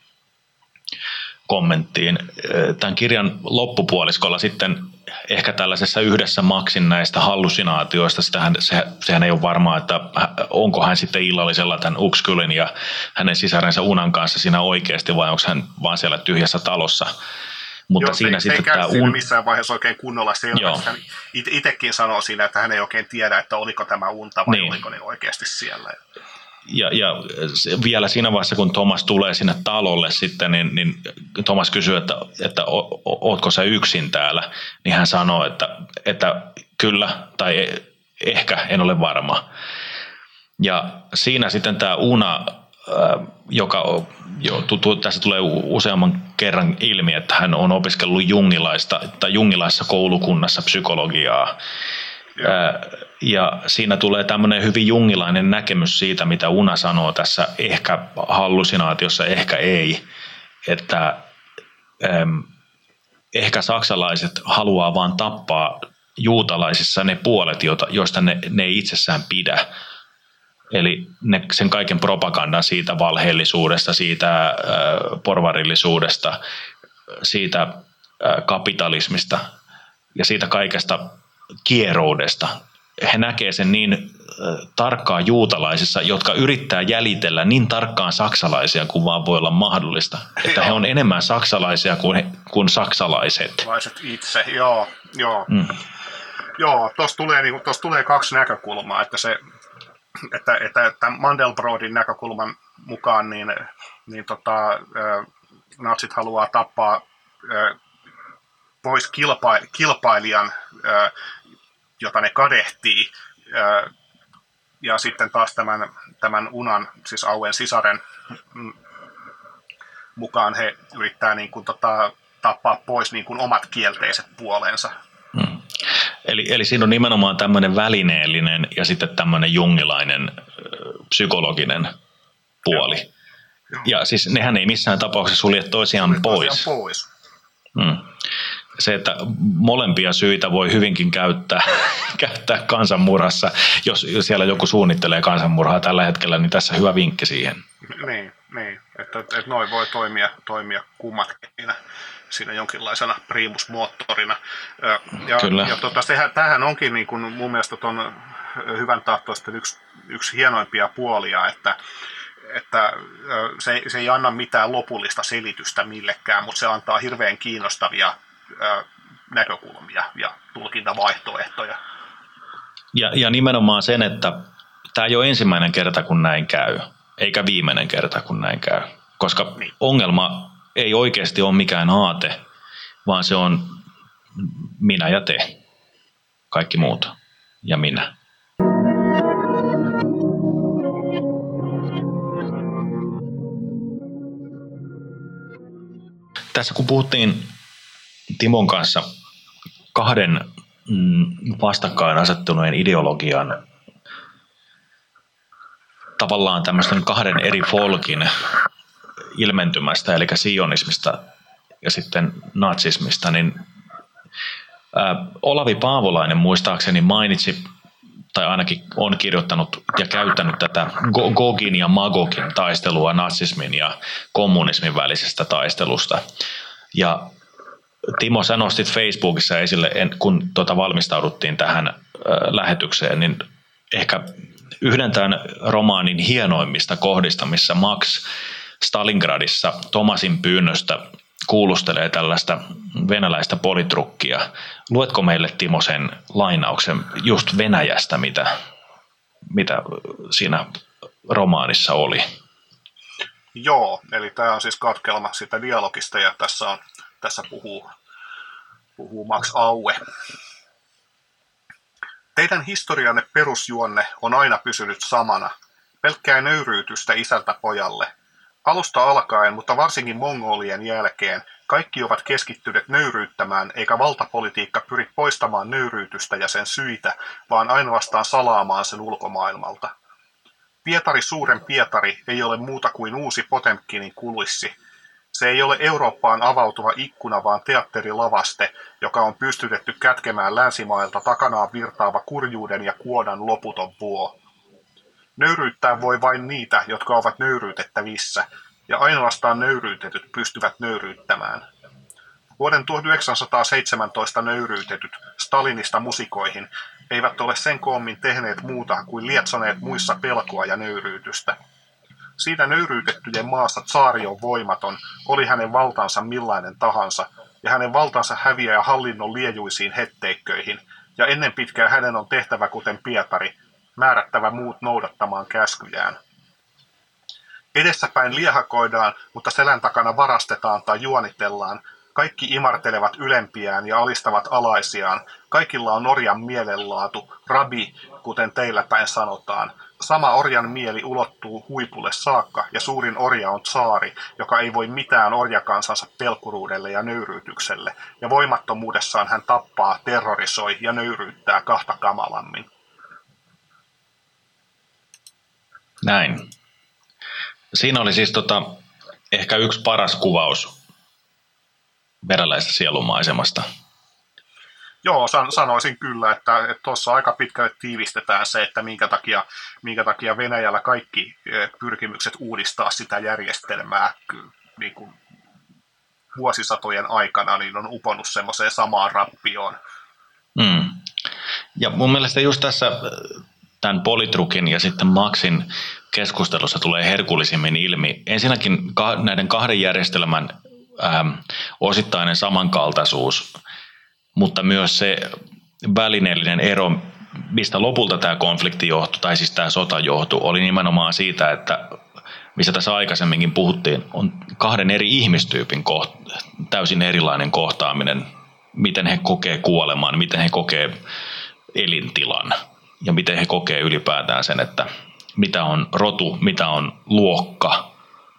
kommenttiin. Tämän kirjan loppupuoliskolla sitten ehkä tällaisessa yhdessä Maxin näistä hallusinaatioista, sitähän, se, sehän ei ole varmaa, että onko hän sitten illallisella tämän Uxkylin ja hänen sisarensa Unan kanssa siinä oikeasti, vai onko hän vaan siellä tyhjässä talossa. Mutta Joo, siinä se, sitten se ei tämä käy un... missään vaiheessa oikein kunnolla selväksi. Hän itsekin sanoo siinä, että hän ei oikein tiedä, että oliko tämä unta vai niin. Oliko ne oikeasti siellä. Ja, ja vielä siinä vaiheessa, kun Thomas tulee sinne talolle sitten, niin, niin Thomas kysyy, että, että o, o, ootko sä yksin täällä? Niin hän sanoo, että, että kyllä tai ehkä, en ole varma. Ja siinä sitten tämä Una, joka jo, tässä tulee useamman kerran ilmi, että hän on opiskellut jungilaista tai jungilaisessa koulukunnassa psykologiaa. Ää, ja siinä tulee tämmöinen hyvin jungilainen näkemys siitä, mitä Una sanoo tässä ehkä hallusinaatiossa, ehkä ei, että äm, ehkä saksalaiset haluaa vaan tappaa juutalaisissa ne puolet, joista ne, ne ei itsessään pidä. Eli ne, sen kaiken propagandan siitä valheellisuudesta, siitä ää, porvarillisuudesta, siitä kapitalismista ja siitä kaikesta kieroudesta. He näkee sen niin tarkkaan juutalaisissa, jotka yrittää jäljitellä niin tarkkaan saksalaisia kuin vaan voi olla mahdollista. Että joo. He on enemmän saksalaisia kuin, kuin saksalaiset. Saksalaiset itse, joo. Joo, mm. joo tuossa tulee, niin, tulee kaksi näkökulmaa. Että, se, että, että, että Mandelbrodin näkökulman mukaan niin, niin tota, äh, natsit haluaa tappaa äh, pois kilpa, kilpailijan, äh, jota ne kadehtii. Äh, Ja sitten taas tämän, tämän Unan, siis Auen sisaren mukaan he yrittää niin kuin, tota, tappaa pois niin kuin omat kielteiset puolensa. Hmm. Eli, eli siinä on nimenomaan tämmöinen välineellinen ja sitten tämmöinen jungilainen psykologinen puoli. Joo. Joo. Ja siis nehän ei missään tapauksessa sulje toisiaan sulje pois. Toisiaan pois. Hmm. Se, että molempia syitä voi hyvinkin käyttää, käyttää kansanmurhassa. Jos siellä joku suunnittelee kansanmurhaa tällä hetkellä, niin tässä hyvä vinkki siihen. Niin, niin. Että, että noin voi toimia, toimia kummatkin siinä, siinä jonkinlaisena primusmoottorina. Ja, Kyllä. ja tota, sehän, tämähän onkin niin kuin mun mielestä ton hyvän tahtoisten yksi, yksi hienoimpia puolia, että että se, se ei anna mitään lopullista selitystä millekään, mutta se antaa hirveän kiinnostavia ö, näkökulmia ja tulkintavaihtoehtoja. Ja, ja nimenomaan sen, että tämä ei ole ensimmäinen kerta, kun näin käy, eikä viimeinen kerta, kun näin käy. Koska niin. Ongelma ei oikeasti ole mikään aate, vaan se on minä ja te, kaikki muut ja minä. Tässä kun puhuttiin Timon kanssa kahden vastakkain asettuneen ideologian tavallaan tämmöisten kahden eri folkin ilmentymästä, eli sionismista ja sitten natsismista, niin ää, Olavi Paavolainen muistaakseni mainitsi, tai ainakin on kirjoittanut ja käyttänyt tätä Gogin ja Magogin taistelua natsismin ja kommunismin välisestä taistelusta. Ja Timo, sä nostit Facebookissa esille, kun tuota valmistauduttiin tähän äh, lähetykseen, niin ehkä yhden tämän romaanin hienoimmista kohdista, missä Max Stalingradissa Tomasin pyynnöstä kuulustelee tällaista venäläistä politrukkia. Luetko meille, Timo, sen lainauksen just Venäjästä, mitä, mitä siinä romaanissa oli? Joo, eli tämä on siis katkelma sitä dialogista ja tässä, on, tässä puhuu, puhuu Max Aue. Teidän historianne perusjuonne on aina pysynyt samana. Pelkkää nöyryytystä isältä pojalle. Alusta alkaen, mutta varsinkin mongolien jälkeen, kaikki ovat keskittyneet nöyryyttämään, eikä valtapolitiikka pyri poistamaan nöyryytystä ja sen syitä, vaan ainoastaan salaamaan sen ulkomaailmalta. Pietari suuren Pietari ei ole muuta kuin uusi Potemkinin kulissi. Se ei ole Eurooppaan avautuva ikkuna, vaan teatterilavaste, joka on pystytetty kätkemään länsimailta takanaan virtaava kurjuuden ja kuonan loputon vuo. Nöyryyttää voi vain niitä, jotka ovat nöyryytettävissä, ja ainoastaan nöyryytetyt pystyvät nöyryyttämään. Vuoden tuhatyhdeksänsataaseitsemäntoista nöyryytetyt Stalinista musikoihin eivät ole sen koommin tehneet muuta kuin lietsoneet muissa pelkoa ja nöyryytystä. Siinä nöyryytettyjen maassa tsaari on voimaton, oli hänen valtansa millainen tahansa, ja hänen valtansa häviää hallinnon liejuisiin hetteikköihin, ja ennen pitkää hänen on tehtävä kuten Pietari, määrättävä muut noudattamaan käskyjään. Edessäpäin liehakoidaan, mutta selän takana varastetaan tai juonitellaan. Kaikki imartelevat ylempiään ja alistavat alaisiaan. Kaikilla on orjan mielenlaatu, rabi, kuten teillä päin sanotaan. Sama orjan mieli ulottuu huipulle saakka, ja suurin orja on tsaari, joka ei voi mitään orjakansansa pelkuruudelle ja nöyryytykselle, ja voimattomuudessaan hän tappaa, terrorisoi ja nöyryyttää kahta kamalammin. Näin. Siinä oli siis tota, ehkä yksi paras kuvaus venäläistä sielunmaisemasta. Joo, san, sanoisin kyllä, että tuossa aika pitkälle tiivistetään se, että minkä takia, minkä takia Venäjällä kaikki pyrkimykset uudistaa sitä järjestelmää niin kuin vuosisatojen aikana niin on uponnut semmoiseen samaan rappioon. Mm. Ja mun mielestä just tässä tämän Polytrukin ja sitten Maxin keskustelussa tulee herkullisimmin ilmi. Ensinnäkin näiden kahden järjestelmän ähm, osittainen samankaltaisuus, mutta myös se välineellinen ero, mistä lopulta tämä konflikti johtui, tai siis tämä sota johtui, oli nimenomaan siitä, että missä tässä aikaisemminkin puhuttiin, on kahden eri ihmistyypin koht- täysin erilainen kohtaaminen, miten he kokee kuoleman, miten he kokee elintilan ja miten he kokee ylipäätään sen, että mitä on rotu, mitä on luokka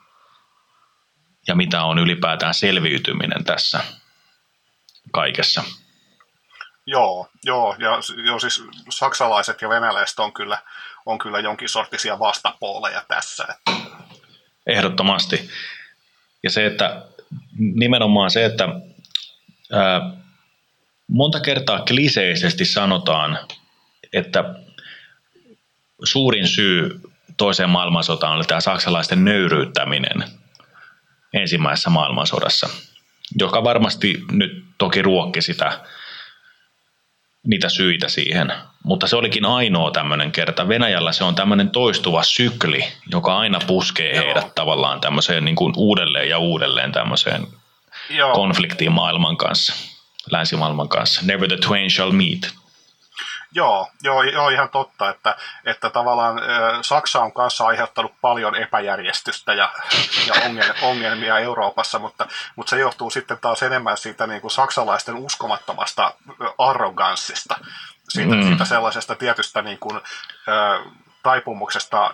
ja mitä on ylipäätään selviytyminen tässä kaikessa. Joo, joo, ja joo, siis saksalaiset ja venäläiset on kyllä, on kyllä jonkin sorttisia vastapooleja tässä. Että. Ehdottomasti. Ja se, että nimenomaan se, että ää, monta kertaa kliseisesti sanotaan, että suurin syy toiseen maailmansotaan oli tämä saksalaisten nöyryyttäminen ensimmäisessä maailmansodassa, joka varmasti nyt toki ruokki sitä, niitä syitä siihen, mutta se olikin ainoa tämmöinen kerta. Venäjällä se on tämmöinen toistuva sykli, joka aina puskee heidät Joo. tavallaan tämmöiseen niin kuin uudelleen ja uudelleen tämmöiseen Joo. konfliktiin maailman kanssa, länsimaailman kanssa. Never the twain shall meet. Joo, joo, joo, ihan totta, että, että tavallaan Saksa on kanssa aiheuttanut paljon epäjärjestystä ja, ja ongelmia Euroopassa, mutta, mutta se johtuu sitten taas enemmän siitä niin kuin saksalaisten uskomattomasta arroganssista, siitä, mm. siitä sellaisesta tietystä niin kuin, ä, taipumuksesta ä,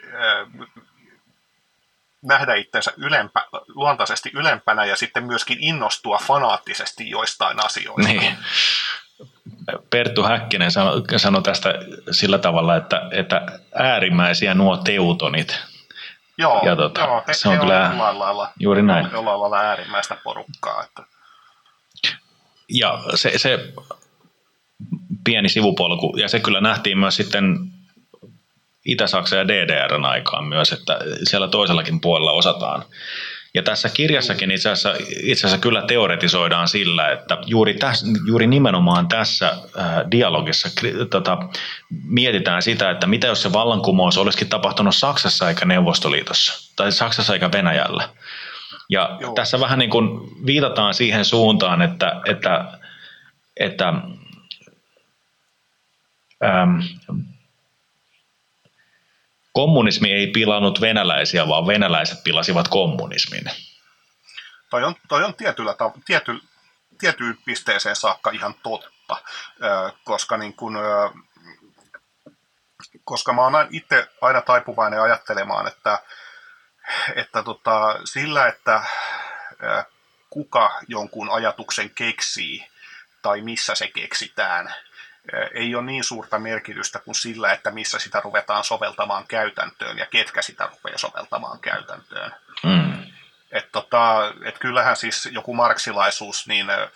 nähdä itsensä ylempä, luontaisesti ylempänä ja sitten myöskin innostua fanaattisesti joistain asioista. Niin. Perttu Häkkinen sanoi sano tästä sillä tavalla, että, että äärimmäisiä nuo teutonit. Joo, ja tota, joo he, se on he kyllä on jollain lailla, juuri näin. Jollain lailla äärimmäistä porukkaa. Että. Ja se, se pieni sivupolku, ja se kyllä nähtiin myös sitten Itä-Saksan ja D D R:n aikaan myös, että siellä toisellakin puolella osataan. Ja tässä kirjassakin itse asiassa, itse asiassa kyllä teoretisoidaan sillä, että juuri, täs, juuri nimenomaan tässä äh, dialogissa tota, mietitään sitä, että mitä jos se vallankumous olisikin tapahtunut Saksassa eikä Neuvostoliitossa, tai Saksassa eikä Venäjällä. Ja Joo. tässä vähän niin kuin viitataan siihen suuntaan, että, että, että ähm, kommunismi ei pilannut venäläisiä, vaan venäläiset pilasivat kommunismin. Toi on, toi on tietyllä, tiety, tiettyyn pisteeseen saakka ihan totta, koska, niin kun, koska mä oon itse aina taipuvainen ajattelemaan, että, että tota, sillä, että kuka jonkun ajatuksen keksii tai missä se keksitään, ei ole niin suurta merkitystä kuin sillä, että missä sitä ruvetaan soveltamaan käytäntöön ja ketkä sitä rupeaa soveltamaan käytäntöön. Mm. Et tota, et kyllähän siis joku marksilaisuus, niin ää,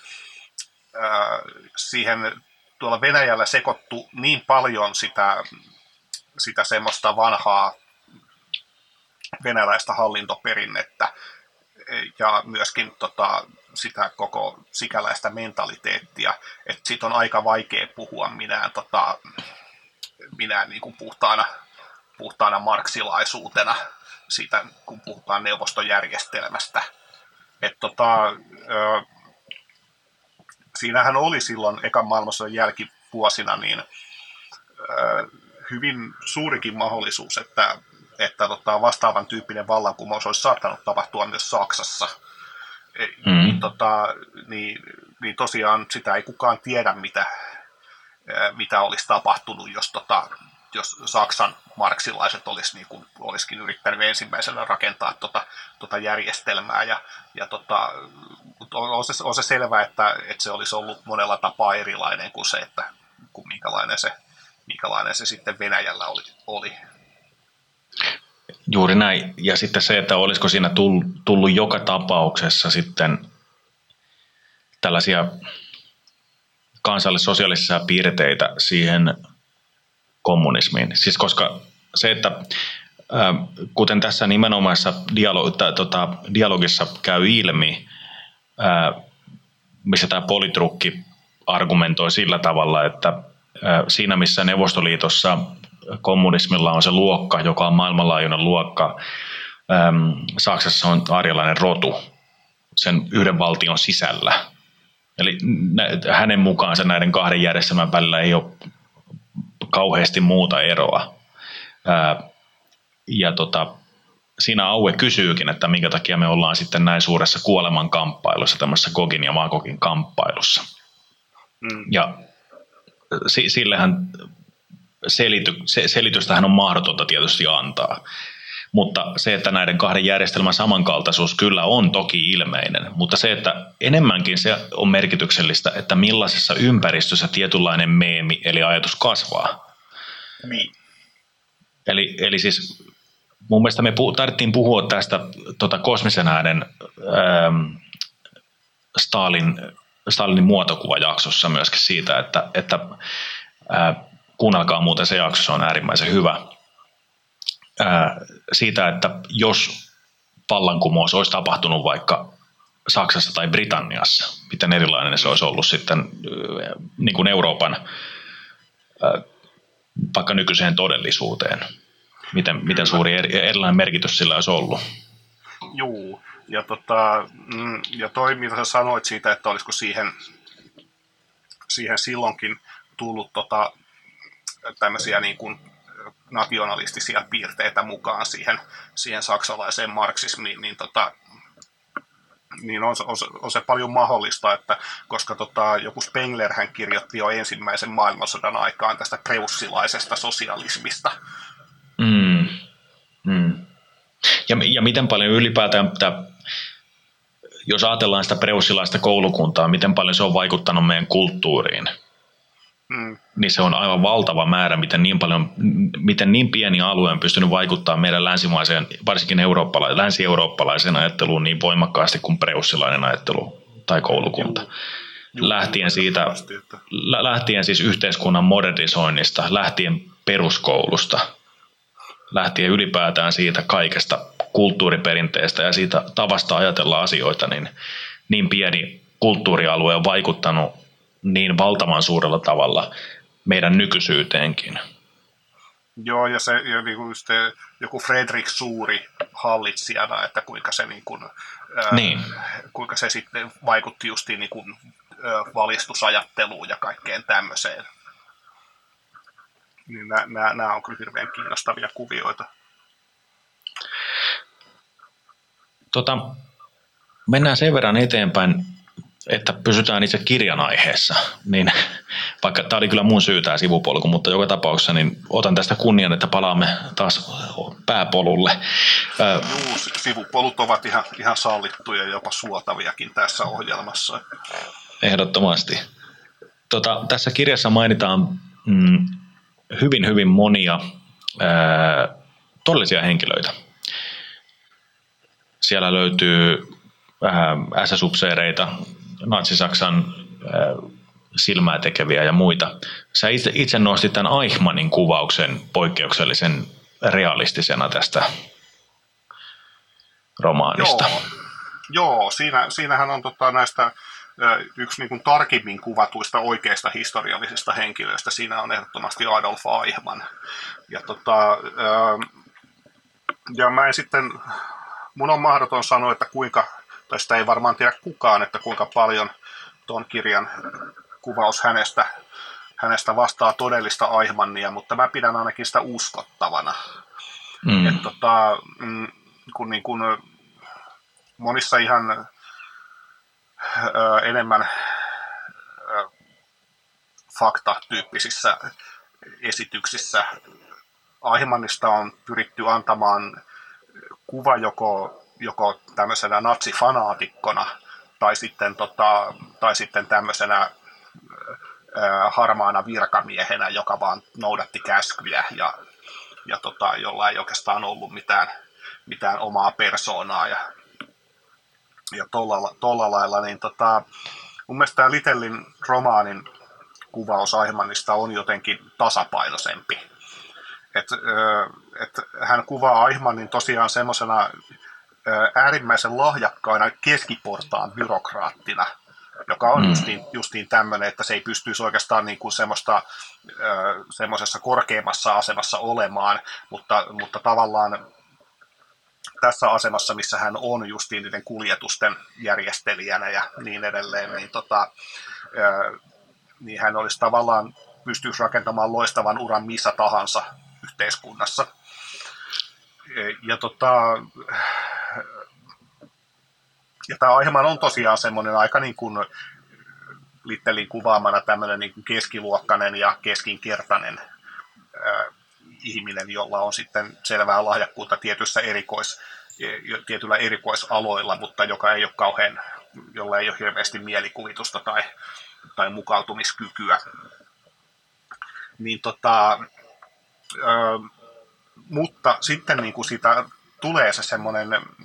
siihen tuolla Venäjällä sekoittu niin paljon sitä, sitä semmoista vanhaa venäläistä hallintoperinnettä ja myöskin tota, sitä koko sikäläistä mentaliteettia, että siitä on aika vaikea puhua minään, tota, minään niin kuin puhtaana, puhtaana marksilaisuutena siitä, kun puhutaan neuvostojärjestelmästä. Et tota, ö, siinähän oli silloin ekan maailmansodan jälkivuosina niin, ö, hyvin suurikin mahdollisuus, että, että tota, vastaavan tyyppinen vallankumous olisi saattanut tapahtua myös Saksassa. Mm. Niin, tota, niin, niin tosiaan sitä ei kukaan tiedä, mitä, mitä olisi tapahtunut, jos, tota, jos Saksan marksilaiset olisi, niin kuin, olisikin yrittänyt ensimmäisenä rakentaa tota, tota järjestelmää. Ja, ja tota, on, se, on se selvää, että, että se olisi ollut monella tapaa erilainen kuin se, että kuin minkälainen, se, minkälainen se sitten Venäjällä oli. oli. Juuri näin. Ja sitten se, että olisiko siinä tullut joka tapauksessa sitten tällaisia kansallis-sosiaalisia piirteitä siihen kommunismiin. Siis koska se, että kuten tässä nimenomaisessa dialog, tota, dialogissa käy ilmi, ää, missä tämä politrukki argumentoi sillä tavalla, että ää, siinä missä Neuvostoliitossa kommunismilla on se luokka, joka on maailmanlaajuinen luokka, ää, Saksassa on arjalainen rotu sen yhden valtion sisällä. Eli nä- hänen mukaansa näiden kahden järjestelmän välillä ei ole kauheasti muuta eroa. Ää, ja tota, siinä Aue kysyykin, että minkä takia me ollaan sitten näin suuressa kuoleman kamppailussa, tämmöisessä Gogin ja Magogin kamppailussa. Mm. Ja sillehän selity, se, selitystähän on mahdotonta tietysti antaa. Mutta se, että näiden kahden järjestelmän samankaltaisuus kyllä on toki ilmeinen, mutta se, että enemmänkin se on merkityksellistä, että millaisessa ympäristössä tietynlainen meemi eli ajatus kasvaa. Niin. Eli, eli siis mun mielestä me puh- tarvittiin puhua tästä tota, kosmisen äänen ähm, Stalin, Stalinin muotokuvajaksossa myöskin siitä, että, että äh, kuunnelkaa muuten se jakso, se on äärimmäisen hyvä. Äh, siitä, että jos vallankumous olisi tapahtunut vaikka Saksassa tai Britanniassa, miten erilainen se olisi ollut sitten äh, niin kuin Euroopan äh, vaikka nykyiseen todellisuuteen. Miten, miten suuri eri, erilainen merkitys sillä olisi ollut? Juu, ja, tota, ja toi, mitä sä sanoit siitä, että olisiko siihen, siihen silloinkin tullut tota, tämmöisiä niin kuin nationalistisia piirteitä mukaan siihen, siihen saksalaiseen marksismiin, niin, tota, niin on, on, on se paljon mahdollista, että koska tota, joku Spengler hän kirjoitti jo ensimmäisen maailmansodan aikaan tästä preussilaisesta sosialismista. Mm. Mm. Ja, ja miten paljon ylipäätään, että jos ajatellaan sitä preussilaista koulukuntaa, miten paljon se on vaikuttanut meidän kulttuuriin, mm. niin se on aivan valtava määrä, miten niin, paljon, miten niin pieni alue on pystynyt vaikuttamaan meidän länsimaiseen, varsinkin eurooppala- länsi-eurooppalaiseen ajatteluun niin voimakkaasti kuin preussilainen ajattelu tai koulukunta. Juu. Juu, lähtien siitä, lähtien siis yhteiskunnan modernisoinnista, lähtien peruskoulusta, lähtien ylipäätään siitä kaikesta kulttuuriperinteestä ja siitä tavasta ajatella asioita, niin, niin pieni kulttuurialue on vaikuttanut niin valtavan suurella tavalla meidän nykyisyyteenkin. Joo, ja se ja niin kuin se, joku Fredrik Suuri hallitsijana, että kuinka se, niin kuin, niin. Ää, kuinka se sitten vaikutti justiin niin kuin, ää, valistusajatteluun ja kaikkeen tämmöiseen. Niin nämä, nämä on kyllä hirveän kiinnostavia kuvioita. Tota, mennään sen verran eteenpäin, että pysytään itse kirjan aiheessa. Niin, vaikka tämä oli kyllä mun syy tämä sivupolku, mutta joka tapauksessa niin otan tästä kunnian, että palaamme taas pääpolulle. Juu, sivupolut ovat ihan, ihan sallittuja ja jopa suotaviakin tässä ohjelmassa. Ehdottomasti. Tota, tässä kirjassa mainitaan mm, hyvin, hyvin monia ää, todellisia henkilöitä. Siellä löytyy ää, äs äs-upseereita, Natsi-Saksan ää, silmää tekeviä ja muita. Sä itse, itse nostit tämän Eichmannin kuvauksen poikkeuksellisen realistisena tästä romaanista. Joo, Joo siinä, siinähän on tota näistä yksi niin kuin tarkimmin kuvatuista oikeista historiallisista henkilöistä. Siinä on ehdottomasti Adolf Eichmann. Ja, tota, ja mä en sitten, mun on mahdoton sanoa, että kuinka, tai sitä ei varmaan tiedä kukaan, että kuinka paljon tuon kirjan kuvaus hänestä, hänestä vastaa todellista Eichmannia, mutta mä pidän ainakin sitä uskottavana. Mm. Et, tota, kun niin kun monissa ihan enemmän faktatyyppisissä esityksissä Eichmannista on pyritty antamaan kuva joko, joko tämmöisenä natsifanaatikkona tai sitten, tota, tai sitten tämmöisenä ää, harmaana virkamiehenä, joka vaan noudatti käskyjä ja, ja tota, jolla ei oikeastaan ollut mitään, mitään omaa persoonaa ja Ja tolla, tolla lailla, niin tota, mun mielestä tämä Litellin romaanin kuvaus Eichmannista on jotenkin tasapainoisempi. Et, et, hän kuvaa Eichmannin tosiaan semmoisena äärimmäisen lahjakkaana keskiportaan byrokraattina, joka on mm. justiin, justiin tämmöinen, että se ei pystyisi oikeastaan niin kuin semmoista, semmoisessa korkeammassa asemassa olemaan, mutta, mutta tavallaan tässä asemassa, missä hän on justiin niiden kuljetusten järjestelijänä ja niin edelleen, niin, tota, niin hän olisi tavallaan pystyisi rakentamaan loistavan uran missä tahansa yhteiskunnassa. Ja, tota, ja tämä Eichmann on tosiaan semmoinen aika niin kuin Littelin kuvaamana tämmöinen niin kuin keskiluokkainen ja keskinkertainen ää, ihminen, jolla on sitten selvää lahjakkuutta tietyissä erikois, tietyillä erikoisaloilla, mutta joka ei ole kauhean, jolla ei ole hirveästi mielikuvitusta tai, tai mukautumiskykyä. Niin tota, ää, mutta sitten niin kuin siitä tulee se semmoinen,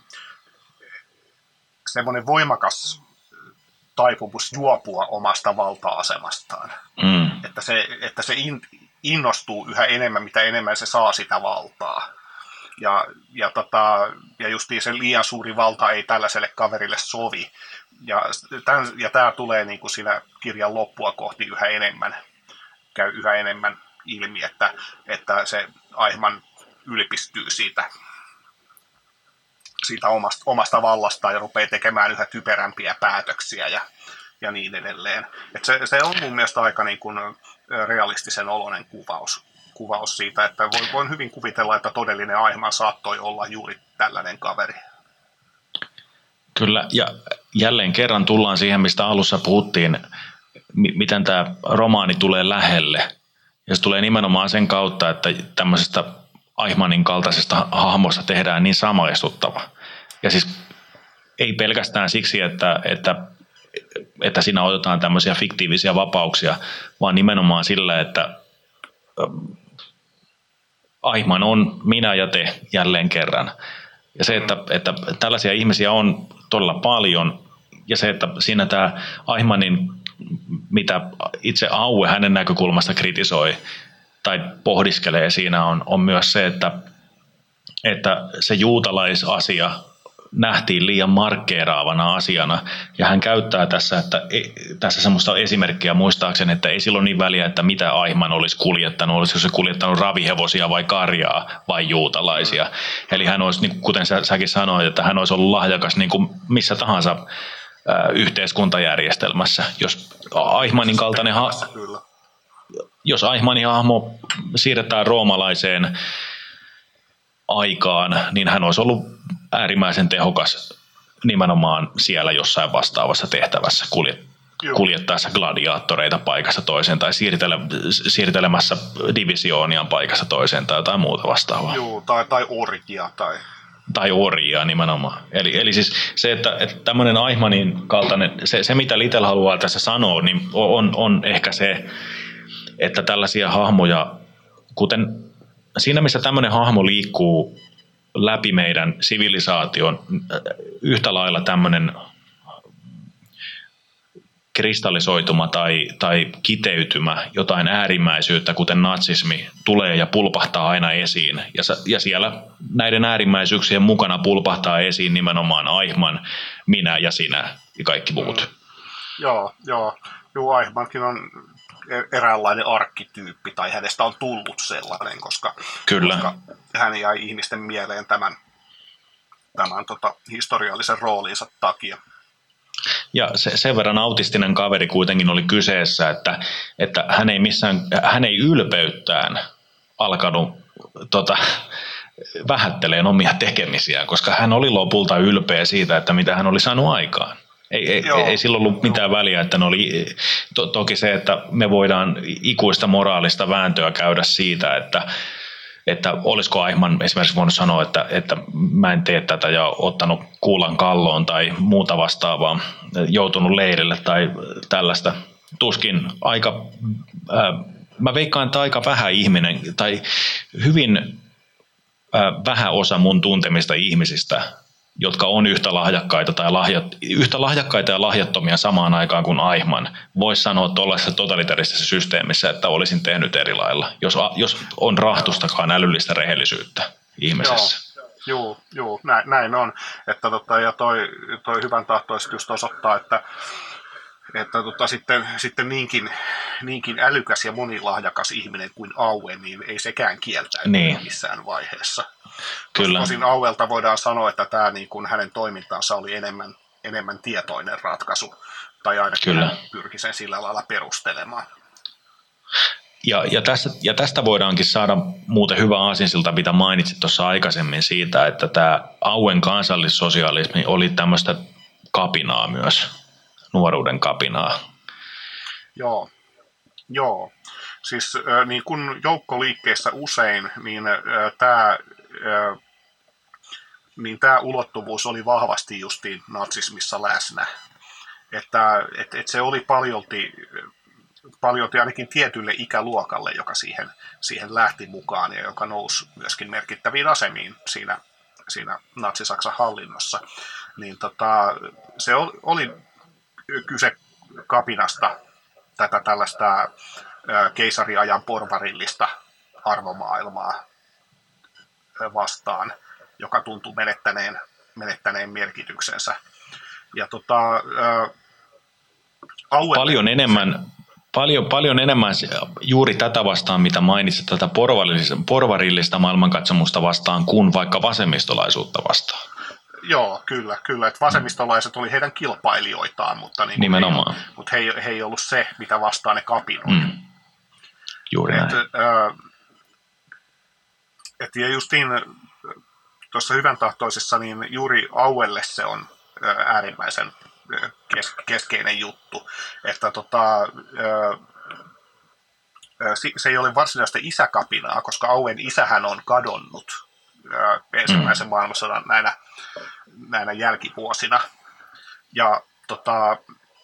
semmoinen voimakas taipumus juopua omasta valta-asemastaan. Mm. Että se, että se in, innostuu yhä enemmän, mitä enemmän se saa sitä valtaa. Ja, ja, tota, ja justiin se liian suuri valta ei tällaiselle kaverille sovi. Ja, tämän, ja tämä tulee niin kuin siinä kirjan loppua kohti yhä enemmän, käy yhä enemmän ilmi, että, että se Eichmann ylpistyy siitä, siitä omasta, omasta vallastaan ja rupeaa tekemään yhä typerämpiä päätöksiä ja, ja niin edelleen. Et se, se on mun mielestä aika niin kuin realistisen oloinen kuvaus, kuvaus siitä, että voin, voin hyvin kuvitella, että todellinen Eichmann saattoi olla juuri tällainen kaveri. Kyllä, ja jälleen kerran tullaan siihen, mistä alussa puhuttiin, miten tämä romaani tulee lähelle. Ja se tulee nimenomaan sen kautta, että tämmöisestä Eichmannin kaltaisesta hahmosta tehdään niin samaistuttava. Ja siis ei pelkästään siksi, että, että, että siinä otetaan tämmöisiä fiktiivisiä vapauksia, vaan nimenomaan sillä, että Eichmann on minä ja te jälleen kerran. Ja se, että, että tällaisia ihmisiä on todella paljon, ja se, että siinä tämä Eichmannin, mitä itse Aue hänen näkökulmasta kritisoi tai pohdiskelee siinä, on, on myös se, että, että se juutalaisasia nähtiin liian markkeeraavana asiana, ja hän käyttää tässä, että, tässä semmoista esimerkkiä muistaakseni, että ei silloin niin väliä, että mitä Eichmann olisi kuljettanut, olisiko se kuljettanut ravihevosia vai karjaa vai juutalaisia. Mm. Eli hän olisi, niin kuten sä, säkin sanoit, että hän olisi ollut lahjakas niin kuin missä tahansa äh, yhteiskuntajärjestelmässä. Jos Eichmannin kaltainen ha- jos Eichmannin hahmo siirretään roomalaiseen aikaan, niin hän olisi ollut äärimmäisen tehokas nimenomaan siellä jossain vastaavassa tehtävässä kuljet, kuljettaessa gladiaattoreita paikasta toiseen tai siirtele, siirtelemässä divisiooniaan paikasta toiseen tai jotain muuta vastaavaa. Joo, tai, tai orjia. Tai... tai orjia nimenomaan. Eli, eli siis se, että, että tämmöinen Eichmannin kaltainen, se, se mitä Little haluaa tässä sanoa, niin on, on ehkä se, että tällaisia hahmoja, kuten siinä missä tämmöinen hahmo liikkuu läpi meidän sivilisaation, yhtä lailla tämmöinen kristallisoituma tai, tai kiteytymä, jotain äärimmäisyyttä, kuten natsismi, tulee ja pulpahtaa aina esiin. Ja, ja siellä näiden äärimmäisyyksien mukana pulpahtaa esiin nimenomaan Eichmann, minä ja sinä ja kaikki muut. Mm. Joo, joo. Joo, Eichmannkin on eräänlainen arkkityyppi, tai hänestä on tullut sellainen, koska, koska hän jäi ihmisten mieleen tämän, tämän tota, historiallisen roolinsa takia. Ja se, sen verran autistinen kaveri kuitenkin oli kyseessä, että, että hän ei missään, hän ei ylpeyttään alkanut tota, vähätteleen omia tekemisiään, koska hän oli lopulta ylpeä siitä, että mitä hän oli saanut aikaan. Ei, ei, ei sillä ollut mitään väliä, että ne oli to, toki se, että me voidaan ikuista moraalista vääntöä käydä siitä, että, että olisiko Eichmann esimerkiksi voinut sanoa, että, että mä en tee tätä ja ottanut kuulan kalloon tai muuta vastaavaa, joutunut leirille tai tällaista. Tuskin aika, äh, mä veikkaan, että aika vähän ihminen tai hyvin äh, vähän osa mun tuntemista ihmisistä, jotka on yhtä lahjakkaita, tai lahjat, yhtä lahjakkaita ja lahjattomia samaan aikaan kuin Eichmann, voisi sanoa tuollaisessa totalitaristisessa systeemissä, että olisin tehnyt eri lailla, jos, jos on rahtustakaan älyllistä rehellisyyttä ihmisessä. Joo. Joo, joo, näin, näin on. Että tota, ja toi, toi hyvän tahtoisesti just osoittaa, että, että tota, sitten, sitten niinkin, niinkin älykäs ja monilahjakas ihminen kuin Aue, niin ei sekään kieltäydy niin missään vaiheessa. Kyllä. Tosin Auelta voidaan sanoa, että tämä niin kuin hänen toimintansa oli enemmän, enemmän tietoinen ratkaisu, tai ainakin Kyllä. hän pyrki sen sillä lailla perustelemaan. Ja, ja, tästä, ja tästä voidaankin saada muuten hyvä aasinsilta, mitä mainitsit tuossa aikaisemmin siitä, että tämä Auen kansallissosialismi oli tämmöistä kapinaa myös, nuoruuden kapinaa. Joo, joo. Siis niin kuin joukkoliikkeissä usein, niin tämä niin tämä ulottuvuus oli vahvasti justiin natsismissa läsnä. Että et, et se oli paljolti, paljolti ainakin tietylle ikäluokalle, joka siihen, siihen lähti mukaan ja joka nousi myöskin merkittäviin asemiin siinä, siinä natsi-Saksan hallinnossa. Niin tota, se oli, oli kyse kapinasta, tätä tällaista keisariajan porvarillista arvomaailmaa vastaan, joka tuntui menettäneen, menettäneen merkityksensä. Ja tota, Aue... Paljon enemmän, paljon, paljon enemmän juuri tätä vastaan, mitä mainitsit, tätä porvarillista, porvarillista maailmankatsomusta vastaan, kuin vaikka vasemmistolaisuutta vastaan. Joo, kyllä, kyllä. Että vasemmistolaiset oli heidän kilpailijoitaan, mutta, niin Nimenomaan. He, mutta he, he ei ollut se, mitä vastaan ne kapinoi. Mm. Juuri näin. Et, äh, et ja justiin tuossa hyvän tahtoisessa, niin juuri Auelle se on äh, äärimmäisen äh, kes, keskeinen juttu. Että tota, äh, se ei ole varsinaista isäkapinaa, koska Auen isähän on kadonnut äh, ensimmäisen mm. maailmansodan näinä näinä jälkivuosina. Ja, tota,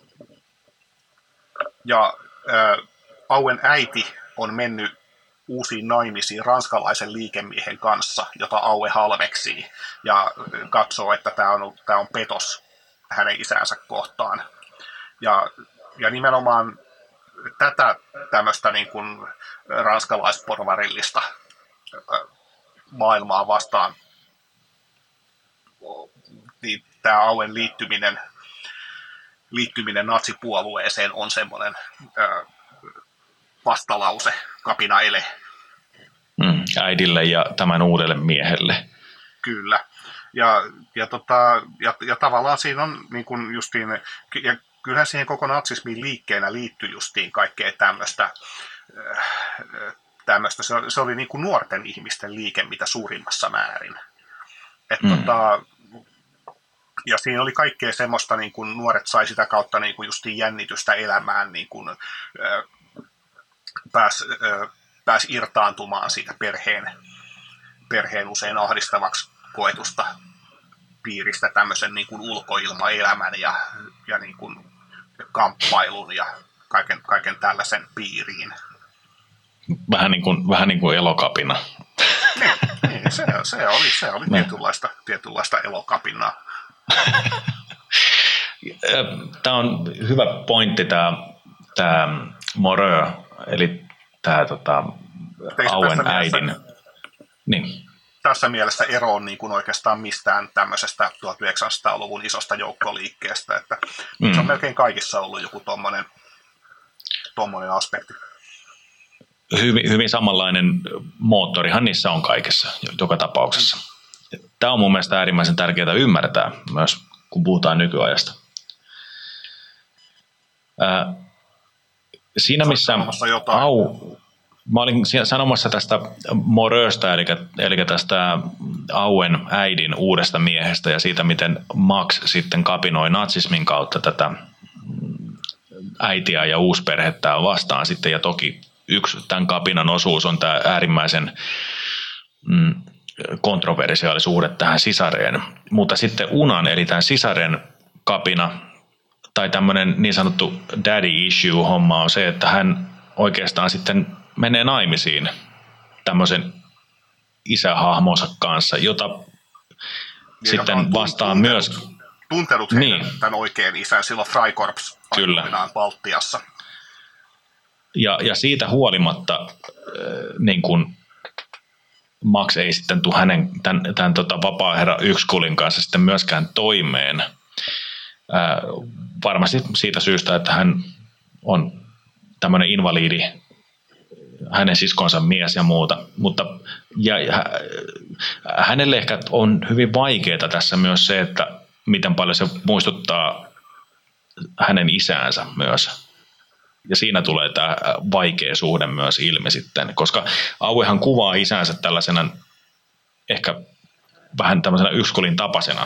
ja ää, Auen äiti on mennyt uusiin naimisiin ranskalaisen liikemiehen kanssa, jota Aue halveksii ja katsoo, että tämä on, tää on petos hänen isänsä kohtaan. Ja, ja nimenomaan tätä tämmöistä niin kuin ranskalaisporvarillista maailmaa vastaan niin tämä Auen liittyminen, liittyminen natsipuolueeseen on semmoinen ö, vastalause, kapinaele. Mm, äidille ja tämän uudelle miehelle. Kyllä. Ja, ja, tota, ja, ja tavallaan siinä on niin kuin justiin, ja kyllähän siihen koko natsismin liikkeenä liittyi justiin kaikkea tämmöistä, tämmöistä. Se, se oli niin kuin nuorten ihmisten liike mitä suurimmassa määrin. Että mm. tota, ja siinä oli kaikkea semmoista, niin kuin nuoret sai sitä kautta niin kuin justiin jännitystä elämään, niin kuin, ö, pääsi, ö, pääsi irtaantumaan siitä perheen, perheen usein ahdistavaksi koetusta piiristä tämmöisen niin kuin ulkoilmaelämän ja, ja niin kuin kamppailun ja kaiken, kaiken tällaisen piiriin. Vähän niin kuin, vähän niin kuin elokapina. Niin, niin se, se oli, se oli tietynlaista, tietynlaista elokapinaa. Tämä on hyvä pointti, tämä, tämä Moreau, eli tämä tota, Auen äidin. Niin. Tässä mielessä ero on niin kuin oikeastaan mistään tämmöisestä tuhatyhdeksänsataaluvun isosta joukkoliikkeestä, että mm. se on melkein kaikissa ollut joku tommonen, tommonen aspekti. Hyvin, hyvin samanlainen moottorihan niissä on kaikessa, joka tapauksessa. Tämä on mun mielestä äärimmäisen tärkeää ymmärtää myös, kun puhutaan nykyajasta. Ää, siinä missä Au, mä olin sanomassa tästä Moreusta, eli, eli tästä Auen äidin uudesta miehestä ja siitä, miten Max sitten kapinoi natsismin kautta tätä äitiä ja uusperhettä vastaan sitten, ja toki yksi tämän kapinan osuus on tämä äärimmäisen mm, kontroversiaali suhde tähän sisareen, mutta sitten Unan, eli tämän sisaren kapina, tai tämmöinen niin sanottu daddy issue-homma on se, että hän oikeastaan sitten menee naimisiin tämmöisen isähahmonsa kanssa, jota ja sitten vastaan tuntenut, myös... Tuntenut niin. tämän oikein isän silloin Freikorps aikoinaan Baltiassa. Ja, ja siitä huolimatta äh, niin kuin Max ei sitten tule hänen tämän, tämän tota, vapaaherra Ykskulin kanssa sitten myöskään toimeen. Ää, varmasti siitä syystä, että hän on tämmöinen invalidi, hänen siskonsa mies ja muuta, mutta ja, ja, hänelle ehkä on hyvin vaikeaa tässä myös se, että miten paljon se muistuttaa hänen isäänsä myös. Ja siinä tulee tämä vaikea suhde myös ilmi sitten, koska Auehan kuvaa isänsä tällaisena ehkä vähän tämmöisenä Ykskulin tapasena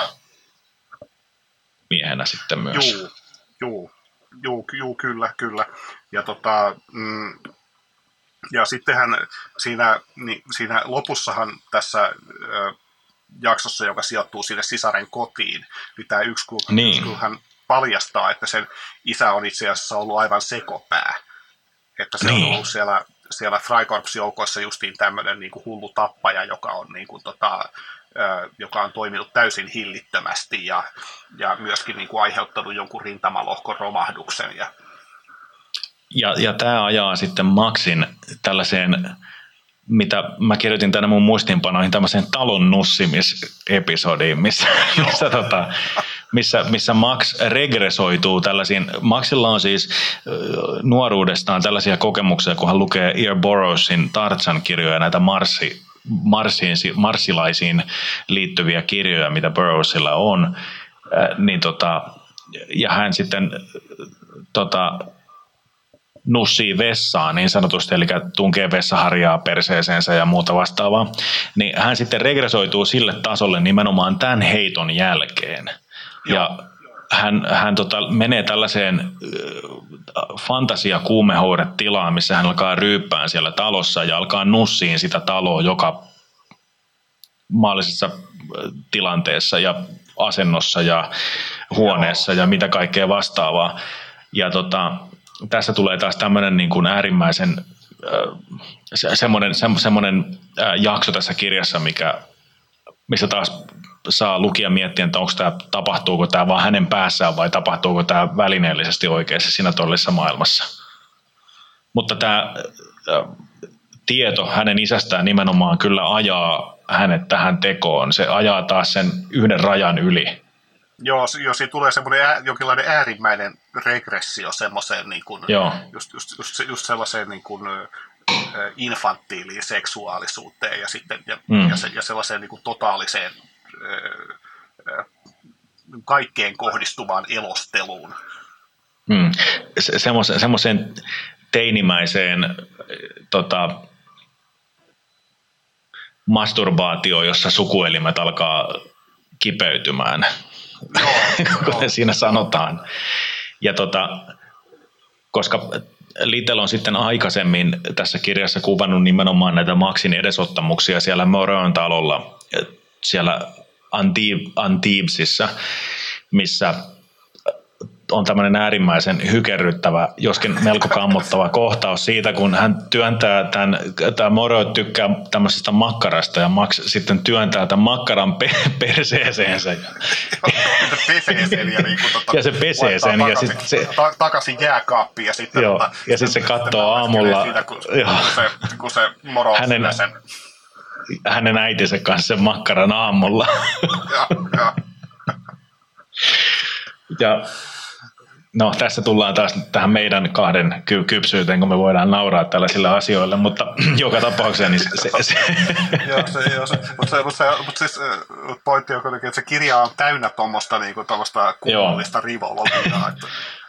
miehenä sitten myös. Juu, juu, juu, juu kyllä, kyllä. Ja, tota, mm, ja sittenhän siinä, niin, siinä lopussahan tässä ö, jaksossa, joka sijoittuu sinne sisaren kotiin, niin tämä Ykskul, niin. Ykskulhan paljastaa, että sen isä on itse asiassa ollut aivan sekopää. Että se niin. on ollut siellä, siellä Freikorps-joukoissa justiin tämmöinen niin kuin hullu tappaja, joka on, niin kuin, tota, ö, joka on toiminut täysin hillittömästi ja, ja myöskin niin kuin aiheuttanut jonkun rintamalohkon romahduksen. Ja, ja, ja tämä ajaa sitten Maxin tällaiseen, mitä mä kirjoitin tänne mun muistiinpanoihin, tämmöiseen talon nussimisepisodiin, missä, missä, tota, missä, missä Max regresoituu tällaisiin. Maxilla on siis nuoruudestaan tällaisia kokemuksia, kun hän lukee Ear Burroughsin Tarzan-kirjoja, näitä marssi, marssiin, marssilaisiin liittyviä kirjoja, mitä Burroughsilla on, niin tota, ja hän sitten tota, nussii vessaan niin sanotusti, eli tunkee vessaharjaa perseeseensä ja muuta vastaavaa, niin hän sitten regresoituu sille tasolle nimenomaan tämän heiton jälkeen. Ja hän, hän tota, menee tällaiseen äh, fantasia-kuumehoudet-tilaan, missä hän alkaa ryyppään siellä talossa ja alkaa nussiin sitä taloa joka mahdollisessa tilanteessa ja asennossa ja huoneessa ja mitä kaikkea vastaavaa. Ja tota, tässä tulee taas tämmöinen niin kuin äärimmäisen se, semmoinen, se, semmoinen jakso tässä kirjassa, mikä, missä taas saa lukija miettiä, että onko tämä, tapahtuuko tämä vaan hänen päässään vai tapahtuuko tämä välineellisesti oikeassa siinä todellisessa maailmassa. Mutta tämä tieto hänen isästään nimenomaan kyllä ajaa hänet tähän tekoon. Se ajaa taas sen yhden rajan yli. Joo, jos siinä tulee semmoinen ää, jonkinlainen äärimmäinen regressio semmoiseen niin kuin, just, just, just, just sellaiseen niin kuin, ä, infantiiliin seksuaalisuuteen ja, sitten, ja, mm. ja, se, ja sellaiseen niin kuin totaaliseen ä, ä, kaikkeen kohdistuvaan elosteluun. Mm. Se, semmoiseen, semmoiseen teinimäiseen tota, masturbaatioon, jossa sukuelimet alkaa kipeytymään. Kuten siinä sanotaan. Ja tota, koska Little on sitten aikaisemmin tässä kirjassa kuvannut nimenomaan näitä Maxin edesottamuksia siellä Moreon talolla, siellä Antibesissa, missä on tämmöinen äärimmäisen hykerryttävä, joskin melko kammottava kohtaus siitä, kun hän työntää tämän, tämä Moreo tykkää tämmöisestä makkarasta ja Max sitten työntää tämän makkaran pe- perseeseensä. Ja, peseeseen ja, niin tota, ja se pesee sen ja sitten se ta- takaisin jääkaappiin ja sitten joo, tota, ja sitten se katsoo aamulla siitä, kun, kun se, kun se Moro hänen, sen hänen äitinsä kanssa sen makkaran aamulla. ja, ja. ja no, tässä tullaan taas tähän meidän kahden ky- kypsyyteen, kun me voidaan nauraa tällaisille asioille, mutta joka tapauksessa niin se... se Joo, se, joo, se, mutta, se, mutta, se, mutta siis pointti on kuitenkin, että se kirja on täynnä tuommoista niin kummallista rivologiaa. Että...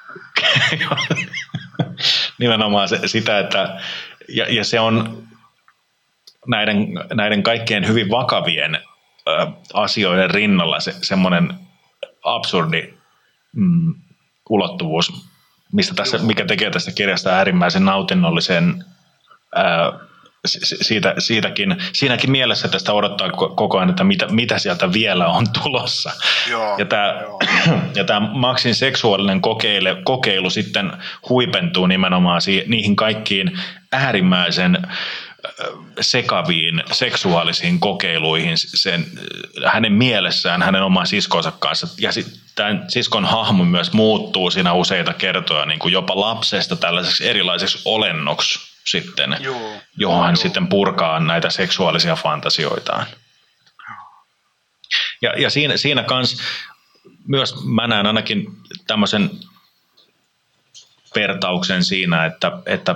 Nimenomaan se, sitä, että... Ja, ja se on näiden, näiden kaikkien hyvin vakavien ä, asioiden rinnalla se, semmoinen absurdi... Mm, ulottuvuus, mistä tässä, mikä tekee tästä kirjasta äärimmäisen nautinnollisen ää, siitä, siitäkin, siinäkin mielessä, että sitä odottaa koko ajan, että mitä, mitä sieltä vielä on tulossa. Joo, ja, tämä, ja tämä Maxin seksuaalinen kokeilu, kokeilu sitten huipentuu nimenomaan siihen, niihin kaikkiin äärimmäisen sekaviin seksuaalisiin kokeiluihin sen, hänen mielessään, hänen oman siskonsa kanssa. Ja tämän siskon hahmo myös muuttuu siinä useita kertoja niin kuin jopa lapsesta tällaiseksi erilaiseksi olennoksi sitten, Joo. johon hän Joo. sitten purkaa näitä seksuaalisia fantasioitaan. Ja, ja siinä, siinä kans myös mä näen ainakin tämmöisen vertauksen siinä, että, että,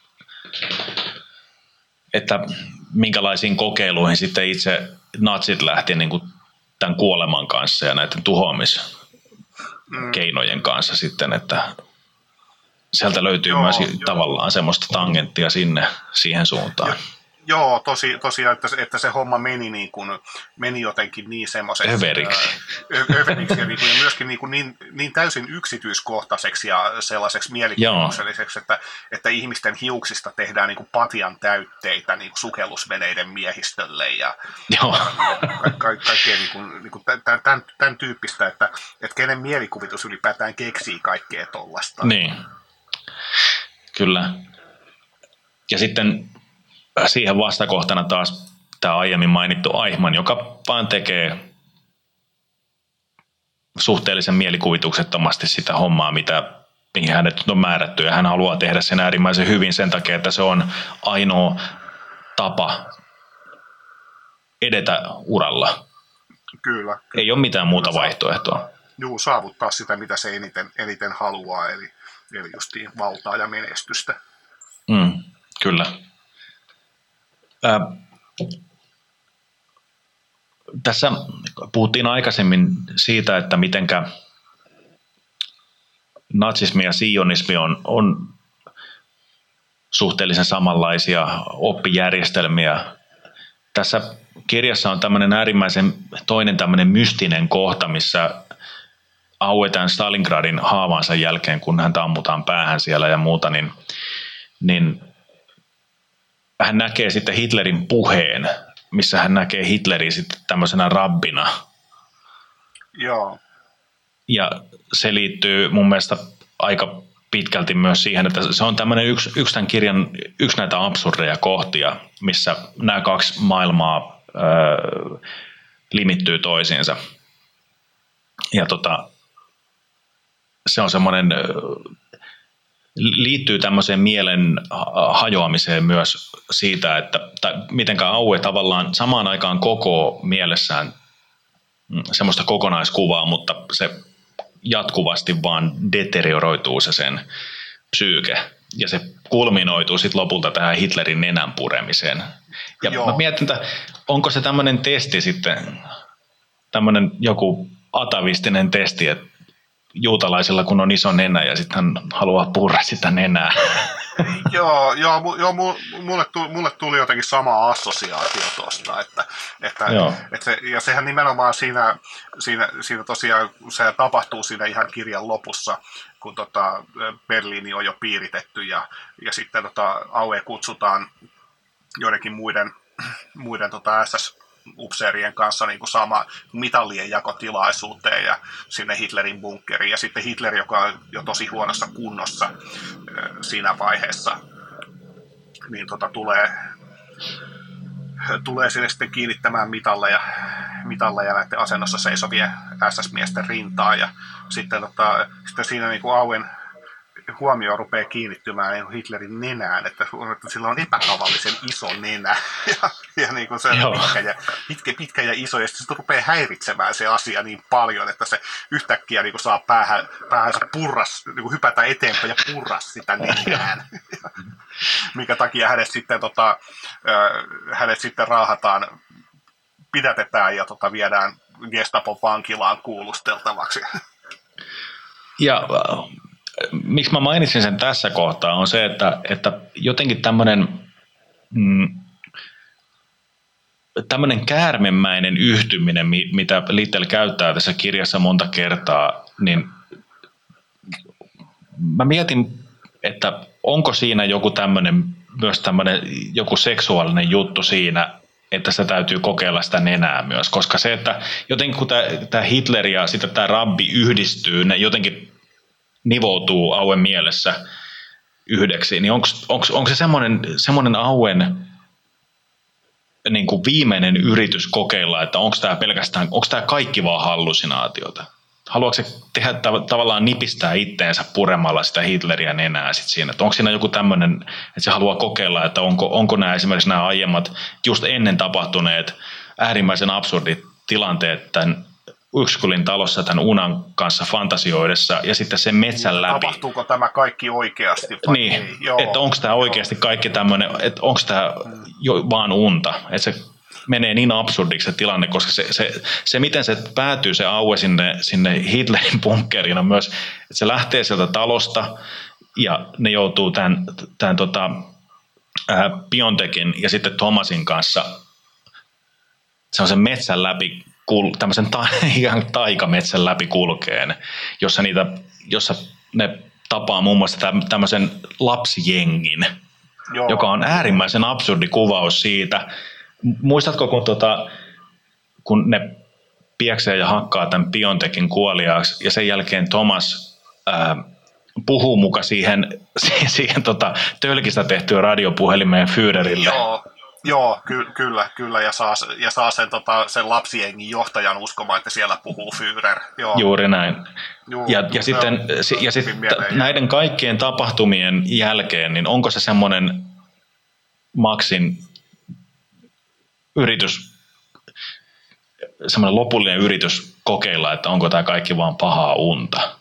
että minkälaisiin kokeiluihin sitten itse natsit lähti niin kuin tämän kuoleman kanssa ja näiden tuhoamiskeinojen kanssa sitten, että sieltä löytyy joo, myös joo. tavallaan semmoista tangenttia sinne, siihen suuntaan. Ja. Joo, tosi, tosiaan, että, että se homma meni, niin kuin, meni jotenkin niin semmoiseksi överiksi, ö, överiksi ja, niin kuin, ja myöskin niin, kuin niin, niin täysin yksityiskohtaiseksi ja sellaiseksi mielikuvitukselliseksi, että, että ihmisten hiuksista tehdään niin kuin patjan täytteitä niin kuin sukellusveneiden miehistölle ja, ja ka, ka, kaikkea niin kuin, niin kuin tämän, tämän, tämän tyyppistä, että, että kenen mielikuvitus ylipäätään keksii kaikkea tollaista. Niin, kyllä. Ja sitten siihen vastakohtana taas tämä aiemmin mainittu Eichmann, joka vaan tekee suhteellisen mielikuvituksettomasti sitä hommaa, mitä, mihin hänet on määrätty. Ja hän haluaa tehdä sen äärimmäisen hyvin sen takia, että se on ainoa tapa edetä uralla. Kyllä. Ei ole mitään muuta vaihtoehtoa. Juu, saavuttaa sitä, mitä se eniten, eniten haluaa, eli, eli justiin valtaa ja menestystä. Mm, kyllä. Äh, tässä puhuttiin aikaisemmin siitä, että mitenkä natsismi ja sionismi on, on suhteellisen samanlaisia oppijärjestelmiä. Tässä kirjassa on tämmöinen äärimmäisen toinen tämmöinen mystinen kohta, missä Aue tämän Stalingradin haavansa jälkeen, kun häntä ammutaan päähän siellä ja muuta, niin, niin hän näkee sitten Hitlerin puheen, missä hän näkee Hitlerin sitten tämmöisenä rabbina. Joo. Ja se liittyy mun mielestä aika pitkälti myös siihen, että se on tämmöinen yksi, yksi tämän kirjan, yksi näitä absurdeja kohtia, missä nämä kaksi maailmaa öö, limittyy toisiinsa. Ja tota, se on semmoinen, liittyy tämmöiseen mielen hajoamiseen myös siitä, että tai mitenkä Aue tavallaan samaan aikaan koko mielessään semmoista kokonaiskuvaa, mutta se jatkuvasti vaan deterioroituu se sen psyyke. Ja se kulminoituu sitten lopulta tähän Hitlerin nenän puremiseen. Ja Joo. mä mietin, että onko se tämmöinen testi sitten, tämmöinen joku atavistinen testi, että juutalaisilla kun on iso nenä ja sitten hän haluaa purra sitä nenää. joo, joo, joo mulle, tuli, mulle tuli jotenkin sama assosiaatio tuosta, että, että, että se, ja sehän nimenomaan siinä, siinä, siinä tosiaan se tapahtuu siinä ihan kirjan lopussa, kun tota Berliini on jo piiritetty ja, ja sitten tota Aue kutsutaan joidenkin muiden, muiden tota S S-upseerien kanssa niin kuin sama mitallien jakotilaisuuteen ja sinne Hitlerin bunkkeriin. Ja sitten Hitler, joka on jo tosi huonossa kunnossa siinä vaiheessa, niin tota, tulee, tulee sinne sitten kiinnittämään mitalleja, mitalleja näiden asennossa seisovien S S-miesten rintaa. Ja sitten, tota, sitten siinä niin kuin Auen huomio rupeaa kiinnittymään niin Hitlerin nenään, että, että sillä on epätavallisen iso nenä ja, ja niin kuin se on pitkä ja, pitkä, pitkä ja iso, ja sitten se rupeaa häiritsemään se asia niin paljon, että se yhtäkkiä niin kuin saa päähän, päähänsä purras, niin kuin hypätä eteenpäin ja purras sitä nenään, minkä takia hänet sitten, tota, hänet sitten raahataan, pidätetään ja tota, viedään Gestapon vankilaan kuulusteltavaksi. Ja miksi mä mainitsin sen tässä kohtaa on se, että, että jotenkin tämmöinen mm, tämmöinen käärmemäinen yhtyminen, mitä Little käyttää tässä kirjassa monta kertaa, niin mä mietin, että onko siinä joku tämmöinen, myös tämmöinen joku seksuaalinen juttu siinä, että sitä täytyy kokeilla sitä nenää myös, koska se, että jotenkin kun tämä Hitler ja sitten tämä rabbi yhdistyy, ne jotenkin nivoutuu Auen mielessä yhdeksi, niin onko se semmoinen, semmoinen Auen niin kuin viimeinen yritys kokeilla, että onko tämä pelkästään, onko tämä kaikki vaan hallusinaatiota? Haluatko se tehdä tav- tavallaan nipistää itteensä puremalla sitä Hitleria nenää sit siinä? Että onko siinä joku tämmöinen, että se haluaa kokeilla, että onko, onko nämä esimerkiksi nämä aiemmat, just ennen tapahtuneet äärimmäisen absurdit tilanteet tämän Uxkölin talossa tämän unan kanssa fantasioidessa ja sitten sen metsän läpi. Tapahtuuko tämä kaikki oikeasti? Niin, että onko tämä oikeasti kaikki tämmöinen, että onko tämä jo vaan unta, että se menee niin absurdiksi se tilanne, koska se, se, se miten se päätyy se Aue sinne, sinne Hitlerin bunkkeriin on myös, että se lähtee sieltä talosta ja ne joutuu tämän, tämän tota, ää, Biontechin ja sitten Thomasin kanssa se on sen metsän läpi, tämmöisen ta, ihan taikametsän läpi kulkeen, jossa, niitä, jossa ne tapaa muun muassa tämmöisen lapsijengin, Joo. joka on äärimmäisen absurdi kuvaus siitä. Muistatko, kun, tota, kun ne pieksee ja hakkaa tämän Biontechin kuoliaaksi ja sen jälkeen Thomas ää, puhuu muka siihen, siihen, siihen tota, tölkistä tehtyä radiopuhelimeen Führerille. Joo. Joo, ky- kyllä, kyllä, ja saa, ja saa sen, tota, sen lapsiengin johtajan uskomaan, että siellä puhuu Führer. Joo. Juuri näin. Juu, ja, ja sitten, ja sitten näiden kaikkien tapahtumien jälkeen, niin onko se semmoinen Maxin yritys, semmoinen lopullinen yritys kokeilla, että onko tämä kaikki vaan pahaa unta?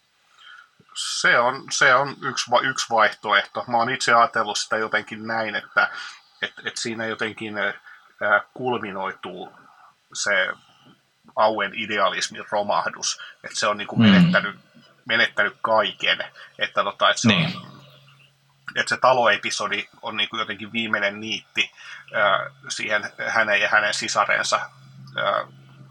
Se on, se on yksi, yksi vaihtoehto. Mä oon itse ajatellut sitä jotenkin näin, että Että et siinä jotenkin ää, kulminoituu se Auen idealismin romahdus, että se on niinku mm. menettänyt, menettänyt kaiken, että, tota, et se, niin. et se taloepisodi on niinku jotenkin viimeinen niitti ää, siihen hänen ja hänen sisarensa ää,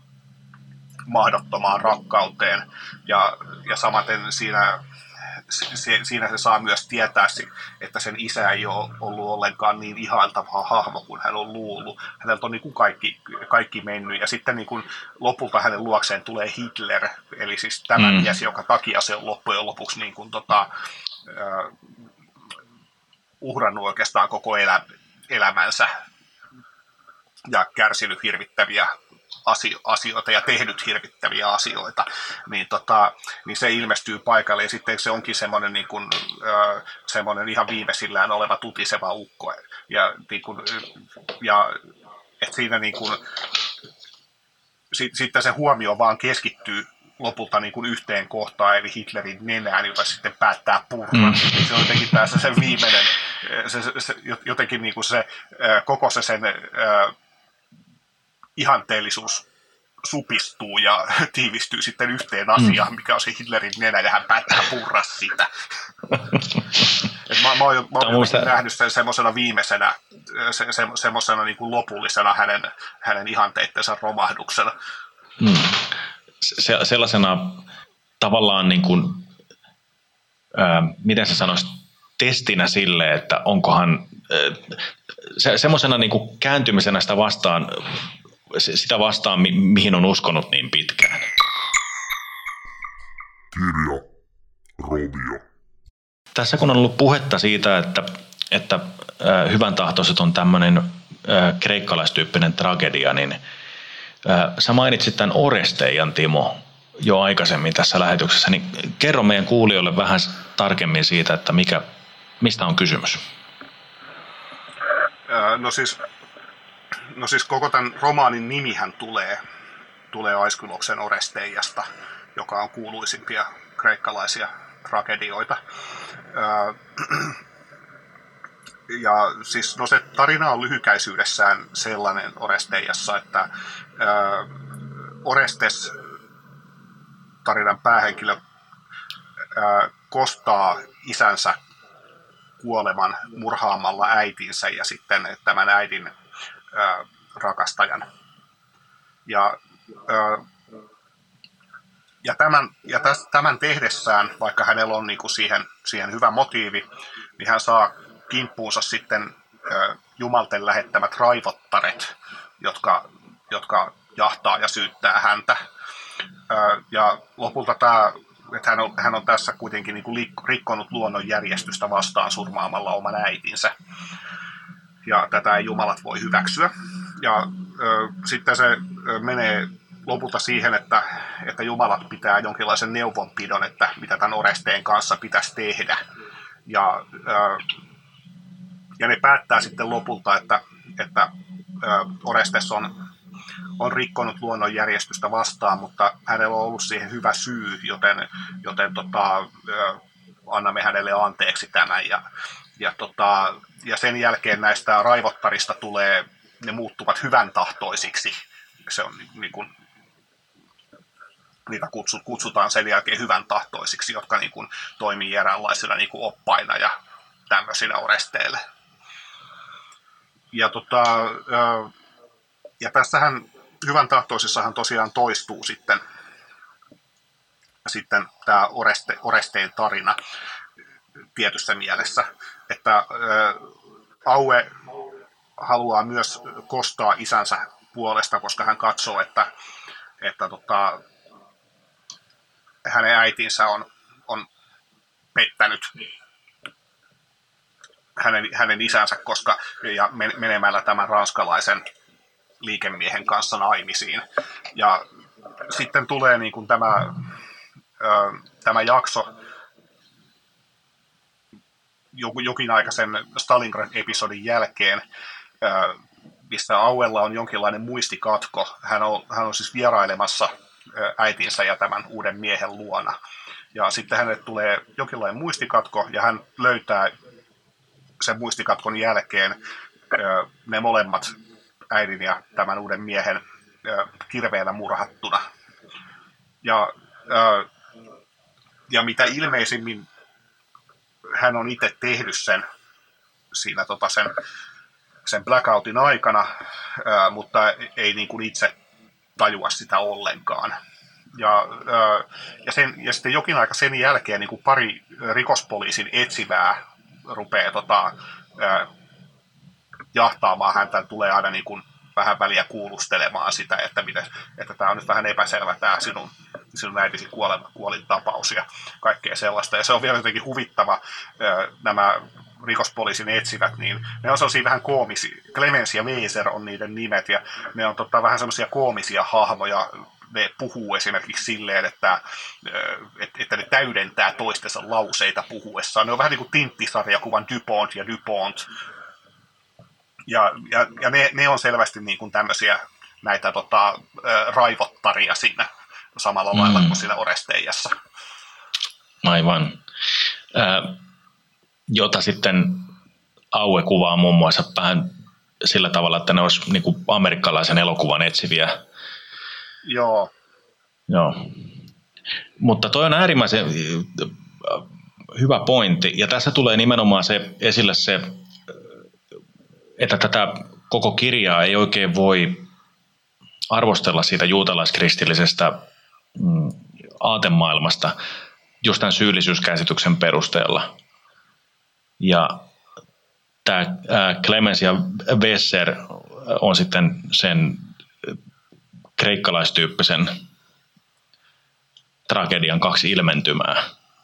mahdottomaan rakkauteen, ja, ja samaten siinä siinä se saa myös tietää, että sen isä ei ole ollut ollenkaan niin ihailtava hahmo kuin hän on luullut. Häneltä on niin kuin kaikki, kaikki mennyt, ja sitten niin kuin lopulta hänen luokseen tulee Hitler, eli siis tämä mm. mies, jonka takia se on loppujen lopuksi niin kuin tota, uh, uhrannut oikeastaan koko elä, elämänsä ja kärsinyt hirvittäviä asioita ja tehnyt hirvittäviä asioita, niin, tota, niin se ilmestyy paikalle, ja sitten se onkin semmoinen, niin kuin, äh, semmoinen ihan viimeisillään oleva tutiseva ukko. Ja, niin kuin, ja et siinä niin kuin, sit, sitten se huomio vaan keskittyy lopulta niin kuin yhteen kohtaan, eli Hitlerin nenään, jota sitten päättää purra. Mm. Se on jotenkin tässä se viimeinen, se, se, se, jotenkin niin kuin se, koko se sen ihanteellisuus supistuu ja tiivistyy sitten yhteen asiaan, mikä on se Hitlerin nenä, ja hän päättää purra sitä. Et mä, mä oon, mä oon muista... nähnyt sen semmoisena viimeisenä, se, se, semmoisena niin kuin lopullisena hänen, hänen ihanteittensa romahduksena. Hmm. Se, sellaisena tavallaan, niin kuin, ää, miten sä sanoisit, testinä sille, että onkohan se, semmoisena niin kuin kääntymisenä sitä vastaan, sitä vastaan, mi, mihin on uskonut niin pitkään. Kirja Rovio. Tässä kun on ollut puhetta siitä, että, että äh, hyvän tahtoiset on tämmöinen äh, kreikkalaistyyppinen tragedia, niin äh, sä mainitsit tämän Oresteian, Timo, jo aikaisemmin tässä lähetyksessä, niin kerro meidän kuulijoille vähän tarkemmin siitä, että mikä, mistä on kysymys. No siis, no siis koko tämän romaanin nimihän tulee, tulee Aeschyloksen Oresteiasta, joka on kuuluisimpia kreikkalaisia tragedioita. Ja siis no se tarina on lyhykäisyydessään sellainen Oresteiassa, että Orestes, tarinan päähenkilö, kostaa isänsä kuoleman murhaamalla äitinsä ja sitten tämän äidin ää, rakastajan. Ja, ää, ja, tämän, ja täs, tämän tehdessään, vaikka hänellä on niinku siihen, siihen hyvä motiivi, niin hän saa kimppuunsa sitten ää, jumalten lähettämät raivottaret, jotka, jotka jahtaa ja syyttää häntä. Ää, ja lopulta tämä... Että hän on, hän on tässä kuitenkin niin kuin rikkonut luonnonjärjestystä vastaan surmaamalla oman äitinsä. Ja tätä ei jumalat voi hyväksyä. ja ö, sitten se ö, menee lopulta siihen, että, että jumalat pitää jonkinlaisen neuvonpidon, että mitä tämän Oresteen kanssa pitäisi tehdä. Ja, ö, ja ne päättää sitten lopulta, että, että ö, Orestes on, on rikkonut luonnonjärjestystä vastaan, mutta hänellä on ollut siihen hyvä syy, joten, joten tota, ö, annamme hänelle anteeksi tämän. Ja, ja, tota, ja sen jälkeen näistä raivottarista tulee, ne muuttuvat hyvän tahtoisiksi. Se on niin kuin, niitä kutsutaan sen jälkeen hyvän tahtoisiksi, jotka niin kuin toimii eräänlaisina niin kuin oppaina ja tämmöisinä Oresteille. Ja, tota, ja tässähän hyvän tahtoisissahan tosiaan toistuu sitten, sitten tämä Oreste, Oresteen tarina tietyssä mielessä, että Aue haluaa myös kostaa isänsä puolesta, koska hän katsoo, että, että tota, hänen äitinsä on, on pettänyt hänen, hänen isänsä, koska, ja menemällä tämän ranskalaisen liikemiehen kanssa naimisiin. Ja sitten tulee niin kuin tämä, ö, tämä jakso, jokin aika sen Stalingrad-episodin jälkeen, missä Auella on jonkinlainen muistikatko. Hän on, hän on siis vierailemassa äitinsä ja tämän uuden miehen luona. Ja sitten hänelle tulee jonkinlainen muistikatko, ja hän löytää sen muistikatkon jälkeen ne molemmat äidin ja tämän uuden miehen kirveellä murhattuna. Ja, ja mitä ilmeisimmin hän on itse tehnyt sen siinä tota sen, sen blackoutin aikana, ää, mutta ei niin kuin itse tajua sitä ollenkaan. Ja, ää, ja, sen, ja sitten jokin aika sen jälkeen niin kuin pari rikospoliisin etsivää rupeaa tota, ää, jahtaamaan häntä, tulee aina niin kuin vähän väliä kuulustelemaan sitä, että, miten, että tämä on nyt vähän epäselvä tämä sinun, sinun äitisi kuolin, kuolin tapaus ja kaikkea sellaista. Ja se on vielä jotenkin huvittava, nämä rikospoliisin etsivät, niin ne on sellaisia vähän koomisia. Clemens ja Weiser on niiden nimet, ja ne on totta, vähän sellaisia koomisia hahmoja. Ne puhuu esimerkiksi silleen, että, että ne täydentää toistensa lauseita puhuessaan. Ne on vähän niin kuin Tintti-sarjakuvan Dupont ja Dupont. Ja, ja, ja ne, ne on selvästi niin kuin tämmöisiä näitä tota, raivottaria siinä samalla mm. lailla kuin siinä Oresteijassa. Aivan. Äh, jota sitten Aue kuvaa muun muassa vähän sillä tavalla, että ne olisi niin kuin amerikkalaisen elokuvan etsiviä. Joo. Joo. Mutta toi on äärimmäisen hyvä pointti. Ja tässä tulee nimenomaan se esille se, että tätä koko kirjaa ei oikein voi arvostella siitä juutalaiskristillisestä mm, aatemaailmasta just tämän syyllisyyskäsityksen perusteella. Ja tämä Clemens ja Weiser on sitten sen kreikkalaistyyppisen tragedian kaksi ilmentymää.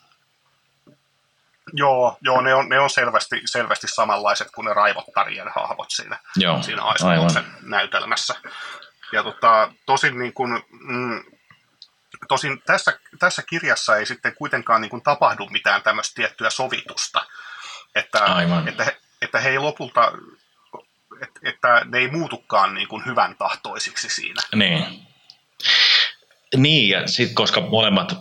Joo, joo ne, on, ne on selvästi, selvästi samanlaiset kuin ne raivottarien hahmot siinä, joo, siinä Aiskoloksen näytelmässä. Ja tota, tosin, niin kun, mm, tosin tässä, tässä kirjassa ei sitten kuitenkaan niin kun tapahdu mitään tämmöistä tiettyä sovitusta, että, että, he, että he ei lopulta, että, että ne ei muutukaan niin kun hyvän tahtoisiksi siinä. Niin, niin ja sitten koska molemmat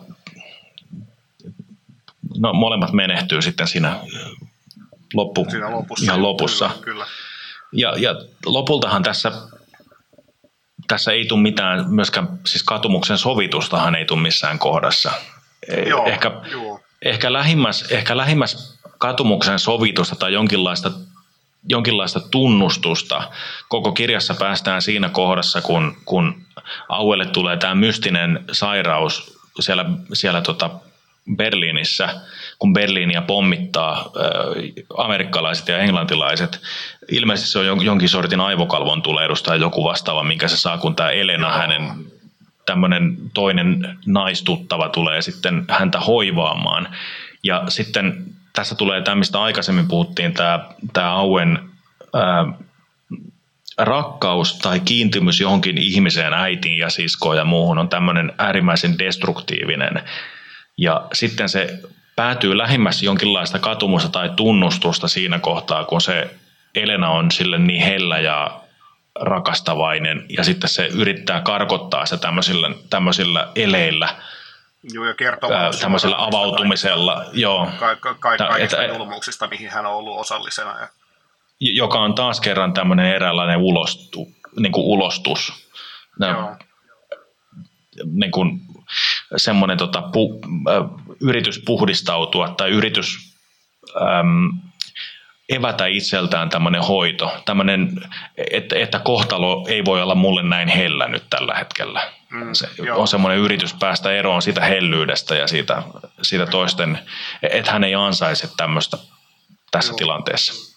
No, molemmat menehtyy sitten siinä, loppu, siinä lopussa. ihan lopussa. Kyllä, kyllä. Ja, ja lopultahan tässä, tässä ei tule mitään, myöskään siis katumuksen sovitustahan ei tule missään kohdassa. Joo, ehkä, joo. Ehkä, lähimmäs, ehkä lähimmäs katumuksen sovitusta tai jonkinlaista, jonkinlaista tunnustusta koko kirjassa päästään siinä kohdassa, kun, kun Auelle tulee tämä mystinen sairaus siellä, siellä tota Berliinissä, kun Berliiniä pommittaa äh, amerikkalaiset ja englantilaiset. Ilmeisesti se on jonkin sortin aivokalvon tulehdus tai joku vastaava, minkä se saa, kun tämä Elena, Joo. hänen tämmöinen toinen naistuttava tulee sitten häntä hoivaamaan. Ja sitten tässä tulee tämä, mistä aikaisemmin puhuttiin, tämä, tämä Auen äh, rakkaus tai kiintymys johonkin ihmiseen, äitiin ja siskoon ja muuhun on tämmöinen äärimmäisen destruktiivinen. Ja sitten se päätyy lähimmäs jonkinlaista katumusta tai tunnustusta siinä kohtaa, kun se Elena on sille niin hellä ja rakastavainen ja sitten se yrittää karkottaa sitä tämmöisillä, tämmöisillä eleillä. Joo, ja kertomalla tämmöisellä avautumisella, joo. Ka- ka- ka- kaikista julmuuksista, mihin hän on ollut osallisena. Joka on taas kerran tämmöinen eräänlainen ulostu, niin kuin ulostus. Joo. Niin kuin semmoinen tota, pu, äh, yritys puhdistautua tai yritys äm, evätä itseltään tämmöinen hoito. Tämmöinen, että, että kohtalo ei voi olla mulle näin hellä nyt tällä hetkellä. Mm, se on semmoinen yritys päästä eroon siitä hellyydestä ja siitä, siitä toisten, että hän ei ansaise tämmöistä tässä joo. tilanteessa.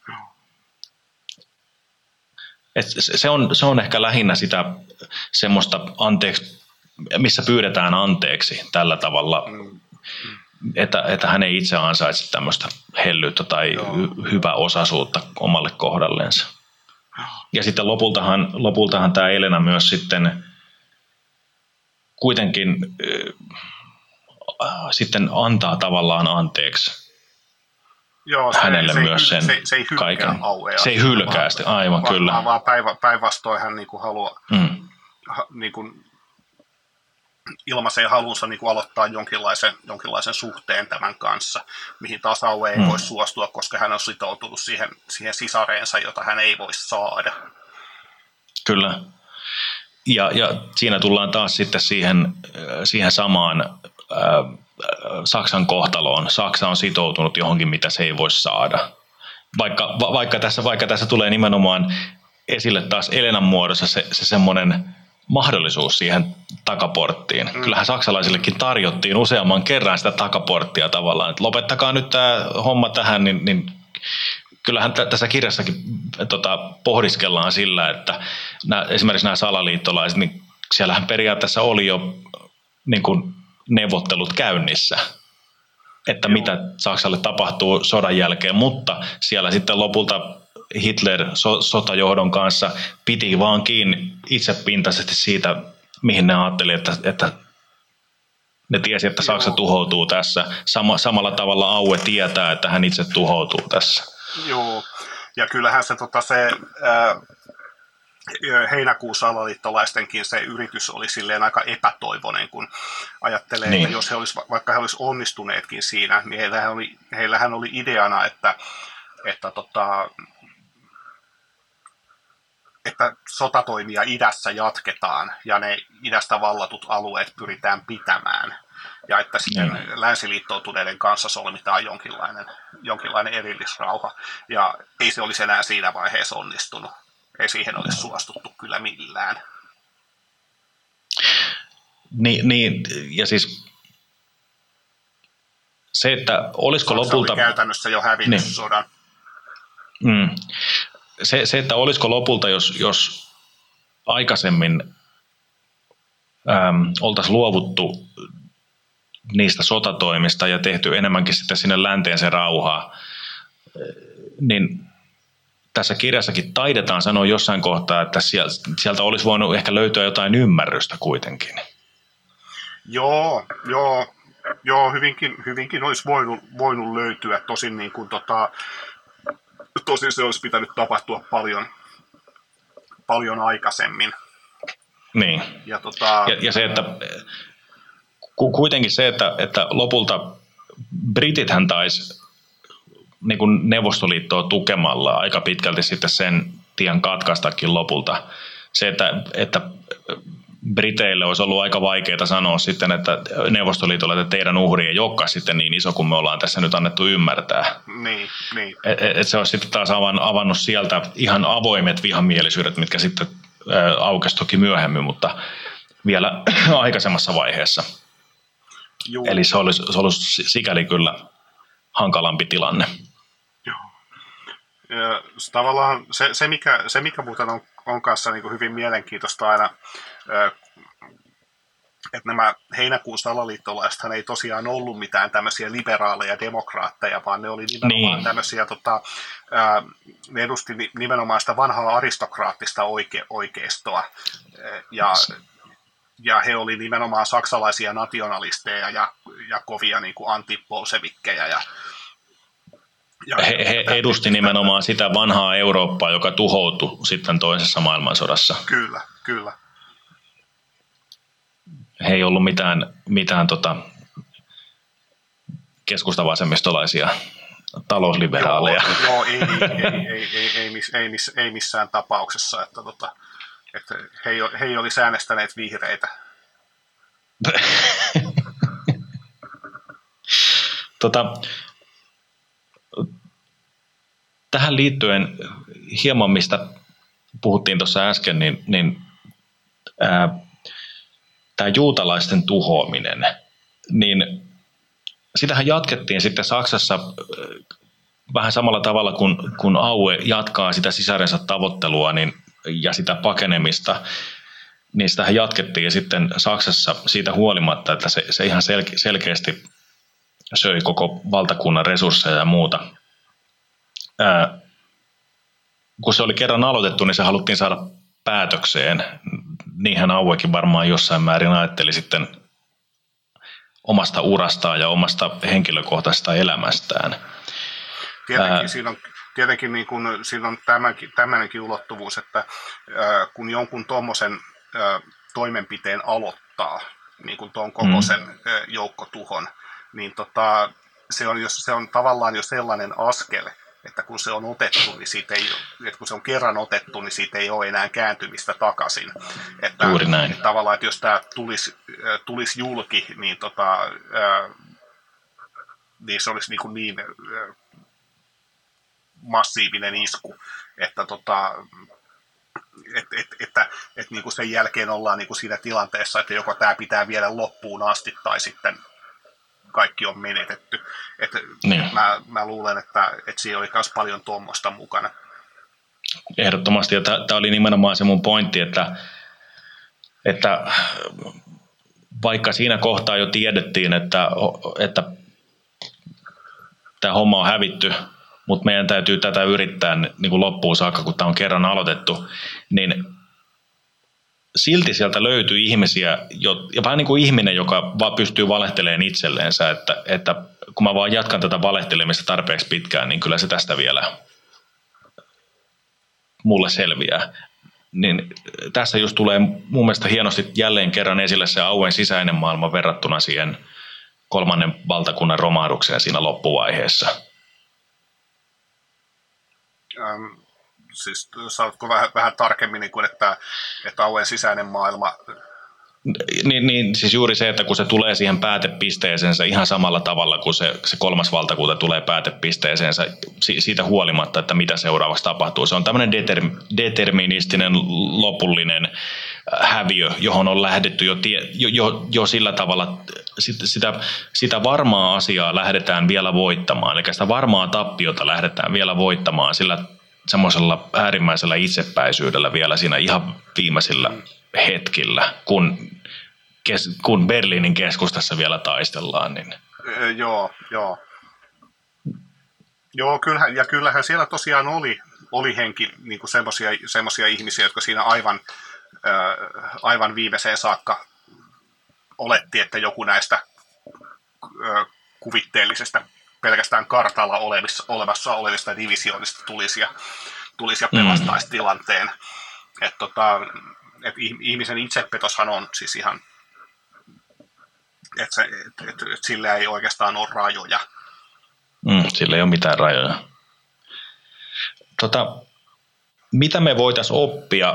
Et se, on, se on ehkä lähinnä sitä semmoista anteeksi, missä pyydetään anteeksi tällä tavalla, mm. että, että hän ei itse ansaitse tämmöistä hellyyttä tai hy, hyvää osaisuutta omalle kohdalleensa. Ja sitten lopultahan, lopultahan tämä Elena myös sitten kuitenkin äh, sitten antaa tavallaan anteeksi. Joo, se, hänelle se myös ei, sen se, se ei kaiken. Auea. Se ei hylkää sitä, aivan vaan, kyllä. Vaan, vaan päivä, päinvastoin hän niinku haluaa, mm. ha, niinku, ilmaisee halunsa niinku aloittaa jonkinlaisen, jonkinlaisen suhteen tämän kanssa, mihin taas Aue ei mm. voi suostua, koska hän on sitoutunut siihen, siihen sisareensa, jota hän ei voi saada. Kyllä. Ja, ja siinä tullaan taas sitten siihen, siihen samaan äh, Saksan kohtaloon. Saksa on sitoutunut johonkin, mitä se ei voi saada. Vaikka, va, vaikka, tässä, vaikka tässä tulee nimenomaan esille taas Elenan muodossa se, se semmoinen mahdollisuus siihen takaporttiin. Mm. Kyllähän saksalaisillekin tarjottiin useamman kerran sitä takaporttia tavallaan, että lopettakaa nyt tämä homma tähän, niin, niin kyllähän t- tässä kirjassakin tota, pohdiskellaan sillä, että nää, esimerkiksi nämä salaliittolaiset, niin siellähän periaatteessa oli jo niin kuin neuvottelut käynnissä, että Joo. mitä Saksalle tapahtuu sodan jälkeen, mutta siellä sitten lopulta Hitler so- sotajohdon kanssa piti vaan kiinni itsepintaisesti siitä, mihin ne ajatteli, että, että ne tiesi, että Saksa Joo. tuhoutuu tässä. Sama, samalla tavalla Aue tietää, että hän itse tuhoutuu tässä. Joo, ja kyllähän se, tota, se ää, heinäkuun salaliittolaistenkin se yritys oli silleen aika epätoivoinen, kun ajattelee, niin. että jos he olisi, vaikka he olisivat onnistuneetkin siinä, niin heillähän oli, heillähän oli ideana, että, että, tota, että sotatoimia idässä jatketaan ja ne idästä vallatut alueet pyritään pitämään. Ja että sitten mm. länsiliittoutuneiden kanssa solmitaan jonkinlainen, jonkinlainen erillisrauha. Ja ei se olisi enää siinä vaiheessa onnistunut. Ei siihen olisi suostuttu kyllä millään. Niin, niin ja siis se, että olisiko Saksa lopulta... oli käytännössä jo hävinnyt niin. sodan. Mm. Se, se, että olisiko lopulta, jos, jos aikaisemmin äm, oltaisiin luovuttu niistä sotatoimista ja tehty enemmänkin sitten sinne länteen se rauhaa, niin tässä kirjassakin taidetaan sanoa jossain kohtaa, että sieltä olisi voinut ehkä löytyä jotain ymmärrystä kuitenkin. Joo, joo, joo hyvinkin, hyvinkin olisi voinut, voinut löytyä, tosin, niin kuin, tota, tosin se olisi pitänyt tapahtua paljon, paljon aikaisemmin. Niin, ja, tota, ja, ja se, että kuitenkin se, että, että lopulta Britithän taisi niin kuin Neuvostoliittoa tukemalla aika pitkälti sitten sen tien katkaistakin lopulta. Se, että, että Briteille olisi ollut aika vaikeaa sanoa sitten, että Neuvostoliitolle, että teidän uhri ei olekaan sitten niin iso kuin me ollaan tässä nyt annettu ymmärtää. Niin, niin. Et, et se olisi sitten taas avannut sieltä ihan avoimet vihamielisyydet, mitkä sitten aukesi toki myöhemmin, mutta vielä aikaisemmassa vaiheessa. Juu. Eli se olisi, se olisi sikäli kyllä hankalampi tilanne. Joo. Ja tavallaan se, se, mikä, se, mikä muuten on, on kanssa niin kuin hyvin mielenkiintoista aina, että nämä heinäkuun salaliittolaisethan ei tosiaan ollut mitään tämmöisiä liberaaleja demokraatteja, vaan ne oli nimenomaan niin. tämmöisiä, tota, ää, ne edusti nimenomaan sitä vanhaa aristokraattista oike, oikeistoa, ja, ja he oli nimenomaan saksalaisia nationalisteja ja, ja kovia niin kuin antipolsevikkejä. Ja, ja he, he edusti nimenomaan sitä vanhaa Eurooppaa, joka tuhoutui sitten toisessa maailmansodassa. Kyllä, kyllä. He ei ollut mitään, mitään tota, keskustavasemmistolaisia talousliberaaleja. Joo, joo ei, ei, ei, ei, ei, miss, ei, miss, ei missään tapauksessa. Että, tota, että he, he oli säänestäneet vihreitä. tota, tähän liittyen hieman, mistä puhuttiin tuossa äsken, niin, niin ää, tämä juutalaisten tuhoaminen, niin sitähän jatkettiin sitten Saksassa vähän samalla tavalla kuin kun Aue jatkaa sitä sisarensa tavoittelua niin, ja sitä pakenemista, niin sitähän jatkettiin ja sitten Saksassa siitä huolimatta, että se, se ihan sel, selkeästi söi koko valtakunnan resursseja ja muuta. Ää, kun se oli kerran aloitettu, niin se haluttiin saada päätökseen. Niinhän Auekin varmaan jossain määrin ajatteli sitten omasta urastaan ja omasta henkilökohtaisesta elämästään. Tietenkin Ää... siinä on, tietenkin niin kuin, siinä on tämänkin, tämänkin ulottuvuus, että ää, kun jonkun tuommoisen toimenpiteen aloittaa, niin kuin tuon kokoisen mm. joukkotuhon, niin tota, se, on, se on tavallaan jo sellainen askel, että kun se on otettu, niin siitä ei, että kun se on kerran otettu, niin siitä ei ole enää kääntymistä takaisin. Että, Juuri näin. Että tavallaan, että jos tämä tulisi, tulisi julki, niin, tota, ää, niin se olisi niin, kuin niin ää, massiivinen isku, että, tota, et, et, että et, niin kuin sen jälkeen ollaan niin kuin siinä tilanteessa, että joko tämä pitää viedä loppuun asti tai sitten kaikki on menetetty. Et niin. mä, mä luulen, että, että siinä oli myös paljon tuommoista mukana. Ehdottomasti, ja tämä oli nimenomaan se mun pointti, että, että vaikka siinä kohtaa jo tiedettiin, että, että tämä homma on hävitty, mutta meidän täytyy tätä yrittää niin kuin loppuun saakka, kun tämä on kerran aloitettu, niin silti sieltä löytyy ihmisiä, ja vähän niin kuin ihminen, joka vaan pystyy valehtelemaan itselleensä, että, että kun mä vaan jatkan tätä valehtelemista tarpeeksi pitkään, niin kyllä se tästä vielä mulle selviää. Niin tässä just tulee mun mielestä hienosti jälleen kerran esille se Auen sisäinen maailma verrattuna siihen kolmannen valtakunnan romahdukseen siinä loppuvaiheessa. Um. Siis saatko vähän, vähän tarkemmin, niin kuin, että, että Auen sisäinen maailma... Niin, niin, siis juuri se, että kun se tulee siihen päätepisteeseensä ihan samalla tavalla kuin se, se kolmas valtakunta tulee päätepisteeseensä siitä huolimatta, että mitä seuraavaksi tapahtuu. Se on tämmöinen determ, deterministinen lopullinen häviö, johon on lähdetty jo, tie, jo, jo, jo sillä tavalla, sitä, sitä varmaa asiaa lähdetään vielä voittamaan, eli sitä varmaa tappiota lähdetään vielä voittamaan sillä semmoisella äärimmäisellä itsepäisyydellä vielä siinä ihan viimeisillä hetkillä, kun, kes, kun Berliinin keskustassa vielä taistellaan. Niin. E, joo, joo. Joo, kyllähän, ja kyllähän siellä tosiaan oli, oli henki niin kuin semmoisia, semmoisia ihmisiä, jotka siinä aivan, äh, aivan viimeiseen saakka oletti, että joku näistä äh, kuvitteellisesta pelkästään kartalla olevissa, olevassa olevista divisioonista tulisi ja, tulisi ja pelastaisi mm. tilanteen. Et tota, et ihmisen itsepetoshan on siis ihan, että et, et, et sillä ei oikeastaan ole rajoja. Mm, sillä ei ole mitään rajoja. Tota, mitä me voitaisiin oppia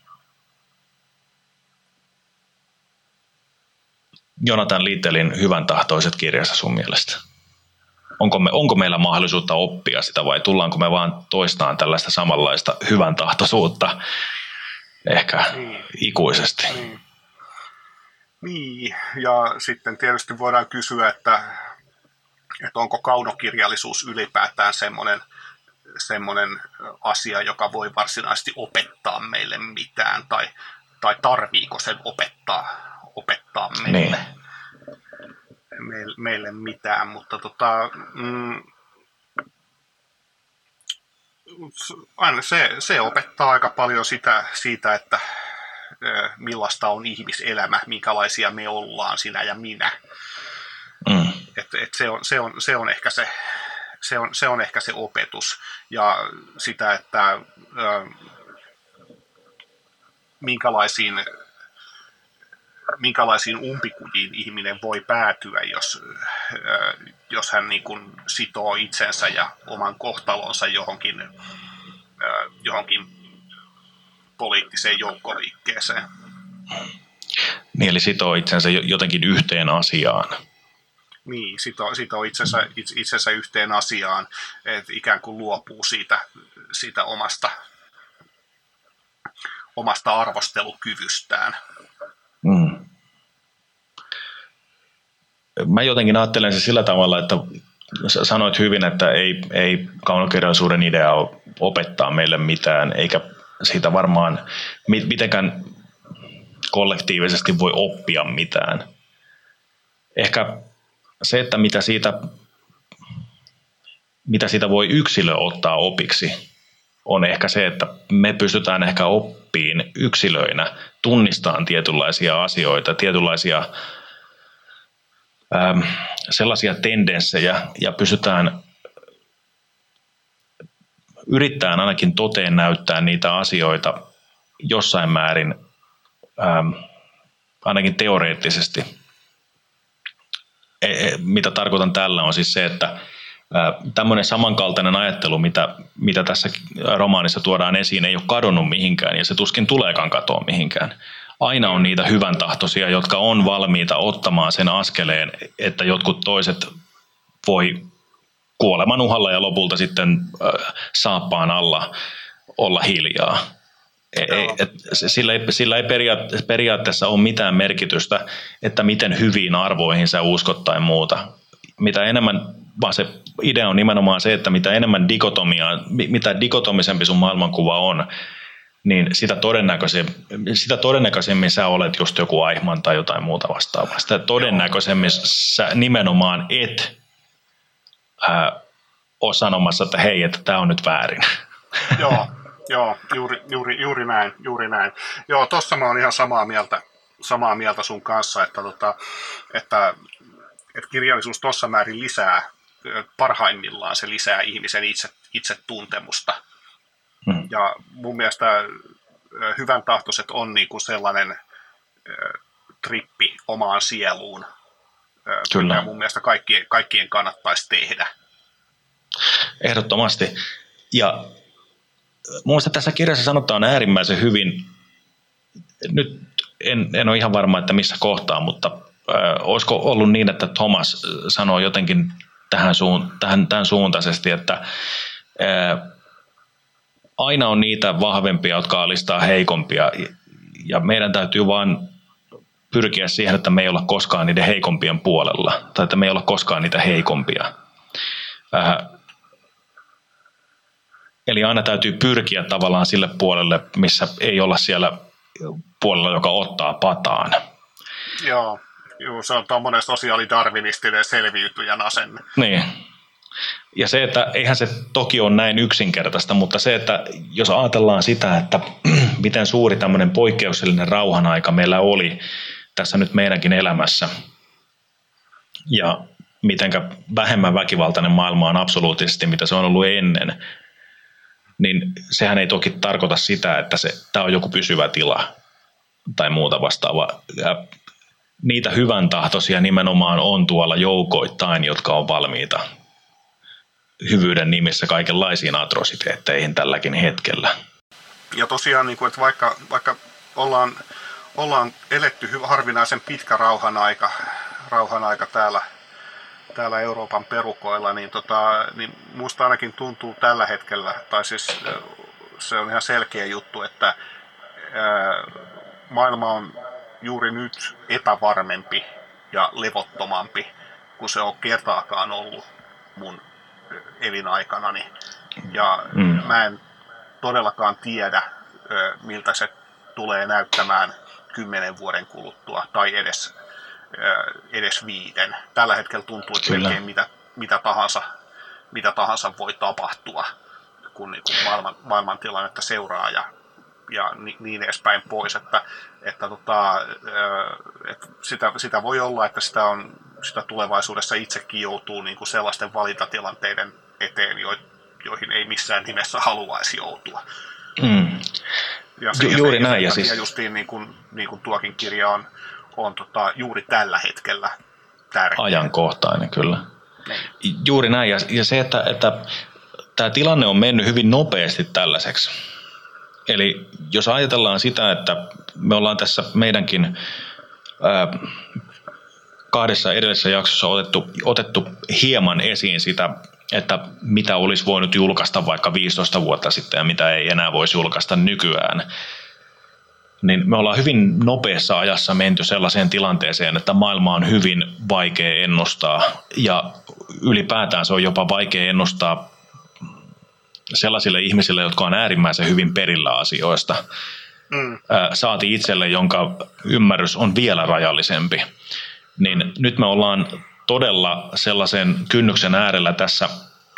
Jonathan Littellin hyvän tahtoiset kirjassa sun mielestä? Onko, me, onko meillä mahdollisuutta oppia sitä vai tullaanko me vaan toistaan tällaista samanlaista hyvän tahtoisuutta ehkä niin. ikuisesti? Niin. niin, ja sitten tietysti voidaan kysyä, että, että onko kaunokirjallisuus ylipäätään semmoinen, semmoinen asia, joka voi varsinaisesti opettaa meille mitään, tai, tai tarviiko sen opettaa, opettaa opettaa meille, niin. meille, meille mitään, mutta tota, mm, aina se, se opettaa aika paljon sitä, siitä, että millaista on ihmiselämä, minkälaisia me ollaan, sinä ja minä. Mm. Et, et se, on, se, on, se, on ehkä se, se, on, se on ehkä se opetus ja sitä, että ö, minkälaisiin, minkälaisiin umpikujiin ihminen voi päätyä, jos, ö, jos hän niin kuin sitoo itsensä ja oman kohtalonsa johonkin, ö, johonkin poliittiseen joukkoliikkeeseen. Niin, eli sitoo itsensä jotenkin yhteen asiaan. Niin, sitoo, sitoo itsensä, itsensä yhteen asiaan, että ikään kuin luopuu siitä, siitä omasta, omasta arvostelukyvystään. Mm. Mä jotenkin ajattelen se sillä tavalla, että sanoit hyvin, että ei, ei kaunokirjallisuuden idea ole opettaa meille mitään, eikä siitä varmaan mitenkään kollektiivisesti voi oppia mitään. Ehkä se, että mitä siitä, mitä siitä voi yksilö ottaa opiksi, on ehkä se, että me pystytään ehkä oppiin yksilöinä tunnistamaan tietynlaisia asioita, tietynlaisia ähm, sellaisia tendenssejä ja pystytään yrittämään ainakin toteen näyttää niitä asioita jossain määrin, ähm, ainakin teoreettisesti. E- mitä tarkoitan tällä on siis se, että tämmöinen samankaltainen ajattelu, mitä, mitä tässä romaanissa tuodaan esiin, ei ole kadonnut mihinkään ja se tuskin tuleekaan katoa mihinkään. Aina on niitä hyvän tahtoisia, jotka on valmiita ottamaan sen askeleen, että jotkut toiset voi kuoleman uhalla ja lopulta sitten äh, saappaan alla olla hiljaa. Ei, et, sillä ei, sillä ei periaatteessa, periaatteessa ole mitään merkitystä, että miten hyviin arvoihin sä uskot tai muuta. Mitä enemmän, vaan se idea on nimenomaan se, että mitä enemmän dikotomiaa, mitä dikotomisempi sun maailmankuva on, niin sitä todennäköisemmin, sitä todennäköisemmin sä olet just joku Eichmann tai jotain muuta vastaavaa. Sitä todennäköisemmin sä nimenomaan et ää, ole sanomassa, että hei, että tämä on nyt väärin. Joo, joo juuri, juuri, juuri näin, juuri näin. Joo, tossa mä oon ihan samaa mieltä, samaa mieltä sun kanssa, että, tota, että, että kirjallisuus tossa määrin lisää, parhaimmillaan se lisää ihmisen itse, itsetuntemusta. Hmm. Ja mun mielestä hyvän tahtoiset on niin kuin sellainen äh, trippi omaan sieluun, äh, Kyllä. mikä mun mielestä kaikkien, kaikkien kannattaisi tehdä. Ehdottomasti. Ja mun mielestä tässä kirjassa sanotaan äärimmäisen hyvin, nyt en, en ole ihan varma, että missä kohtaa, mutta äh, olisiko ollut niin, että Thomas sanoi jotenkin tähän, suun, tähän, tähän suuntaisesti, että äh, aina on niitä vahvempia, jotka alistaa heikompia, ja meidän täytyy vaan pyrkiä siihen, että me ei olla koskaan niiden heikompien puolella, tai että me ei olla koskaan niitä heikompia. Äh, eli aina täytyy pyrkiä tavallaan sille puolelle, missä ei olla siellä puolella, joka ottaa pataan. Joo, juu, se on tuommoinen sosiaalidarwinistinen selviytyjän asenne. Niin. Ja se, että eihän se toki ole näin yksinkertaista, mutta se, että jos ajatellaan sitä, että miten suuri tämmöinen poikkeuksellinen rauhan aika meillä oli tässä nyt meidänkin elämässä ja mitenkä vähemmän väkivaltainen maailma on absoluuttisesti, mitä se on ollut ennen, niin sehän ei toki tarkoita sitä, että se, tämä on joku pysyvä tila tai muuta vastaavaa. Ja niitä hyvän tahtoisia nimenomaan on tuolla joukoittain, jotka on valmiita hyvyyden nimissä kaikenlaisiin atrositeetteihin tälläkin hetkellä. Ja tosiaan, että vaikka, vaikka ollaan, ollaan eletty harvinaisen pitkä rauhan aika, rauhan aika täällä, täällä Euroopan perukoilla, niin, tota, niin musta ainakin tuntuu tällä hetkellä, tai siis se on ihan selkeä juttu, että ää, maailma on juuri nyt epävarmempi ja levottomampi kuin se on kertaakaan ollut mun elinaikanani. Ja mm. mä en todellakaan tiedä, miltä se tulee näyttämään kymmenen vuoden kuluttua tai edes, edes viiden. Tällä hetkellä tuntuu, että melkein mitä, mitä, tahansa, mitä tahansa voi tapahtua, kun niin kuin maailman, maailman tilannetta seuraa ja, ja niin edespäin pois. Että, että tota, että sitä, sitä voi olla, että sitä, on, sitä tulevaisuudessa itsekin joutuu niin kuin sellaisten valintatilanteiden eteen, joihin ei missään nimessä haluaisi joutua. Mm. Ja se, Ju- juuri ja se, näin. Ja siis... justiin niin kuin, niin kuin tuokin kirja on, on tota, juuri tällä hetkellä tärkeä. Ajankohtainen, kyllä. Niin. Juuri näin. Ja, ja se, että, että tämä tilanne on mennyt hyvin nopeasti tällaiseksi. Eli jos ajatellaan sitä, että me ollaan tässä meidänkin ää, kahdessa edellisessä jaksossa otettu, otettu hieman esiin sitä, että mitä olisi voinut julkaista vaikka viisitoista vuotta sitten ja mitä ei enää voisi julkaista nykyään, niin me ollaan hyvin nopeassa ajassa menty sellaiseen tilanteeseen, että maailma on hyvin vaikea ennustaa ja ylipäätään se on jopa vaikea ennustaa sellaisille ihmisille, jotka on äärimmäisen hyvin perillä asioista. Mm. Saati itselle, jonka ymmärrys on vielä rajallisempi. Niin nyt me ollaan todella sellaisen kynnyksen äärellä tässä.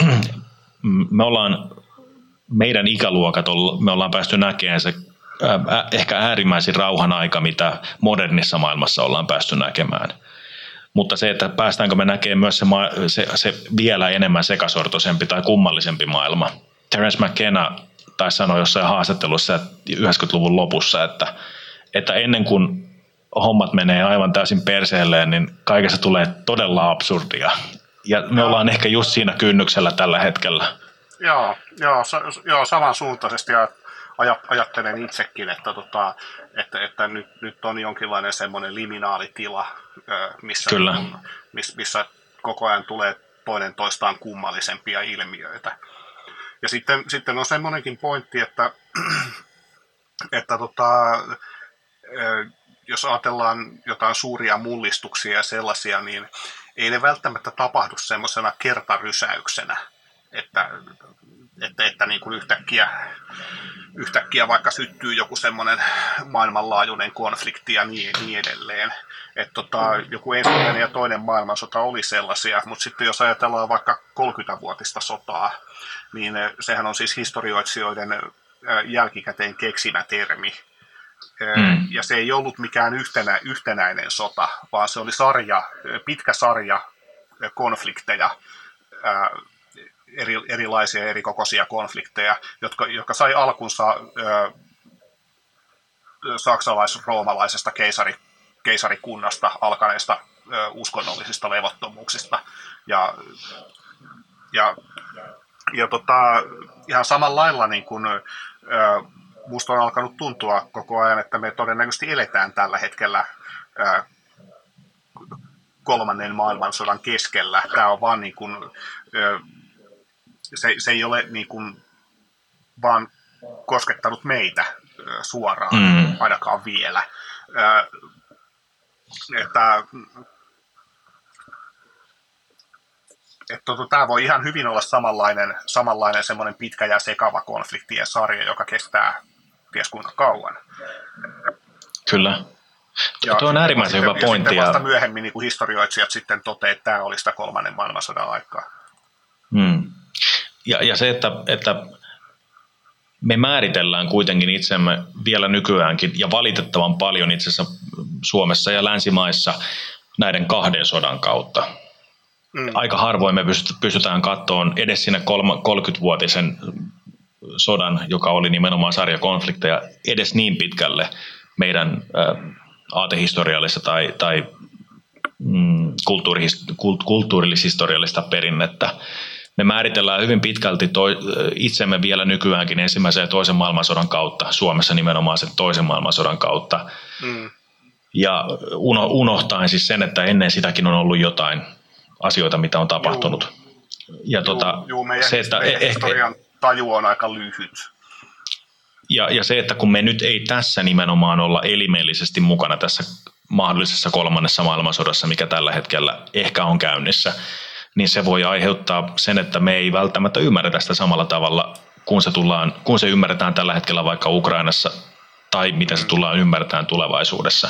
Me ollaan, meidän ikäluokat, me ollaan päästy näkemään se ehkä äärimmäisin rauhan aika, mitä modernissa maailmassa ollaan päästy näkemään. Mutta se, että päästäänkö me näkemään myös se, se, se vielä enemmän sekasortoisempi tai kummallisempi maailma. Terence McKenna taisi sanoa jossain haastattelussa yhdeksänkymmentäluvun lopussa, että, että ennen kuin hommat menee aivan täysin perseelleen, niin kaikessa tulee todella absurdia. Ja me ollaan ehkä just siinä kynnyksellä tällä hetkellä. Joo, joo, joo samansuuntaisesti ajattelen itsekin, että, tota, että, että nyt, nyt on jonkinlainen semmoinen liminaalitila, missä, missä, missä koko ajan tulee toinen toistaan kummallisempia ilmiöitä. Ja sitten, sitten on semmoinenkin pointti, että, että tota, jos ajatellaan jotain suuria mullistuksia ja sellaisia, niin ei ne välttämättä tapahdu semmoisena kertarysäyksenä, että, että, että niin kuin yhtäkkiä, yhtäkkiä vaikka syttyy joku semmoinen maailmanlaajuinen konflikti ja niin, niin edelleen. Että tota, joku ensimmäinen ja toinen maailmansota oli sellaisia, mutta sitten jos ajatellaan vaikka kolmekymmentävuotista sotaa, niin sehän on siis historioitsijoiden jälkikäteen keksimä termi. Mm. Ja se ei ollut mikään yhtenä, yhtenäinen sota, vaan se oli sarja, pitkä sarja konflikteja, ää, eri, erilaisia erikokoisia konflikteja, jotka, jotka sai alkunsa ää, saksalais-roomalaisesta keisari, keisarikunnasta alkaneista ää, uskonnollisista levottomuuksista. Ja, ja, ja tota, ihan samalla lailla niin kuin, ää, musta on alkanut tuntua koko ajan, että me todennäköisesti eletään tällä hetkellä ää, kolmannen maailmansodan keskellä. Tämä on vaan niin kuin, ää, se, se ei ole niin kuin vaan koskettanut meitä ää, suoraan, mm. ainakaan vielä. Ää, että, että tota, tämä voi ihan hyvin olla samanlainen, samanlainen semmoinen pitkä ja sekava konfliktien sarja, joka kestää ties kuinka kauan. Kyllä. Ja tuo on äärimmäisen hyvä pointti. Ja vasta myöhemmin niin kuin historioitsijat sitten toteavat, että tämä oli sitä kolmannen maailmansodan aikaa. Hmm. Ja, ja se, että, että me määritellään kuitenkin itsemme vielä nykyäänkin ja valitettavan paljon itse asiassa Suomessa ja länsimaissa näiden kahden sodan kautta. Mm. Aika harvoin me pystytään katsomaan edes sinne kolmekymmentävuotisen sodan, joka oli nimenomaan sarjakonflikteja, edes niin pitkälle meidän ä, aatehistoriallista tai, tai mm, kulttuurillis-historiallista perinnettä. Me määritellään hyvin pitkälti toi, itsemme vielä nykyäänkin ensimmäisen ja toisen maailmansodan kautta, Suomessa nimenomaan sen toisen maailmansodan kautta. Mm. Ja uno, unohtaen siis sen, että ennen sitäkin on ollut jotain asioita, mitä on tapahtunut. Juu, ja tota, juu, juu meidän, se, että meidän historian taju on aika lyhyt. Ja, ja se, että kun me nyt ei tässä nimenomaan olla elimellisesti mukana tässä mahdollisessa kolmannessa maailmansodassa, mikä tällä hetkellä ehkä on käynnissä, niin se voi aiheuttaa sen, että me ei välttämättä ymmärretä sitä samalla tavalla, kun se, tullaan, kun se ymmärretään tällä hetkellä vaikka Ukrainassa, tai mitä se tullaan ymmärtämään tulevaisuudessa.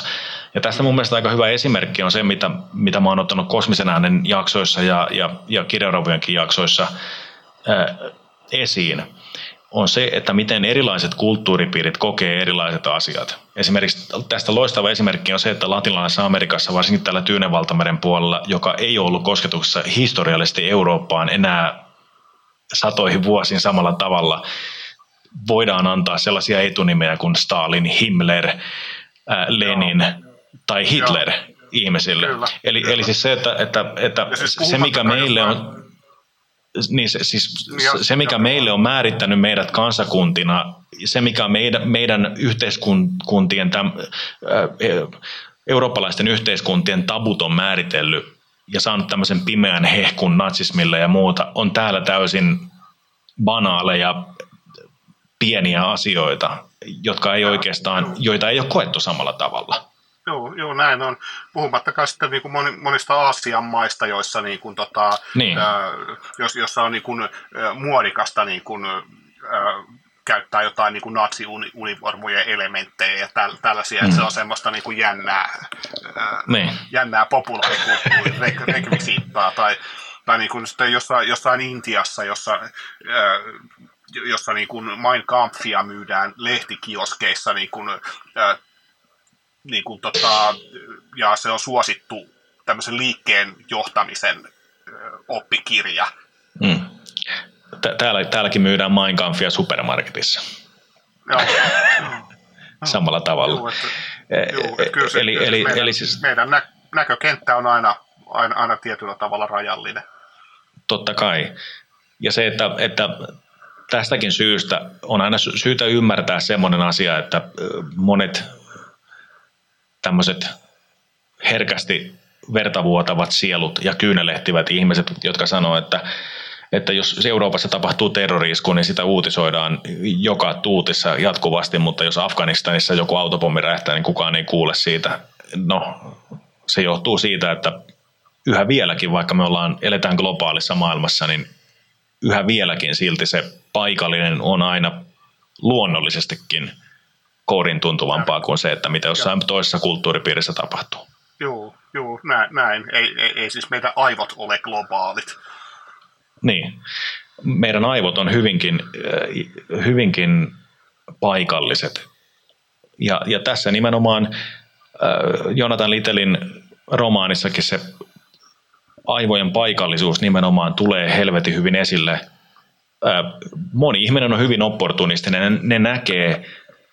Ja tästä mun mielestä aika hyvä esimerkki on se, mitä, mitä mä oon ottanut Kosmisen äänen jaksoissa ja, ja, ja Kirjaravujenkin jaksoissa ää, esiin, on se, että miten erilaiset kulttuuripiirit kokee erilaiset asiat. Esimerkiksi tästä loistava esimerkki on se, että Latinalaisessa Amerikassa, varsinkin tällä Tyynenvaltameren puolella, joka ei ole ollut kosketuksessa historiallisesti Eurooppaan enää satoihin vuosiin samalla tavalla, voidaan antaa sellaisia etunimiä kuin Stalin, Himmler, ää, Lenin Joo. tai Hitler Joo. ihmisille. Kyllä, eli, kyllä. eli siis se, että, että, että siis se mikä meille on... Niin se, siis ja, se, mikä ja, meille on määrittänyt meidät kansakuntina, se, mikä meidän, meidän yhteiskuntien, täm, eurooppalaisten yhteiskuntien tabut on määritellyt ja saanut tämmöisen pimeän hehkun natsismille ja muuta, on täällä täysin banaaleja, pieniä asioita, jotka ei oikeastaan, joita ei ole koettu samalla tavalla. Joo, joo, näin on. Puhumattakaan sitten niin kuin monista Aasian maista, joissa niin kuin, tota, niin. Ää, jos, jossa on niin kuin, ä, muodikasta niin kuin, ä, käyttää jotain niin kuin nazi-univormujen elementtejä ja täl, tällaisia, mm. että se on semmoista niin kuin jännää, ä, niin. jännää populaarikulttuurin rekvisiittaa tai, tai niin kuin sitten jossain, jossain Intiassa, jossa, ä, jossa niin kuin Mein Kampfia myydään lehtikioskeissa niin kuin, ä, niin kuin tota, ja se on suosittu tämmöisen liikkeen johtamisen ö, oppikirja. Mm. Täällä, täälläkin myydään Mein Kampfia supermarketissa. Joo. Samalla tavalla. Joo, että, joo, että kyllä se, eli, kyllä eli, meidän, eli siis, meidän nä, näkökenttä on aina, aina, aina tietyllä tavalla rajallinen. Totta kai. Ja se, että, että tästäkin syystä on aina syytä ymmärtää semmoinen asia, että monet tämmöiset herkästi vertavuotavat sielut ja kyynelehtivät ihmiset, jotka sanoo, että, että jos Euroopassa tapahtuu terrori-isku, niin sitä uutisoidaan joka tuutissa jatkuvasti, mutta jos Afganistanissa joku autopommi räjähtää, niin kukaan ei kuule siitä. No, se johtuu siitä, että yhä vieläkin, vaikka me ollaan, eletään globaalissa maailmassa, niin yhä vieläkin silti se paikallinen on aina luonnollisestikin kourin tuntuvampaa kuin se, että mitä jossain toisessa kulttuuripiirissä tapahtuu. Joo, joo, näin. näin. Ei, ei, ei siis meidän aivot ole globaalit. Niin. Meidän aivot on hyvinkin, hyvinkin paikalliset. Ja, ja tässä nimenomaan Jonathan Littellin romaanissakin se aivojen paikallisuus nimenomaan tulee helvetin hyvin esille. Moni ihminen on hyvin opportunistinen. Ne näkee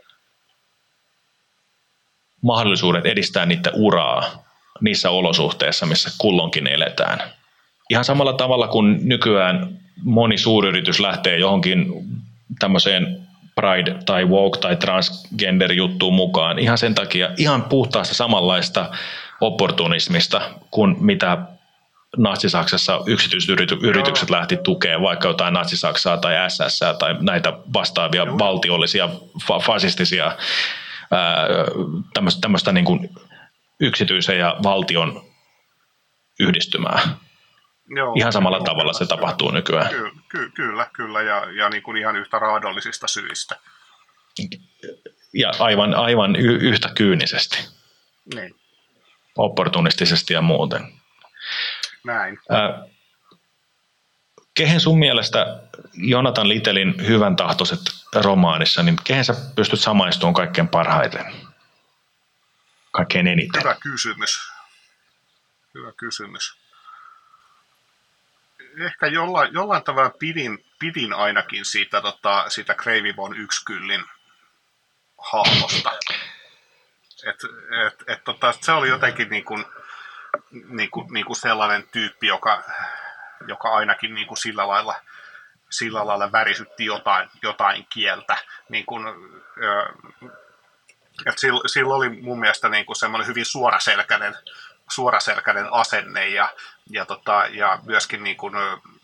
mahdollisuudet edistää niitä uraa niissä olosuhteissa, missä kulloinkin eletään. Ihan samalla tavalla kuin nykyään moni suuryritys lähtee johonkin tämmöiseen pride- tai woke- tai transgender-juttuun mukaan. Ihan sen takia, ihan puhtaasta samanlaista opportunismista kuin mitä Natsi-Saksassa yksityisyritykset lähti tukemaan, vaikka jotain Natsi-Saksaa tai S S tai näitä vastaavia Joo. valtiollisia, fa- fasistisia tämmöistä, tämmöistä niin kuin yksityisen ja valtion yhdistymää. Joo, ihan samalla joo, tavalla kyllä, se tapahtuu kyllä, nykyään. Kyllä, ky- kyllä, kyllä ja, ja niin kuin ihan yhtä raadollisista syistä. Ja aivan, aivan y- yhtä kyynisesti. Niin. Opportunistisesti ja muuten. Näin. Äh, kehen sun mielestä Jonathan Littellin hyvän tahtoiset romaanissa, niin kehen sä pystyt samaistumaan kaikkein parhaiten? Kaikkein eniten? Hyvä kysymys. Hyvä kysymys. Ehkä jollain, jollain tavalla pidin, pidin ainakin siitä, tota, siitä Kreivi von Ykskyllin hahmosta. Et, et, et, tota, se oli jotenkin niin kuin, niin kuin, niin kuin sellainen tyyppi, joka, joka ainakin niin kuin sillä lailla, sillä lailla värisytti jotain, jotain kieltä. Niin kuin, et sillä, sillä oli mun mielestä niin kuin semmoinen hyvin suoraselkäinen, suoraselkäinen asenne ja, ja, tota, ja myöskin niin kuin,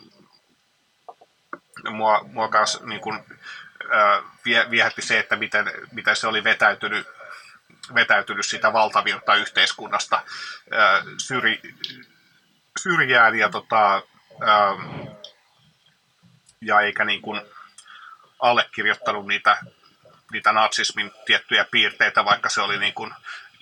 mua, mua kanssa niin kuin, vie, viehätti se, että miten, miten se oli vetäytynyt, vetäytynyt sitä valtavirta yhteiskunnasta syri, syrjään ja, tota, ja eikä niin kuin allekirjoittanut niitä, niitä natsismin tiettyjä piirteitä, vaikka se oli niin kuin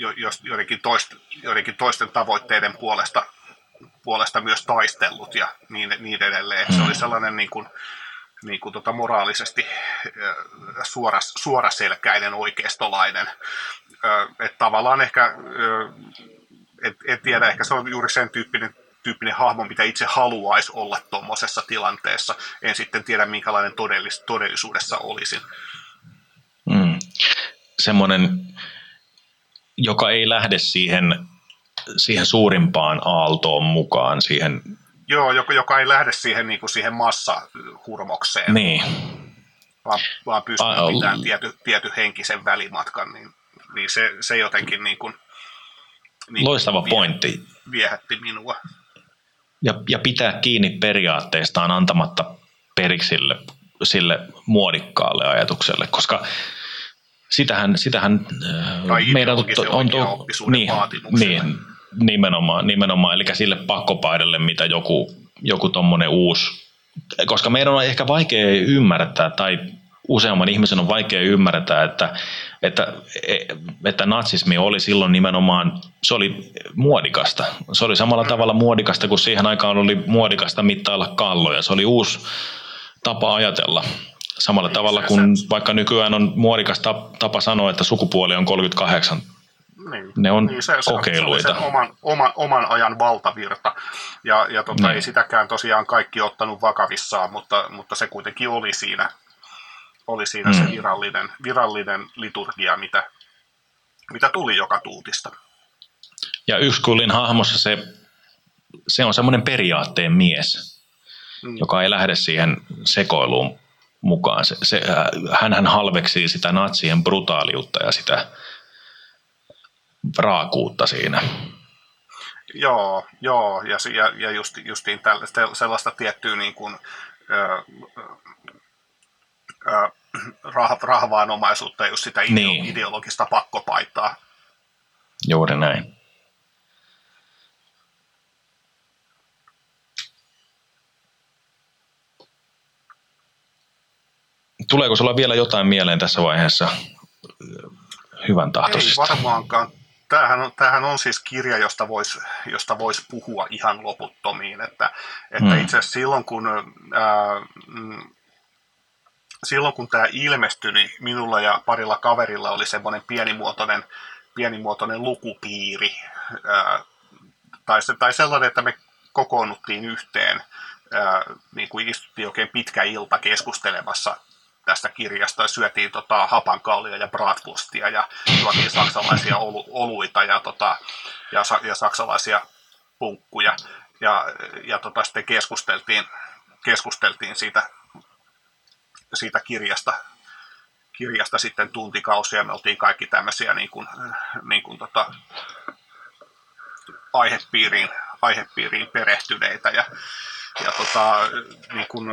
jo, joidenkin, toisten, joidenkin toisten tavoitteiden puolesta, puolesta myös taistellut ja niin, niin edelleen. Hmm. Se oli sellainen niin kuin, niin kuin tota moraalisesti suoras, suoraselkäinen oikeistolainen. Että tavallaan ehkä, et, et tiedä, ehkä se on juuri sen tyyppinen, tyyppinen hahmo, mitä itse haluaisi olla tuommoisessa tilanteessa. En sitten tiedä, minkälainen todellis, todellisuudessa olisin. Mm. Semmoinen, joka ei lähde siihen, siihen suurimpaan aaltoon mukaan. Siihen... Joo, joka, joka ei lähde siihen, niin kuin siihen massahurmokseen, niin. vaan, vaan pystyy pitämään tiety, tiety henkisen välimatkan. Niin, niin se, se jotenkin niin kuin, niin loistava vie, pointti. Viehätti minua. Ja, ja pitää kiinni periaatteistaan antamatta periksi sille, sille muodikkaalle ajatukselle, koska sitähän, sitähän meidän on, on to, niin, niin, nimenomaan, nimenomaan, eli sille pakkopaidalle, mitä joku, joku tommonen uusi, koska meidän on ehkä vaikea ymmärtää, tai useamman ihmisen on vaikea ymmärtää, että, että, että natsismi oli silloin nimenomaan, se oli muodikasta. Se oli samalla tavalla muodikasta, kuin siihen aikaan oli muodikasta mittailla kalloja. Se oli uusi tapa ajatella. Samalla niin, tavalla kuin se, vaikka nykyään on muodikasta tapa sanoa, että sukupuoli on kolmekymmentäkahdeksan. Niin, ne on niin se, kokeiluita. Se on oman, oman, oman ajan valtavirta. Ja, ja tota, niin. Ei sitäkään tosiaan kaikki ottanut vakavissaan, mutta, mutta se kuitenkin oli siinä. Oli siinä mm. se virallinen, virallinen liturgia, mitä, mitä tuli joka tuutista. Ja Ykskullin hahmossa se, se on semmoinen periaatteen mies, mm. joka ei lähde siihen sekoiluun mukaan. Se, se, hänhän halveksii sitä natsien brutaaliutta ja sitä raakuutta siinä. Joo, joo ja, ja, ja just, justiin tällaista, sellaista tiettyä niin kuin, ö, ö, rah, rahvaanomaisuutta ja just sitä niin. ideologista pakkopaitaa. Juuri näin. Tuleeko sulla vielä jotain mieleen tässä vaiheessa hyvän tahtoisista? Ei varmaankaan. Tämähän on, tämähän on siis kirja, josta voisi josta vois puhua ihan loputtomiin. Että, että hmm. itse asiassa silloin kun, ää, silloin kun tämä ilmestyi, niin minulla ja parilla kaverilla oli semmoinen pienimuotoinen, pienimuotoinen lukupiiri. Ää, tai, se, tai sellainen, että me kokoonnuttiin yhteen, ää, niin kuin istuttiin oikein pitkä ilta keskustelemassa tästä kirjasta, syötiin tota, hapankaalia ja bratwurstia ja juotiin saksalaisia olu, oluita ja, tota, ja, ja saksalaisia punkkuja ja, ja tota, sitten keskusteltiin, keskusteltiin siitä, siitä kirjasta, kirjasta sitten tuntikausia. Me oltiin kaikki tämmöisiä niin kuin, niin kuin, tota, aihepiiriin, aihepiiriin perehtyneitä ja, ja tota, niin kuin,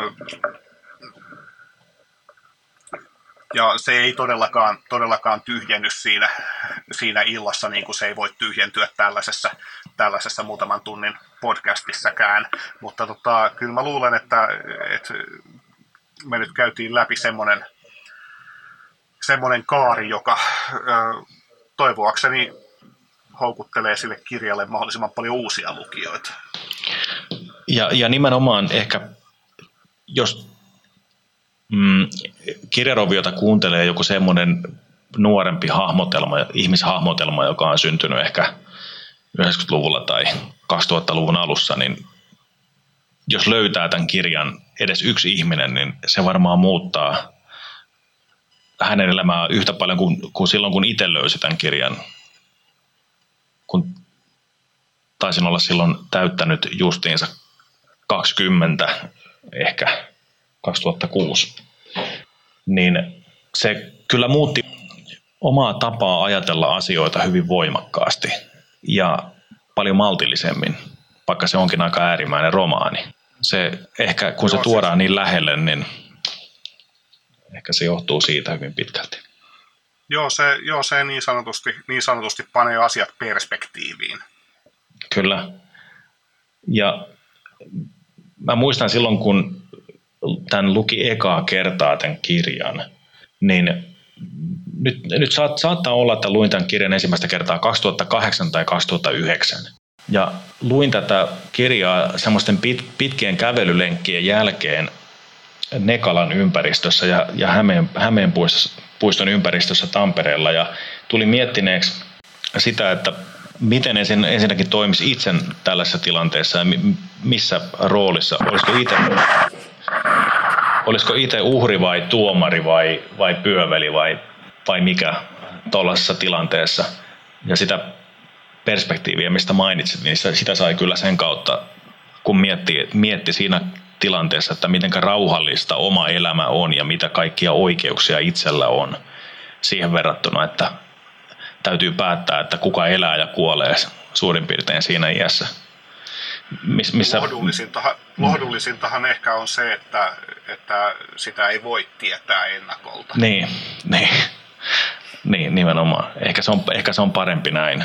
ja se ei todellakaan, todellakaan tyhjenny siinä, siinä illassa, niin kuin se ei voi tyhjentyä tällaisessa, tällaisessa muutaman tunnin podcastissakaan. Mutta tota, kyllä mä luulen, että, että me nyt käytiin läpi semmoinen, semmoinen kaari, joka ö, toivoakseni houkuttelee sille kirjalle mahdollisimman paljon uusia lukijoita. Ja, ja nimenomaan ehkä, jos Mm, kirjaroviota kuuntelee joku semmoinen nuorempi hahmotelma, ihmishahmotelma, joka on syntynyt ehkä yhdeksänkymmentäluvulla tai kaksituhattaluvun alussa, niin jos löytää tämän kirjan edes yksi ihminen, niin se varmaan muuttaa hänen elämää yhtä paljon kuin, kuin silloin, kun itse löysi tämän kirjan. Kun taisin olla silloin täyttänyt justiinsa kaksikymmentä ehkä kaksituhattakuusi, niin se kyllä muutti omaa tapaa ajatella asioita hyvin voimakkaasti ja paljon maltillisemmin, vaikka se onkin aika äärimmäinen romaani. Se ehkä, kun Joo, se tuodaan siis niin lähelle, niin ehkä se johtuu siitä hyvin pitkälti. Joo, se, joo, se niin, sanotusti, niin sanotusti panee asiat perspektiiviin. Kyllä. Ja mä muistan silloin, kun tämän luki ekaa kertaa tämän kirjan, niin nyt, nyt saat, saattaa olla, että luin tämän kirjan ensimmäistä kertaa kaksituhattakahdeksan tai kaksituhattayhdeksän. Ja luin tätä kirjaa semmoisten pit, pitkien kävelylenkkien jälkeen Nekalan ympäristössä ja, ja Hämeen, Hämeen puiston ympäristössä Tampereella. Ja tuli miettineeksi sitä, että miten ensin, ensinnäkin toimisi itse tällaisessa tilanteessa ja missä roolissa. Olisiko itse, olisiko itse uhri vai tuomari vai, vai pyöveli vai, vai mikä tuollaisessa tilanteessa. Ja sitä perspektiiviä, mistä mainitsit, niin sitä sai kyllä sen kautta, kun mietti, mietti siinä tilanteessa, että miten rauhallista oma elämä on ja mitä kaikkia oikeuksia itsellä on siihen verrattuna, että täytyy päättää, että kuka elää ja kuolee suurin piirtein siinä iässä. Miss, missä... Lohdullisintahan, lohdullisintahan ehkä on se, että, että sitä ei voi tietää ennakolta. Niin, niin, niin nimenomaan. Ehkä se on, ehkä se on parempi näin.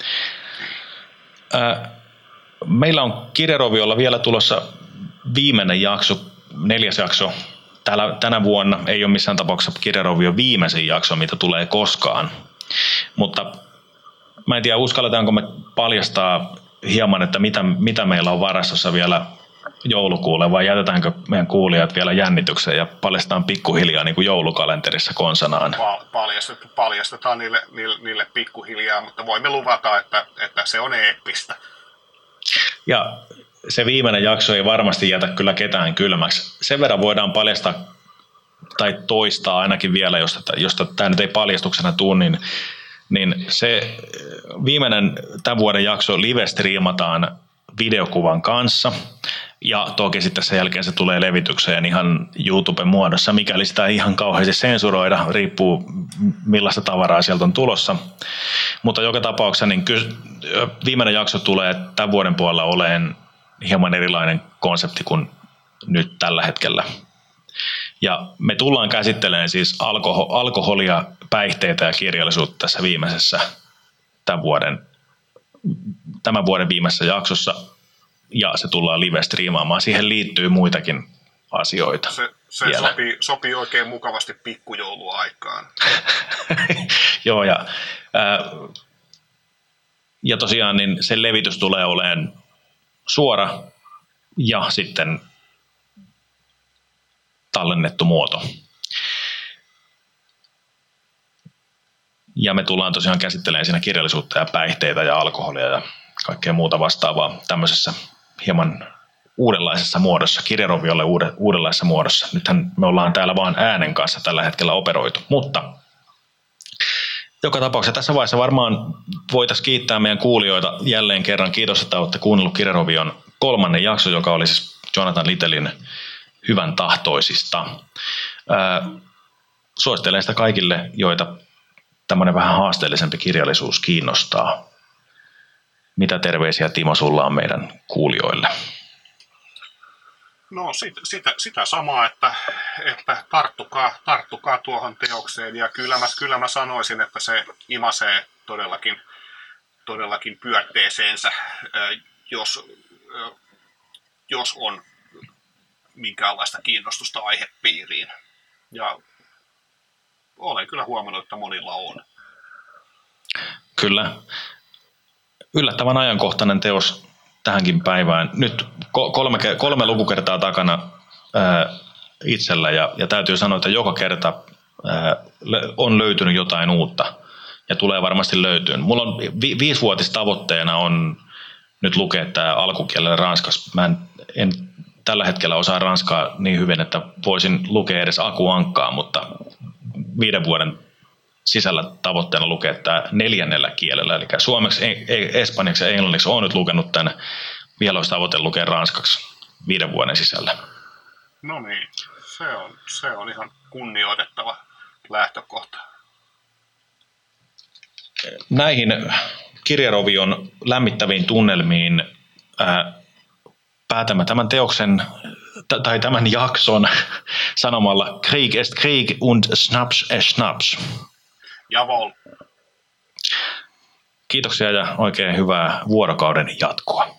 Ää, meillä on Kirjaroviolla vielä tulossa viimeinen jakso, neljäs jakso. Täällä, tänä vuonna ei ole missään tapauksessa Kirjarovion viimeisin jakso, mitä tulee koskaan. Mutta mä en tiedä, uskalletaanko me paljastaa hieman, että mitä, mitä meillä on varastossa vielä joulukuulle, vai jätetäänkö meidän kuulijat vielä jännitykseen ja paljastetaan pikkuhiljaa niin kuin joulukalenterissa konsanaan? Paljastetaan, paljastetaan niille, niille, niille pikkuhiljaa, mutta voimme luvata, että, että se on eeppistä. Ja se viimeinen jakso ei varmasti jätä kyllä ketään kylmäksi. Sen verran voidaan paljastaa tai toistaa ainakin vielä, josta, josta tämä nyt ei paljastuksena tule, niin, niin se viimeinen tämän vuoden jakso live-striimataan videokuvan kanssa. Ja toki sitten sen jälkeen se tulee levitykseen ihan YouTuben muodossa, mikäli sitä ei ihan kauheasti sensuroida, riippuu millaista tavaraa sieltä on tulossa. Mutta joka tapauksessa niin kyllä viimeinen jakso tulee tämän vuoden puolella olemaan hieman erilainen konsepti kuin nyt tällä hetkellä. Ja me tullaan käsittelemään siis alkoho- alkoholia, päihteitä ja kirjallisuutta tässä viimeisessä tämän vuoden, tämän vuoden viimeisessä jaksossa. Ja se tullaan live-striimaamaan. Siihen liittyy muitakin asioita. Se, se sopii, sopii oikein mukavasti pikkujouluaikaan. Joo, ja, ää, ja tosiaan niin se levitys tulee olemaan suora ja sitten tallennettu muoto. Ja me tullaan tosiaan käsittelemään siinä kirjallisuutta ja päihteitä ja alkoholia ja kaikkea muuta vastaavaa tämmöisessä hieman uudenlaisessa muodossa, Kirjaroviolle uuden, uudenlaisessa muodossa. Nythän me ollaan täällä vaan äänen kanssa tällä hetkellä operoitu, mutta joka tapauksessa tässä vaiheessa varmaan voitaisiin kiittää meidän kuulijoita jälleen kerran. Kiitos, että olette kuunnellut Kirjarovion kolmannen jakso, joka oli siis Jonathan Littellin hyvän tahtoisista. Ää, suosittelen sitä kaikille, joita tämmöinen vähän haasteellisempi kirjallisuus kiinnostaa. Mitä terveisiä, Timo, sulla on meidän kuulijoille? No sit, sitä, sitä samaa, että, että tarttukaa, tarttukaa tuohon teokseen. Ja kyllä mä, kyllä mä sanoisin, että se imasee todellakin, todellakin pyörteeseensä, jos, jos on minkäänlaista kiinnostusta aihepiiriin. Ja olen kyllä huomannut, että monilla on. Kyllä. Yllättävän ajankohtainen teos tähänkin päivään. Nyt kolme, kolme lukukertaa takana ää, itsellä ja, ja täytyy sanoa, että joka kerta ää, on löytynyt jotain uutta ja tulee varmasti löytyyn. Mulla on vi, viisivuotistavoitteena on nyt lukea tämä alkukielellä ranskaksi. Mä en, en tällä hetkellä osaa ranskaa niin hyvin, että voisin lukea edes Aku Ankkaa, mutta viiden vuoden sisällä tavoitteena lukea tämä neljännellä kielellä, eli suomeksi, espanjaksi ja englanniksi. Olen nyt lukenut tämän, vielä olisi tavoite lukea ranskaksi viiden vuoden sisällä. No niin, se on, se on ihan kunnioitettava lähtökohta. Näihin Kirjarovion lämmittäviin tunnelmiin ää, päätämme tämän teoksen tai tämän jakson sanomalla Krieg est Krieg und Schnaps est Schnaps. Jawohl. Kiitoksia ja oikein hyvää vuorokauden jatkoa.